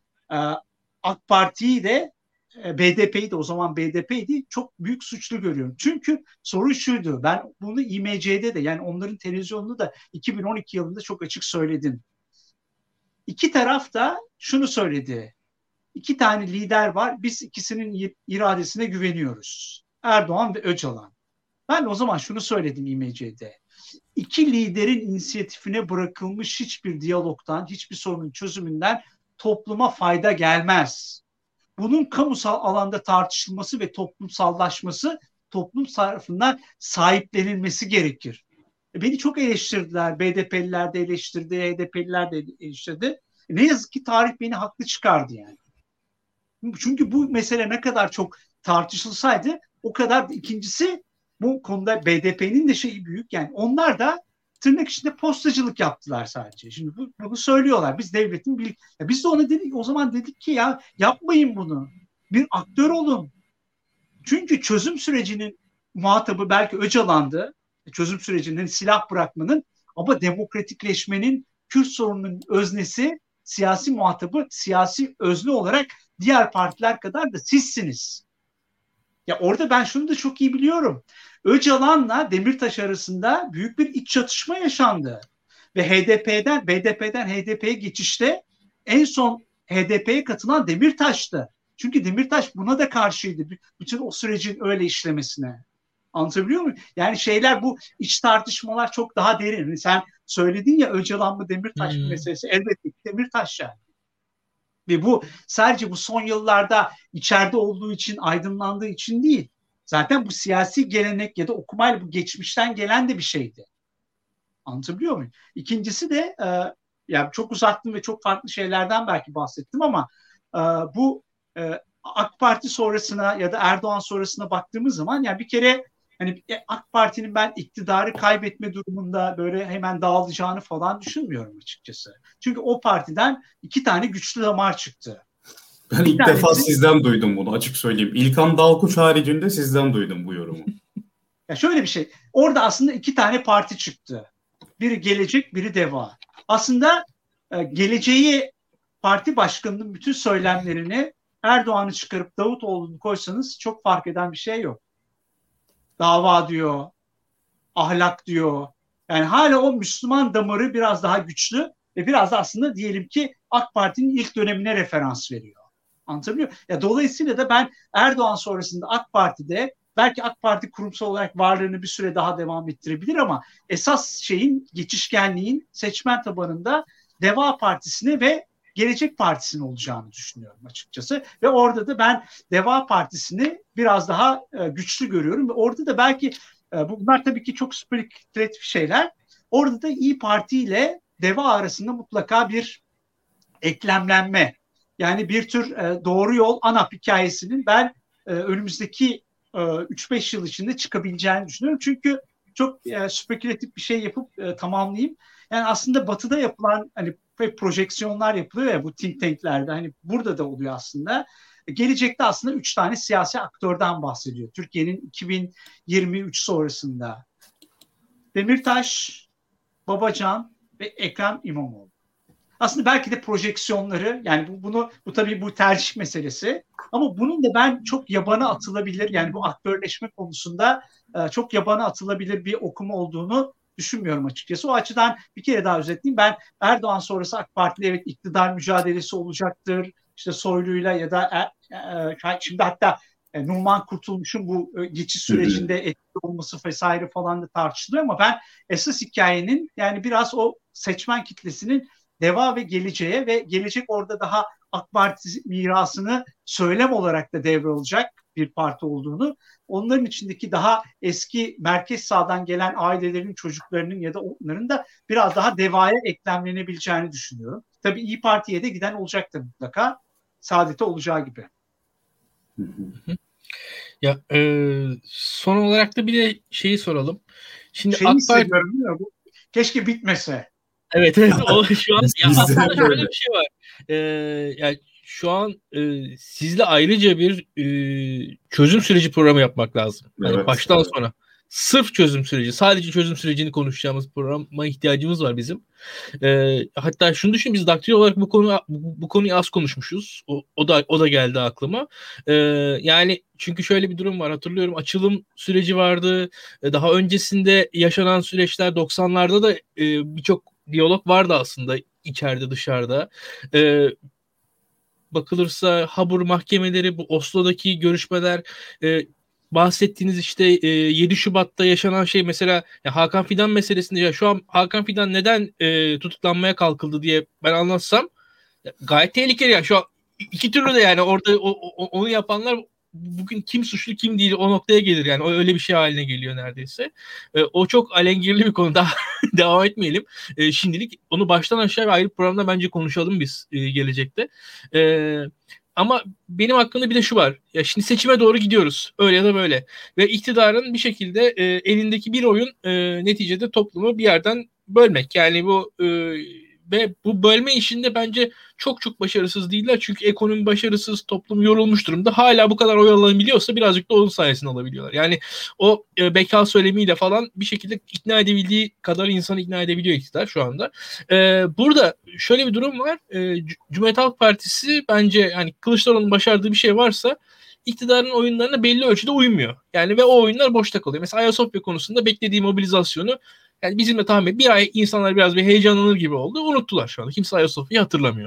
AK Parti'yi de BDP'yi de, o zaman BDP'ydi, çok büyük suçlu görüyorum. Çünkü soru şuydu, ben bunu İMC'de de, yani onların televizyonunda da 2012 yılında çok açık söyledim. İki taraf da şunu söyledi. İki tane lider var, biz ikisinin iradesine güveniyoruz. Erdoğan ve Öcalan. Ben o zaman şunu söyledim İMC'de. İki liderin inisiyatifine bırakılmış hiçbir diyalogtan, hiçbir sorunun çözümünden topluma fayda gelmez. Bunun kamusal alanda tartışılması ve toplumsallaşması, toplum tarafından sahiplenilmesi gerekir. Beni çok eleştirdiler. BDP'liler de eleştirdi, HDP'liler de eleştirdi. Ne yazık ki tarih beni haklı çıkardı yani. Çünkü bu mesele ne kadar çok tartışılsaydı o kadar da, ikincisi bu konuda BDP'nin de şeyi büyük. Yani onlar da tırnak içinde postacılık yaptılar sadece. Şimdi bunu söylüyorlar. Biz devletin biz de ona dedik, o zaman dedik ki ya yapmayın bunu. Bir aktör olun. Çünkü çözüm sürecinin muhatabı belki Öcalan'dı. Çözüm sürecinin, silah bırakmanın, ama demokratikleşmenin, Kürt sorununun öznesi, siyasi muhatabı, siyasi özne olarak diğer partiler kadar da sizsiniz. Ya orada ben şunu da çok iyi biliyorum. Öcalan'la Demirtaş arasında büyük bir iç çatışma yaşandı. Ve BDP'den HDP'ye geçişte en son HDP'ye katılan Demirtaş'tı. Çünkü Demirtaş buna da karşıydı. Bütün o sürecin öyle işlemesine. Anlatabiliyor muyum? Yani bu iç tartışmalar çok daha derin. Yani sen söyledin ya, Öcalan mı Demirtaş mı meselesi. Elbette Demirtaş yani. Ve bu sadece bu son yıllarda içeride olduğu için, aydınlandığı için değil. Zaten bu siyasi gelenek ya da okumayla bu geçmişten gelen de bir şeydi. Anlatabiliyor muyum? İkincisi de yani çok uzattım ve çok farklı şeylerden belki bahsettim ama bu AK Parti sonrasına ya da Erdoğan sonrasına baktığımız zaman yani bir kere hani AK Parti'nin ben iktidarı kaybetme durumunda böyle hemen dağılacağını falan düşünmüyorum açıkçası. Çünkü o partiden iki tane güçlü damar çıktı. Ben ilk defa sizden duydum bunu, açık söyleyeyim. İlkan Dalkuç haricinde sizden duydum bu yorumu. Ya şöyle bir şey. Orada aslında iki tane parti çıktı. Biri Gelecek, biri Deva. Aslında Geleceği, parti başkanının bütün söylemlerini, Erdoğan'ı çıkarıp Davutoğlu'nu koysanız çok fark eden bir şey yok. Dava diyor, ahlak diyor. Yani hala o Müslüman damarı biraz daha güçlü ve biraz da aslında diyelim ki AK Parti'nin ilk dönemine referans veriyor. Anlatabiliyor muyum? Ya dolayısıyla da ben Erdoğan sonrasında AK Parti'de, belki AK Parti kurumsal olarak varlığını bir süre daha devam ettirebilir ama esas geçişkenliğin seçmen tabanında Deva Partisi'ne ve Gelecek Partisi'ne olacağını düşünüyorum açıkçası. Ve orada da ben Deva Partisi'ni biraz daha güçlü görüyorum ve orada da belki Bunlar tabii ki çok spekülatif şeyler. Orada da İYİ Parti ile DEVA arasında mutlaka bir eklemlenme. Yani bir tür doğru yol ANAP hikayesinin ben önümüzdeki 3-5 yıl içinde çıkabileceğini düşünüyorum. Çünkü çok spekülatif bir şey yapıp tamamlayayım. Yani aslında Batı'da yapılan hani projeksiyonlar yapılıyor ya bu think tanklerde. Hani burada da oluyor aslında. Gelecekte aslında 3 tane siyasi aktörden bahsediyor. Türkiye'nin 2023 sonrasında. Demirtaş, Babacan ve Ekrem İmamoğlu. Aslında belki de projeksiyonları yani bu tabii bu tercih meselesi ama bunun da ben çok yabana atılabilir yani bu aktörleşme konusunda çok yabana atılabilir bir okuma olduğunu düşünmüyorum açıkçası. O açıdan bir kere daha özetleyeyim. Ben Erdoğan sonrası AK Parti'de evet iktidar mücadelesi olacaktır. İşte Soylu'yla ya da şimdi hatta Numan Kurtulmuş'un bu geçiş sürecinde etkili olması vesaire falan da tartışılıyor ama ben esas hikayenin yani biraz o seçmen kitlesinin DEVA ve gelecek orada daha AK Parti mirasını söylem olarak da devralacak bir parti olduğunu, onların içindeki daha eski merkez sağdan gelen ailelerin çocuklarının ya da onların da biraz daha DEVA'ya eklemlenebileceğini düşünüyorum. Tabii İYİ Parti'ye de giden olacaktır mutlaka. Saadet'e olacağı gibi. Ya son olarak da bir de şeyi soralım. Şimdi AK Parti keşke bitmese. Evet o şu an ya aslında şöyle bir şey var. Yani şu an sizle ayrıca bir çözüm süreci programı yapmak lazım. Yani evet, baştan sona. Sırf çözüm süreci, sadece çözüm sürecini konuşacağımız programa ihtiyacımız var bizim. Hatta şunu düşün, biz daktilo olarak bu konuyu az konuşmuşuz. O da geldi aklıma. Yani çünkü şöyle bir durum var. Hatırlıyorum, açılım süreci vardı. Daha öncesinde yaşanan süreçler 90'larda da birçok diyalog vardı aslında içeride dışarıda. Bakılırsa Habur mahkemeleri, bu Oslo'daki görüşmeler, bahsettiğiniz işte 7 Şubat'ta yaşanan şey mesela ya Hakan Fidan meselesinde, ya şu an Hakan Fidan neden tutuklanmaya kalkıldı diye ben anlatsam gayet tehlikeli ya. Şu an iki türlü de yani orada onu yapanlar bugün kim suçlu kim değil o noktaya gelir yani. O öyle bir şey haline geliyor neredeyse. O çok alengirli bir konu. Daha devam etmeyelim. Şimdilik onu baştan aşağı ayrı programda bence konuşalım biz gelecekte. Ama benim aklımda bir de şu var. Ya şimdi seçime doğru gidiyoruz. Öyle ya da böyle. Ve iktidarın bir şekilde elindeki bir oyun neticede toplumu bir yerden bölmek. Yani bu ve bu bölme işinde bence çok başarısız değiller. Çünkü ekonomi başarısız, toplum yorulmuş durumda. Hala bu kadar oy alabiliyorsa birazcık da onun sayesinde alabiliyorlar. Yani o beka söylemiyle falan bir şekilde ikna edebildiği kadar insanı ikna edebiliyor iktidar şu anda. Burada şöyle bir durum var. Cumhuriyet Halk Partisi bence hani Kılıçdaroğlu'nun başardığı bir şey varsa iktidarın oyunlarına belli ölçüde uymuyor. Yani ve o oyunlar boşta kalıyor. Mesela Ayasofya konusunda beklediği mobilizasyonu yani bizim de tahmin bir ay insanlar biraz bir heyecanlanır gibi oldu. Unuttular şu anda. Kimse Ayasofya'yı hatırlamıyor.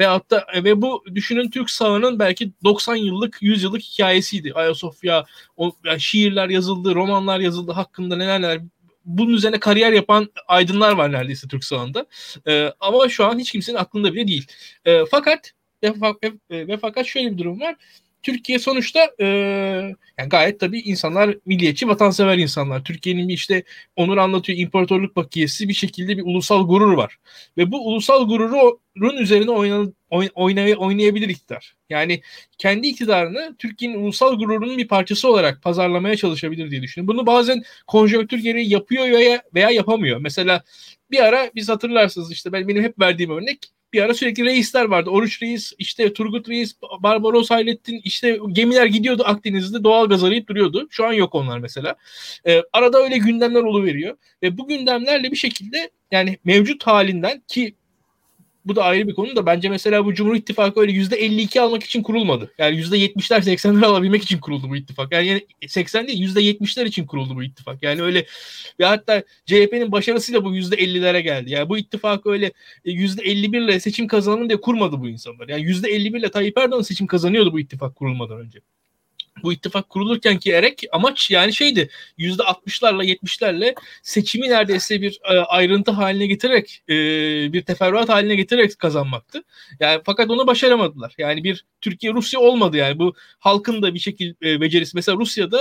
Ve bu düşünün Türk sağının belki 90 yıllık, 100 yıllık hikayesiydi. Ayasofya, yani şiirler yazıldı, romanlar yazıldı hakkında neler. Bunun üzerine kariyer yapan aydınlar var neredeyse Türk sağında. Ama şu an hiç kimsenin aklında bile değil. Fakat şöyle bir durum var. Türkiye sonuçta yani gayet tabii insanlar milliyetçi, vatansever insanlar. Türkiye'nin bir işte Onur anlatıyor, imparatorluk bakiyesi, bir şekilde bir ulusal gurur var. Ve bu ulusal gururun üzerine oynayabilir iktidar. Yani kendi iktidarını Türkiye'nin ulusal gururunun bir parçası olarak pazarlamaya çalışabilir diye düşünüyorum. Bunu bazen konjonktür gereği yapıyor veya yapamıyor. Mesela bir ara biz hatırlarsınız işte benim hep verdiğim örnek, bir ara sürekli reisler vardı. Oruç Reis, işte Turgut Reis, Barbaros Hayrettin, işte gemiler gidiyordu Akdeniz'de doğalgaz arayıp duruyordu. Şu an yok onlar mesela. Arada öyle gündemler oluveriyor. Ve bu gündemlerle bir şekilde yani mevcut halinden, ki bu da ayrı bir konu da, bence mesela bu Cumhur İttifakı öyle %52 almak için kurulmadı. Yani %70'ler 80'ler alabilmek için kuruldu bu ittifak. Yani 80 değil %70'ler için kuruldu bu ittifak. Yani öyle, ve hatta CHP'nin başarısıyla bu %50'lere geldi. Yani bu ittifak öyle %51 ile seçim kazanalım diye kurmadı bu insanlar. Yani %51 ile Tayyip Erdoğan seçim kazanıyordu bu ittifak kurulmadan önce. Bu ittifak kurulurken ki amaç yani şeydi, %60'larla 70'lerle seçimi neredeyse bir ayrıntı haline getirerek, bir teferruat haline getirerek kazanmaktı. Yani fakat onu başaramadılar. Yani bir Türkiye Rusya olmadı yani. Bu halkın da bir şekilde becerisi. Mesela Rusya'da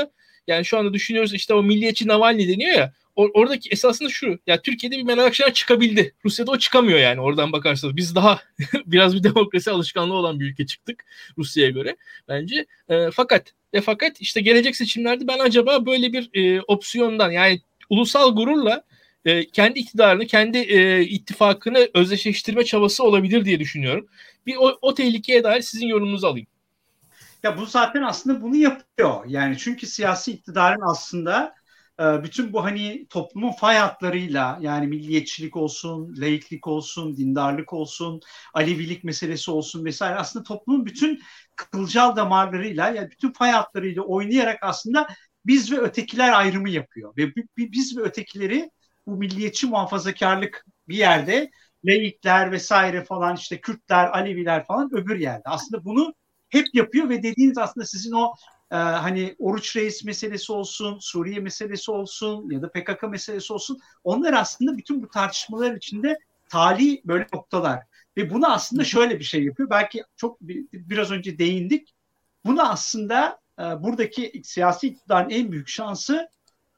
Yani şu anda düşünüyoruz işte o milliyetçi Navalny deniyor ya. Oradaki esasında şu. Ya Türkiye'de bir Meral Akşener çıkabildi. Rusya'da o çıkamıyor yani oradan bakarsanız. Biz daha biraz bir demokrasi alışkanlığı olan bir ülke çıktık Rusya'ya göre bence. Fakat işte gelecek seçimlerde ben acaba böyle bir opsiyondan yani ulusal gururla kendi iktidarını, kendi ittifakını özdeşleştirme çabası olabilir diye düşünüyorum. Bir o tehlikeye dair sizin yorumunuzu alayım. Ya bu zaten aslında bunu yapıyor. Yani çünkü siyasi iktidarın aslında bütün bu hani toplumun fay hatlarıyla yani milliyetçilik olsun, laiklik olsun, dindarlık olsun, Alevilik meselesi olsun vesaire aslında toplumun bütün kılcal damarlarıyla yani bütün fay hatlarıyla oynayarak aslında biz ve ötekiler ayrımı yapıyor. Ve biz ve ötekileri bu milliyetçi muhafazakarlık bir yerde laikler vesaire falan işte Kürtler, Aleviler falan öbür yerde. Aslında bunu hep yapıyor ve dediğiniz aslında sizin o hani Oruç Reis meselesi olsun, Suriye meselesi olsun ya da PKK meselesi olsun onlar aslında bütün bu tartışmalar içinde tali böyle noktalar. Ve bunu aslında şöyle bir şey yapıyor. Belki çok biraz önce değindik. Bunu aslında buradaki siyasi iktidarın en büyük şansı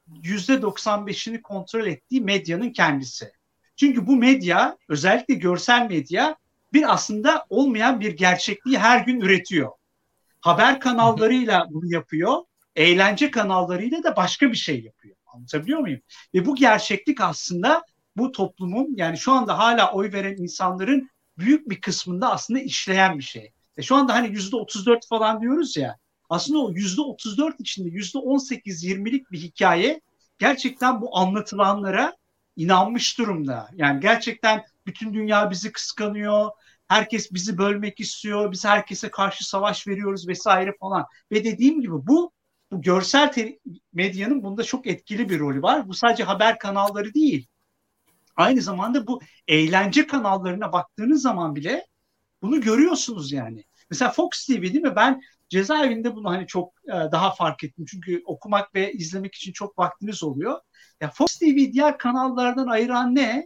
%95'ini kontrol ettiği medyanın kendisi. Çünkü bu medya özellikle görsel medya bir aslında olmayan bir gerçekliği her gün üretiyor. Haber kanallarıyla bunu yapıyor, eğlence kanallarıyla da başka bir şey yapıyor. Anlatabiliyor muyum? Ve bu gerçeklik aslında bu toplumun yani şu anda hala oy veren insanların büyük bir kısmında aslında işleyen bir şey. Şu anda hani %34 falan diyoruz ya aslında o %34 içinde %18-20'lik bir hikaye gerçekten bu anlatılanlara inanmış durumda. Yani gerçekten bütün dünya bizi kıskanıyor. Herkes bizi bölmek istiyor. Biz herkese karşı savaş veriyoruz vesaire falan. Ve dediğim gibi bu görsel medyanın bunda çok etkili bir rolü var. Bu sadece haber kanalları değil. Aynı zamanda bu eğlence kanallarına baktığınız zaman bile bunu görüyorsunuz yani. Mesela Fox TV değil mi? Ben cezaevinde bunu hani çok daha fark ettim. Çünkü okumak ve izlemek için çok vaktiniz oluyor. Ya Fox TV diğer kanallardan ayıran ne?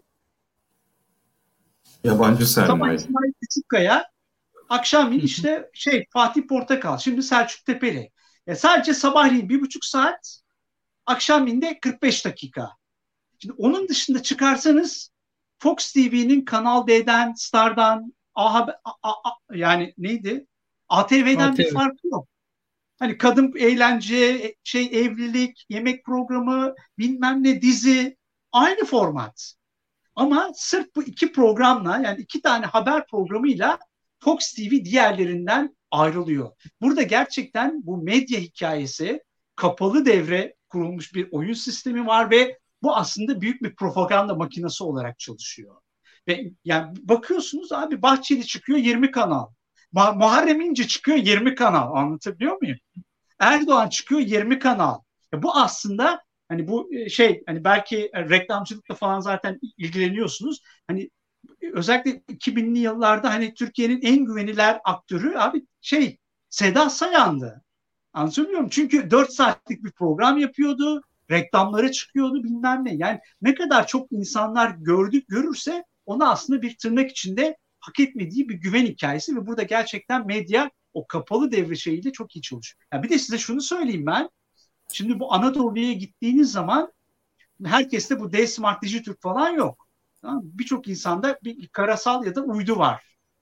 Yabancı sermaye. Sabah İsmail Küçükkaya, akşamleyin işte Fatih Portakal, şimdi Selçuk Tepeli. Sadece sabahleyin 1,5 saat, akşamleyin de 45 dakika. Şimdi onun dışında çıkarsanız Fox TV'nin Kanal D'den, Star'dan, yani neydi? ATV'den bir farkı yok. Hani kadın eğlence, evlilik, yemek programı, bilmem ne dizi, aynı format. Ama sırf bu iki programla yani 2 tane haber programıyla Fox TV diğerlerinden ayrılıyor. Burada gerçekten bu medya hikayesi kapalı devre kurulmuş bir oyun sistemi var ve bu aslında büyük bir propaganda makinesi olarak çalışıyor. Ve yani bakıyorsunuz abi Bahçeli çıkıyor 20 kanal. Muharrem İnce çıkıyor 20 kanal. Anlatabiliyor muyum? Erdoğan çıkıyor 20 kanal. Bu aslında hani bu hani belki reklamcılıkla falan zaten ilgileniyorsunuz. Hani özellikle 2000'li yıllarda hani Türkiye'nin en güvenilir aktörü abi Seda Sayan'dı. Anlatabiliyor muyum? Çünkü 4 saatlik bir program yapıyordu. Reklamları çıkıyordu bilmem ne. Yani ne kadar çok insanlar görürse ona aslında bir tırnak içinde hak etmediği bir güven hikayesi ve burada gerçekten medya o kapalı devre şeyiyle çok iyi çalışıyor. Yani bir de size şunu söyleyeyim ben. Şimdi bu Anadolu'ya gittiğiniz zaman herkeste bu D-Smart Dijitürk falan yok. Tamam? Birçok insanda bir karasal ya da uydu var.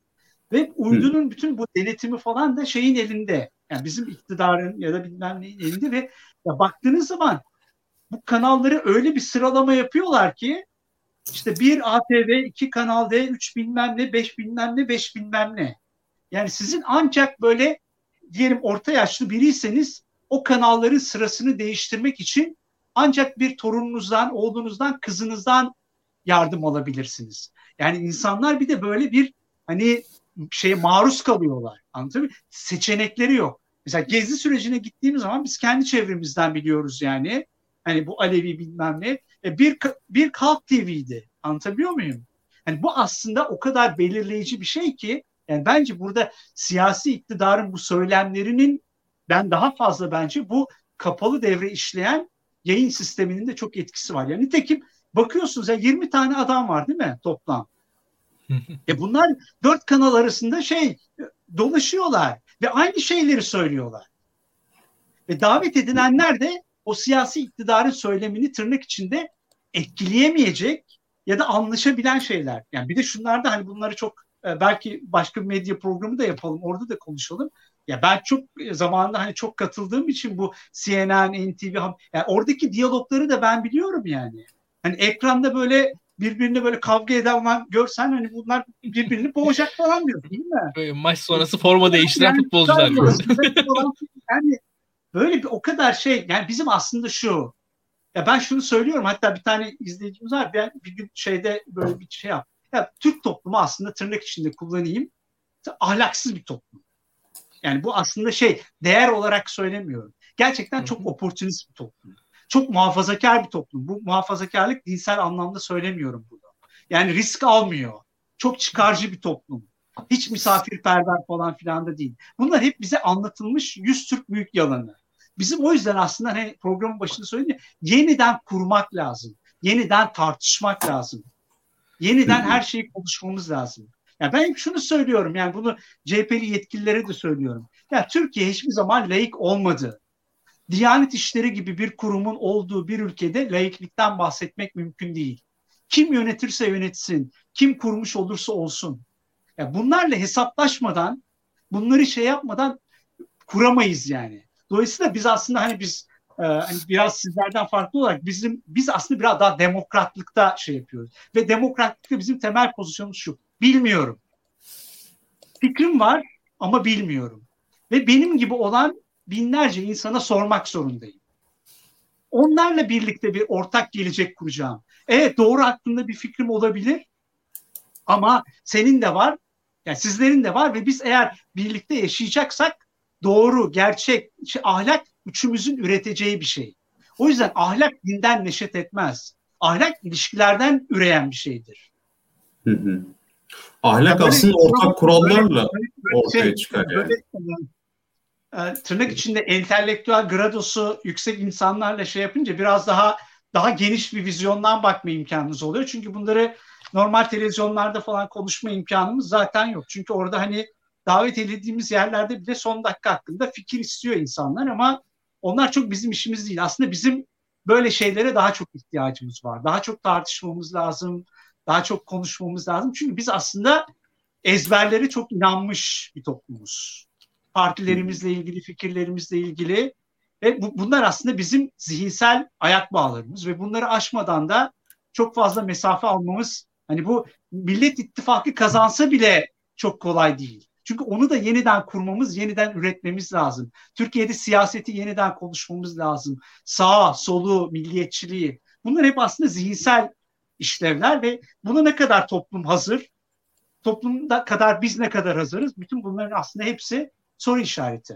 Ve uydunun bütün bu denetimi falan da şeyin elinde. Yani bizim iktidarın ya da bilmem neyin elinde ve ya baktığınız zaman bu kanalları öyle bir sıralama yapıyorlar ki işte 1 ATV, 2 Kanal D, 3 bilmem ne, 5 bilmem ne, 5 bilmem ne. Yani sizin ancak böyle diyelim orta yaşlı biriyseniz o kanalların sırasını değiştirmek için ancak bir torununuzdan, oğlunuzdan, kızınızdan yardım alabilirsiniz. Yani insanlar bir de böyle bir hani şeye maruz kalıyorlar. Anlatabiliyor muyum? Seçenekleri yok. Mesela gezi sürecine gittiğimiz zaman biz kendi çevremizden biliyoruz yani. Hani bu Alevi bilmem ne. Bir Halk TV'ydi. Anlatabiliyor muyum? Yani bu aslında o kadar belirleyici bir şey ki yani bence burada siyasi iktidarın bu söylemlerinin ben daha fazla bence bu kapalı devre işleyen yayın sisteminin de çok etkisi var. Yani nitekim bakıyorsunuz ya 20 tane adam var değil mi toplam? Bunlar 4 kanal arasında dolaşıyorlar ve aynı şeyleri söylüyorlar. Ve davet edilenler de o siyasi iktidarın söylemini tırnak içinde etkileyemeyecek ya da anlaşabilen şeyler. Yani bir de şunlarda hani bunları çok belki başka bir medya programı da yapalım, orada da konuşalım. Ya ben çok zamanında hani çok katıldığım için bu CNN, NTV, yani oradaki diyalogları da ben biliyorum yani. Hani ekranda böyle birbirine böyle kavga eden görsen hani bunlar birbirini boğacak falan diyor değil mi? Böyle maç sonrası forma değiştiren yani, futbolcular gibi. Yani böyle bir o kadar şey yani bizim aslında şu ya ben şunu söylüyorum hatta bir tane izleyicimiz var ben bir gün şeyde böyle bir şey yap. Ya Türk toplumu aslında tırnak içinde kullanayım ahlaksız bir toplum. Yani bu aslında değer olarak söylemiyorum. Gerçekten çok oportunist bir toplum. Çok muhafazakar bir toplum. Bu muhafazakarlık dinsel anlamda söylemiyorum burada. Yani risk almıyor. Çok çıkarcı bir toplum. Hiç misafirperver falan filan da değil. Bunlar hep bize anlatılmış 100 Türk büyük yalanı. Bizim o yüzden aslında hani programın başında söylediğim yeniden kurmak lazım. Yeniden tartışmak lazım. Yeniden her şeyi konuşmamız lazım. Yani ben hep şunu söylüyorum yani bunu CHP'li yetkililere de söylüyorum. Ya Türkiye hiçbir zaman laik olmadı. Diyanet İşleri gibi bir kurumun olduğu bir ülkede laiklikten bahsetmek mümkün değil. Kim yönetirse yönetsin, kim kurmuş olursa olsun. Ya bunlarla hesaplaşmadan, bunları yapmadan kuramayız yani. Dolayısıyla biz aslında hani biraz sizlerden farklı olarak biz aslında biraz daha demokratlıkta yapıyoruz. Ve demokratlıkta bizim temel pozisyonumuz şu. Bilmiyorum. Fikrim var ama bilmiyorum. Ve benim gibi olan binlerce insana sormak zorundayım. Onlarla birlikte bir ortak gelecek kuracağım. Evet doğru hakkında bir fikrim olabilir ama senin de var, yani sizlerin de var ve biz eğer birlikte yaşayacaksak doğru, gerçek, ahlak üçümüzün üreteceği bir şey. O yüzden ahlak dinden neşet etmez. Ahlak ilişkilerden üreyen bir şeydir. Ahlak aslında ortak kurallarla ortaya çıkar yani. Tırnak içinde entelektüel gradosu yüksek insanlarla yapınca biraz daha geniş bir vizyondan bakma imkanınız oluyor. Çünkü bunları normal televizyonlarda falan konuşma imkanımız zaten yok. Çünkü orada hani davet edildiğimiz yerlerde bile son dakika hakkında fikir istiyor insanlar ama onlar çok bizim işimiz değil. Aslında bizim böyle şeylere daha çok ihtiyacımız var. Daha çok tartışmamız lazım. Daha çok konuşmamız lazım. Çünkü biz aslında ezberlere çok inanmış bir toplumuz. Partilerimizle ilgili, fikirlerimizle ilgili ve bunlar aslında bizim zihinsel ayak bağlarımız ve bunları aşmadan da çok fazla mesafe almamız hani bu Millet İttifakı kazansa bile çok kolay değil. Çünkü onu da yeniden kurmamız, yeniden üretmemiz lazım. Türkiye'de siyaseti yeniden konuşmamız lazım. Sağ, solu, milliyetçiliği. Bunlar hep aslında zihinsel işlevler ve buna ne kadar toplum hazır, toplumda kadar biz ne kadar hazırız? Bütün bunların aslında hepsi soru işareti.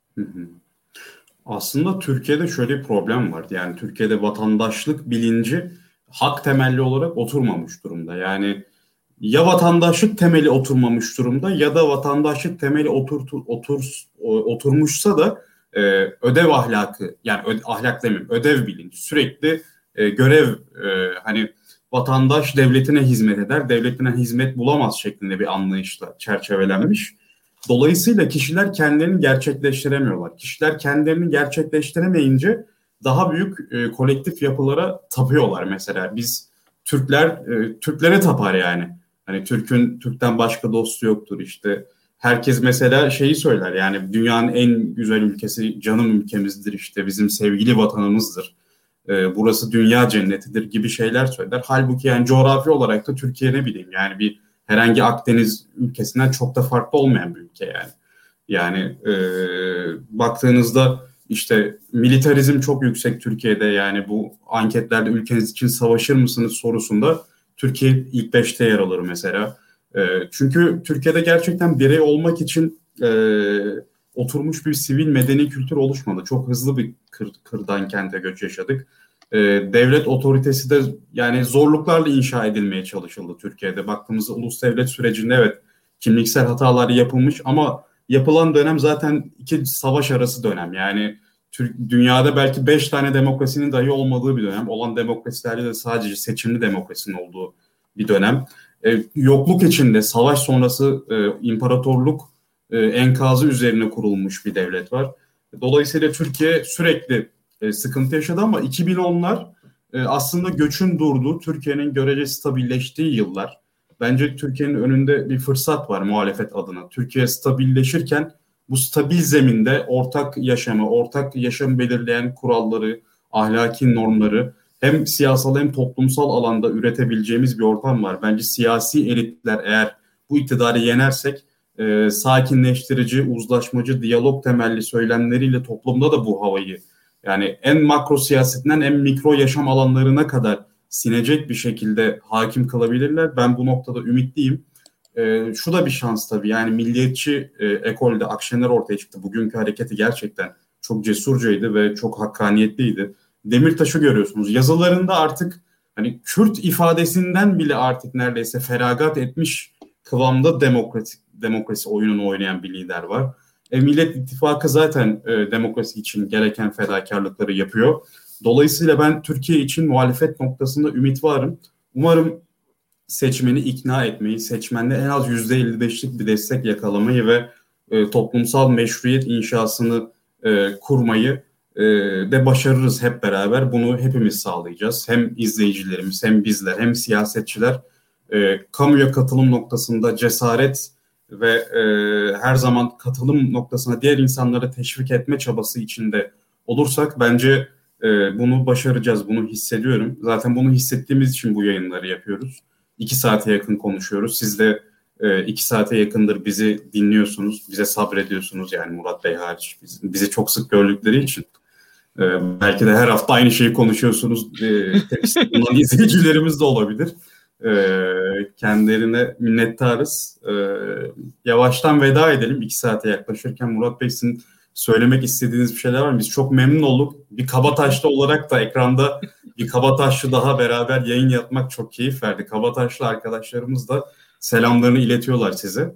Aslında Türkiye'de şöyle bir problem var. Yani Türkiye'de vatandaşlık bilinci hak temelli olarak oturmamış durumda. Yani ya vatandaşlık temeli oturmamış durumda ya da vatandaşlık temeli oturmuşsa da ödev ahlakı yani ahlak demeyeyim ödev bilinci sürekli görev hani vatandaş devletine hizmet eder, devletine hizmet bulamaz şeklinde bir anlayışla çerçevelenmiş. Dolayısıyla kişiler kendilerini gerçekleştiremiyorlar. Kişiler kendilerini gerçekleştiremeyince daha büyük kolektif yapılara tapıyorlar mesela. Biz Türklere tapar yani. Hani Türk'ten başka dostu yoktur işte. Herkes mesela söyler yani dünyanın en güzel ülkesi canım ülkemizdir işte bizim sevgili vatanımızdır. Burası dünya cennetidir gibi şeyler söyler. Halbuki yani coğrafi olarak da Türkiye ne bileyim yani bir herhangi Akdeniz ülkesinden çok da farklı olmayan bir ülke yani. Yani baktığınızda işte militarizm çok yüksek Türkiye'de yani bu anketlerde ülkeniz için savaşır mısınız sorusunda Türkiye ilk 5'te yer alır mesela. Çünkü Türkiye'de gerçekten birey olmak için oturmuş bir sivil medeni kültür oluşmadı. Çok hızlı bir kırdan kente göç yaşadık. Devlet otoritesi de yani zorluklarla inşa edilmeye çalışıldı Türkiye'de. Baktığımızda ulus devlet sürecinde evet kimliksel hatalar yapılmış ama yapılan dönem zaten iki savaş arası dönem. Yani dünyada belki 5 tane demokrasinin dahi olmadığı bir dönem. Olan demokrasilerde de sadece seçimli demokrasinin olduğu bir dönem. Yokluk içinde savaş sonrası imparatorluk enkazı üzerine kurulmuş bir devlet var. Dolayısıyla Türkiye sürekli sıkıntı yaşadı ama 2010'lar aslında göçün durduğu, Türkiye'nin görece stabilleştiği yıllar. Bence Türkiye'nin önünde bir fırsat var muhalefet adına. Türkiye stabilleşirken bu stabil zeminde ortak yaşamı, ortak yaşam belirleyen kuralları, ahlaki normları hem siyasal hem toplumsal alanda üretebileceğimiz bir ortam var. Bence siyasi elitler eğer bu iktidarı yenersek sakinleştirici, uzlaşmacı, diyalog temelli söylemleriyle toplumda da bu havayı, yani en makro siyasetinden en mikro yaşam alanlarına kadar sinecek bir şekilde hakim kılabilirler. Ben bu noktada ümitliyim. Şu da bir şans tabii, yani milliyetçi ekolde Akşener ortaya çıktı. Bugünkü hareketi gerçekten çok cesurcaydı ve çok hakkaniyetliydi. Demirtaş'ı görüyorsunuz. Yazılarında artık hani Kürt ifadesinden bile artık neredeyse feragat etmiş kıvamda demokrasi oyununu oynayan bir lider var. Millet İttifakı zaten demokrasi için gereken fedakarlıkları yapıyor. Dolayısıyla ben Türkiye için muhalefet noktasında ümit varım. Umarım seçmeni ikna etmeyi, seçmende en az %55'lik bir destek yakalamayı ve toplumsal meşruiyet inşasını kurmayı de başarırız hep beraber. Bunu hepimiz sağlayacağız. Hem izleyicilerimiz, hem bizler, hem siyasetçiler kamuya katılım noktasında cesaret ve her zaman katılım noktasına diğer insanları teşvik etme çabası içinde olursak bence bunu başaracağız. Bunu hissediyorum. Zaten bunu hissettiğimiz için bu yayınları yapıyoruz. 2 saate yakın konuşuyoruz. Siz de 2 saate yakındır bizi dinliyorsunuz. Bize sabrediyorsunuz, yani Murat Bey hariç. Bizi çok sık gördükleri için. Belki de her hafta aynı şeyi konuşuyorsunuz. Bundan izleyicilerimiz de olabilir. Kendilerine minnettarız. Yavaştan veda edelim. 2 saate yaklaşırken Murat Bey, sizin söylemek istediğiniz bir şeyler var mı? Biz çok memnun olduk. Bir Kabataşlı olarak da ekranda bir Kabataşlı daha beraber yayın yapmak çok keyif verdi. Kabataşlı arkadaşlarımız da selamlarını iletiyorlar size.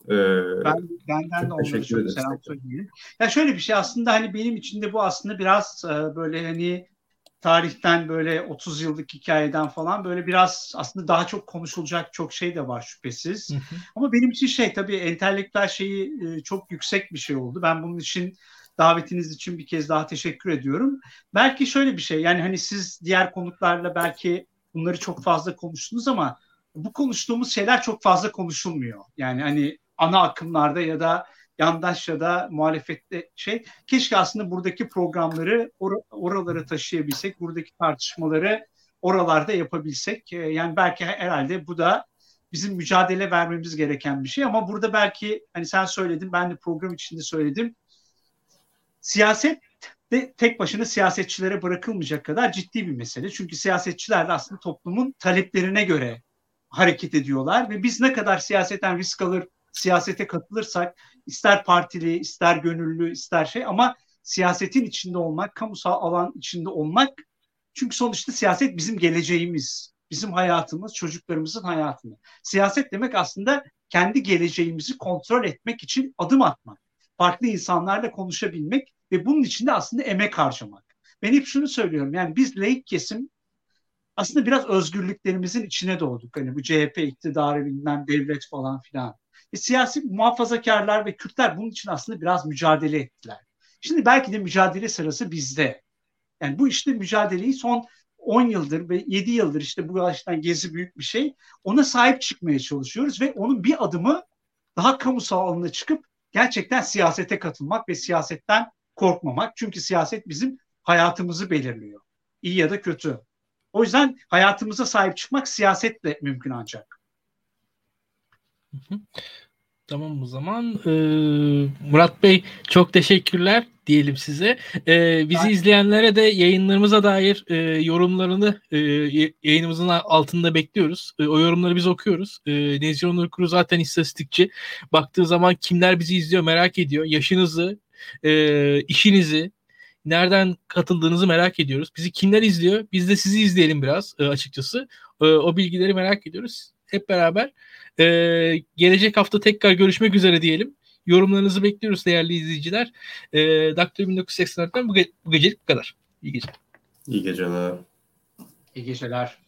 Benden de onlara çok selam söyleyeyim. Ya şöyle bir şey aslında, hani benim için de bu aslında biraz böyle hani tarihten böyle 30 yıllık hikayeden falan böyle biraz aslında daha çok konuşulacak çok şey de var şüphesiz. Hı hı. Ama benim için tabii entelektüel şeyi çok yüksek bir şey oldu. Ben bunun için, davetiniz için bir kez daha teşekkür ediyorum. Belki şöyle bir şey, yani hani siz diğer konuklarla belki bunları çok fazla konuştunuz ama bu konuştuğumuz şeyler çok fazla konuşulmuyor. Yani hani ana akımlarda ya da yandaş ya da muhalefette keşke aslında buradaki programları oralara taşıyabilsek, buradaki tartışmaları oralarda yapabilsek. Yani belki herhalde bu da bizim mücadele vermemiz gereken bir şey ama burada belki hani sen söyledin, ben de program içinde söyledim. Siyaset de tek başına siyasetçilere bırakılmayacak kadar ciddi bir mesele. Çünkü siyasetçiler de aslında toplumun taleplerine göre hareket ediyorlar ve biz ne kadar siyasetten risk alır, siyasete katılırsak, ister partili, ister gönüllü, ister ama siyasetin içinde olmak, kamusal alan içinde olmak, çünkü sonuçta siyaset bizim geleceğimiz, bizim hayatımız, çocuklarımızın hayatını. Siyaset demek aslında kendi geleceğimizi kontrol etmek için adım atmak, farklı insanlarla konuşabilmek ve bunun için de aslında emek harcamak. Ben hep şunu söylüyorum, yani biz laik kesim aslında biraz özgürlüklerimizin içine doğduk. Hani bu CHP iktidarı, bilmem devlet falan filan. Siyasi muhafazakarlar ve Kürtler bunun için aslında biraz mücadele ettiler. Şimdi belki de mücadele sırası bizde. Yani bu işte mücadeleyi son 10 yıldır ve 7 yıldır, işte bu açıdan Gezi büyük bir şey. Ona sahip çıkmaya çalışıyoruz ve onun bir adımı daha kamusal alana çıkıp gerçekten siyasete katılmak ve siyasetten korkmamak. Çünkü siyaset bizim hayatımızı belirliyor. İyi ya da kötü. O yüzden hayatımıza sahip çıkmak siyasetle mümkün ancak. Tamam o zaman. Murat Bey çok teşekkürler diyelim size. Bizi izleyenlere de yayınlarımıza dair yorumlarını yayınımızın altında bekliyoruz. O yorumları biz okuyoruz. Nezih Onur Kuru zaten istatistikçi. Baktığı zaman kimler bizi izliyor merak ediyor. Yaşınızı, işinizi, nereden katıldığınızı merak ediyoruz. Bizi kimler izliyor? Biz de sizi izleyelim biraz açıkçası. O bilgileri merak ediyoruz. Hep beraber gelecek hafta tekrar görüşmek üzere diyelim. Yorumlarınızı bekliyoruz değerli izleyiciler. Daktilo 1984'ten bu gecelik bu kadar. İyi geceler. İyi geceler. İyi geceler.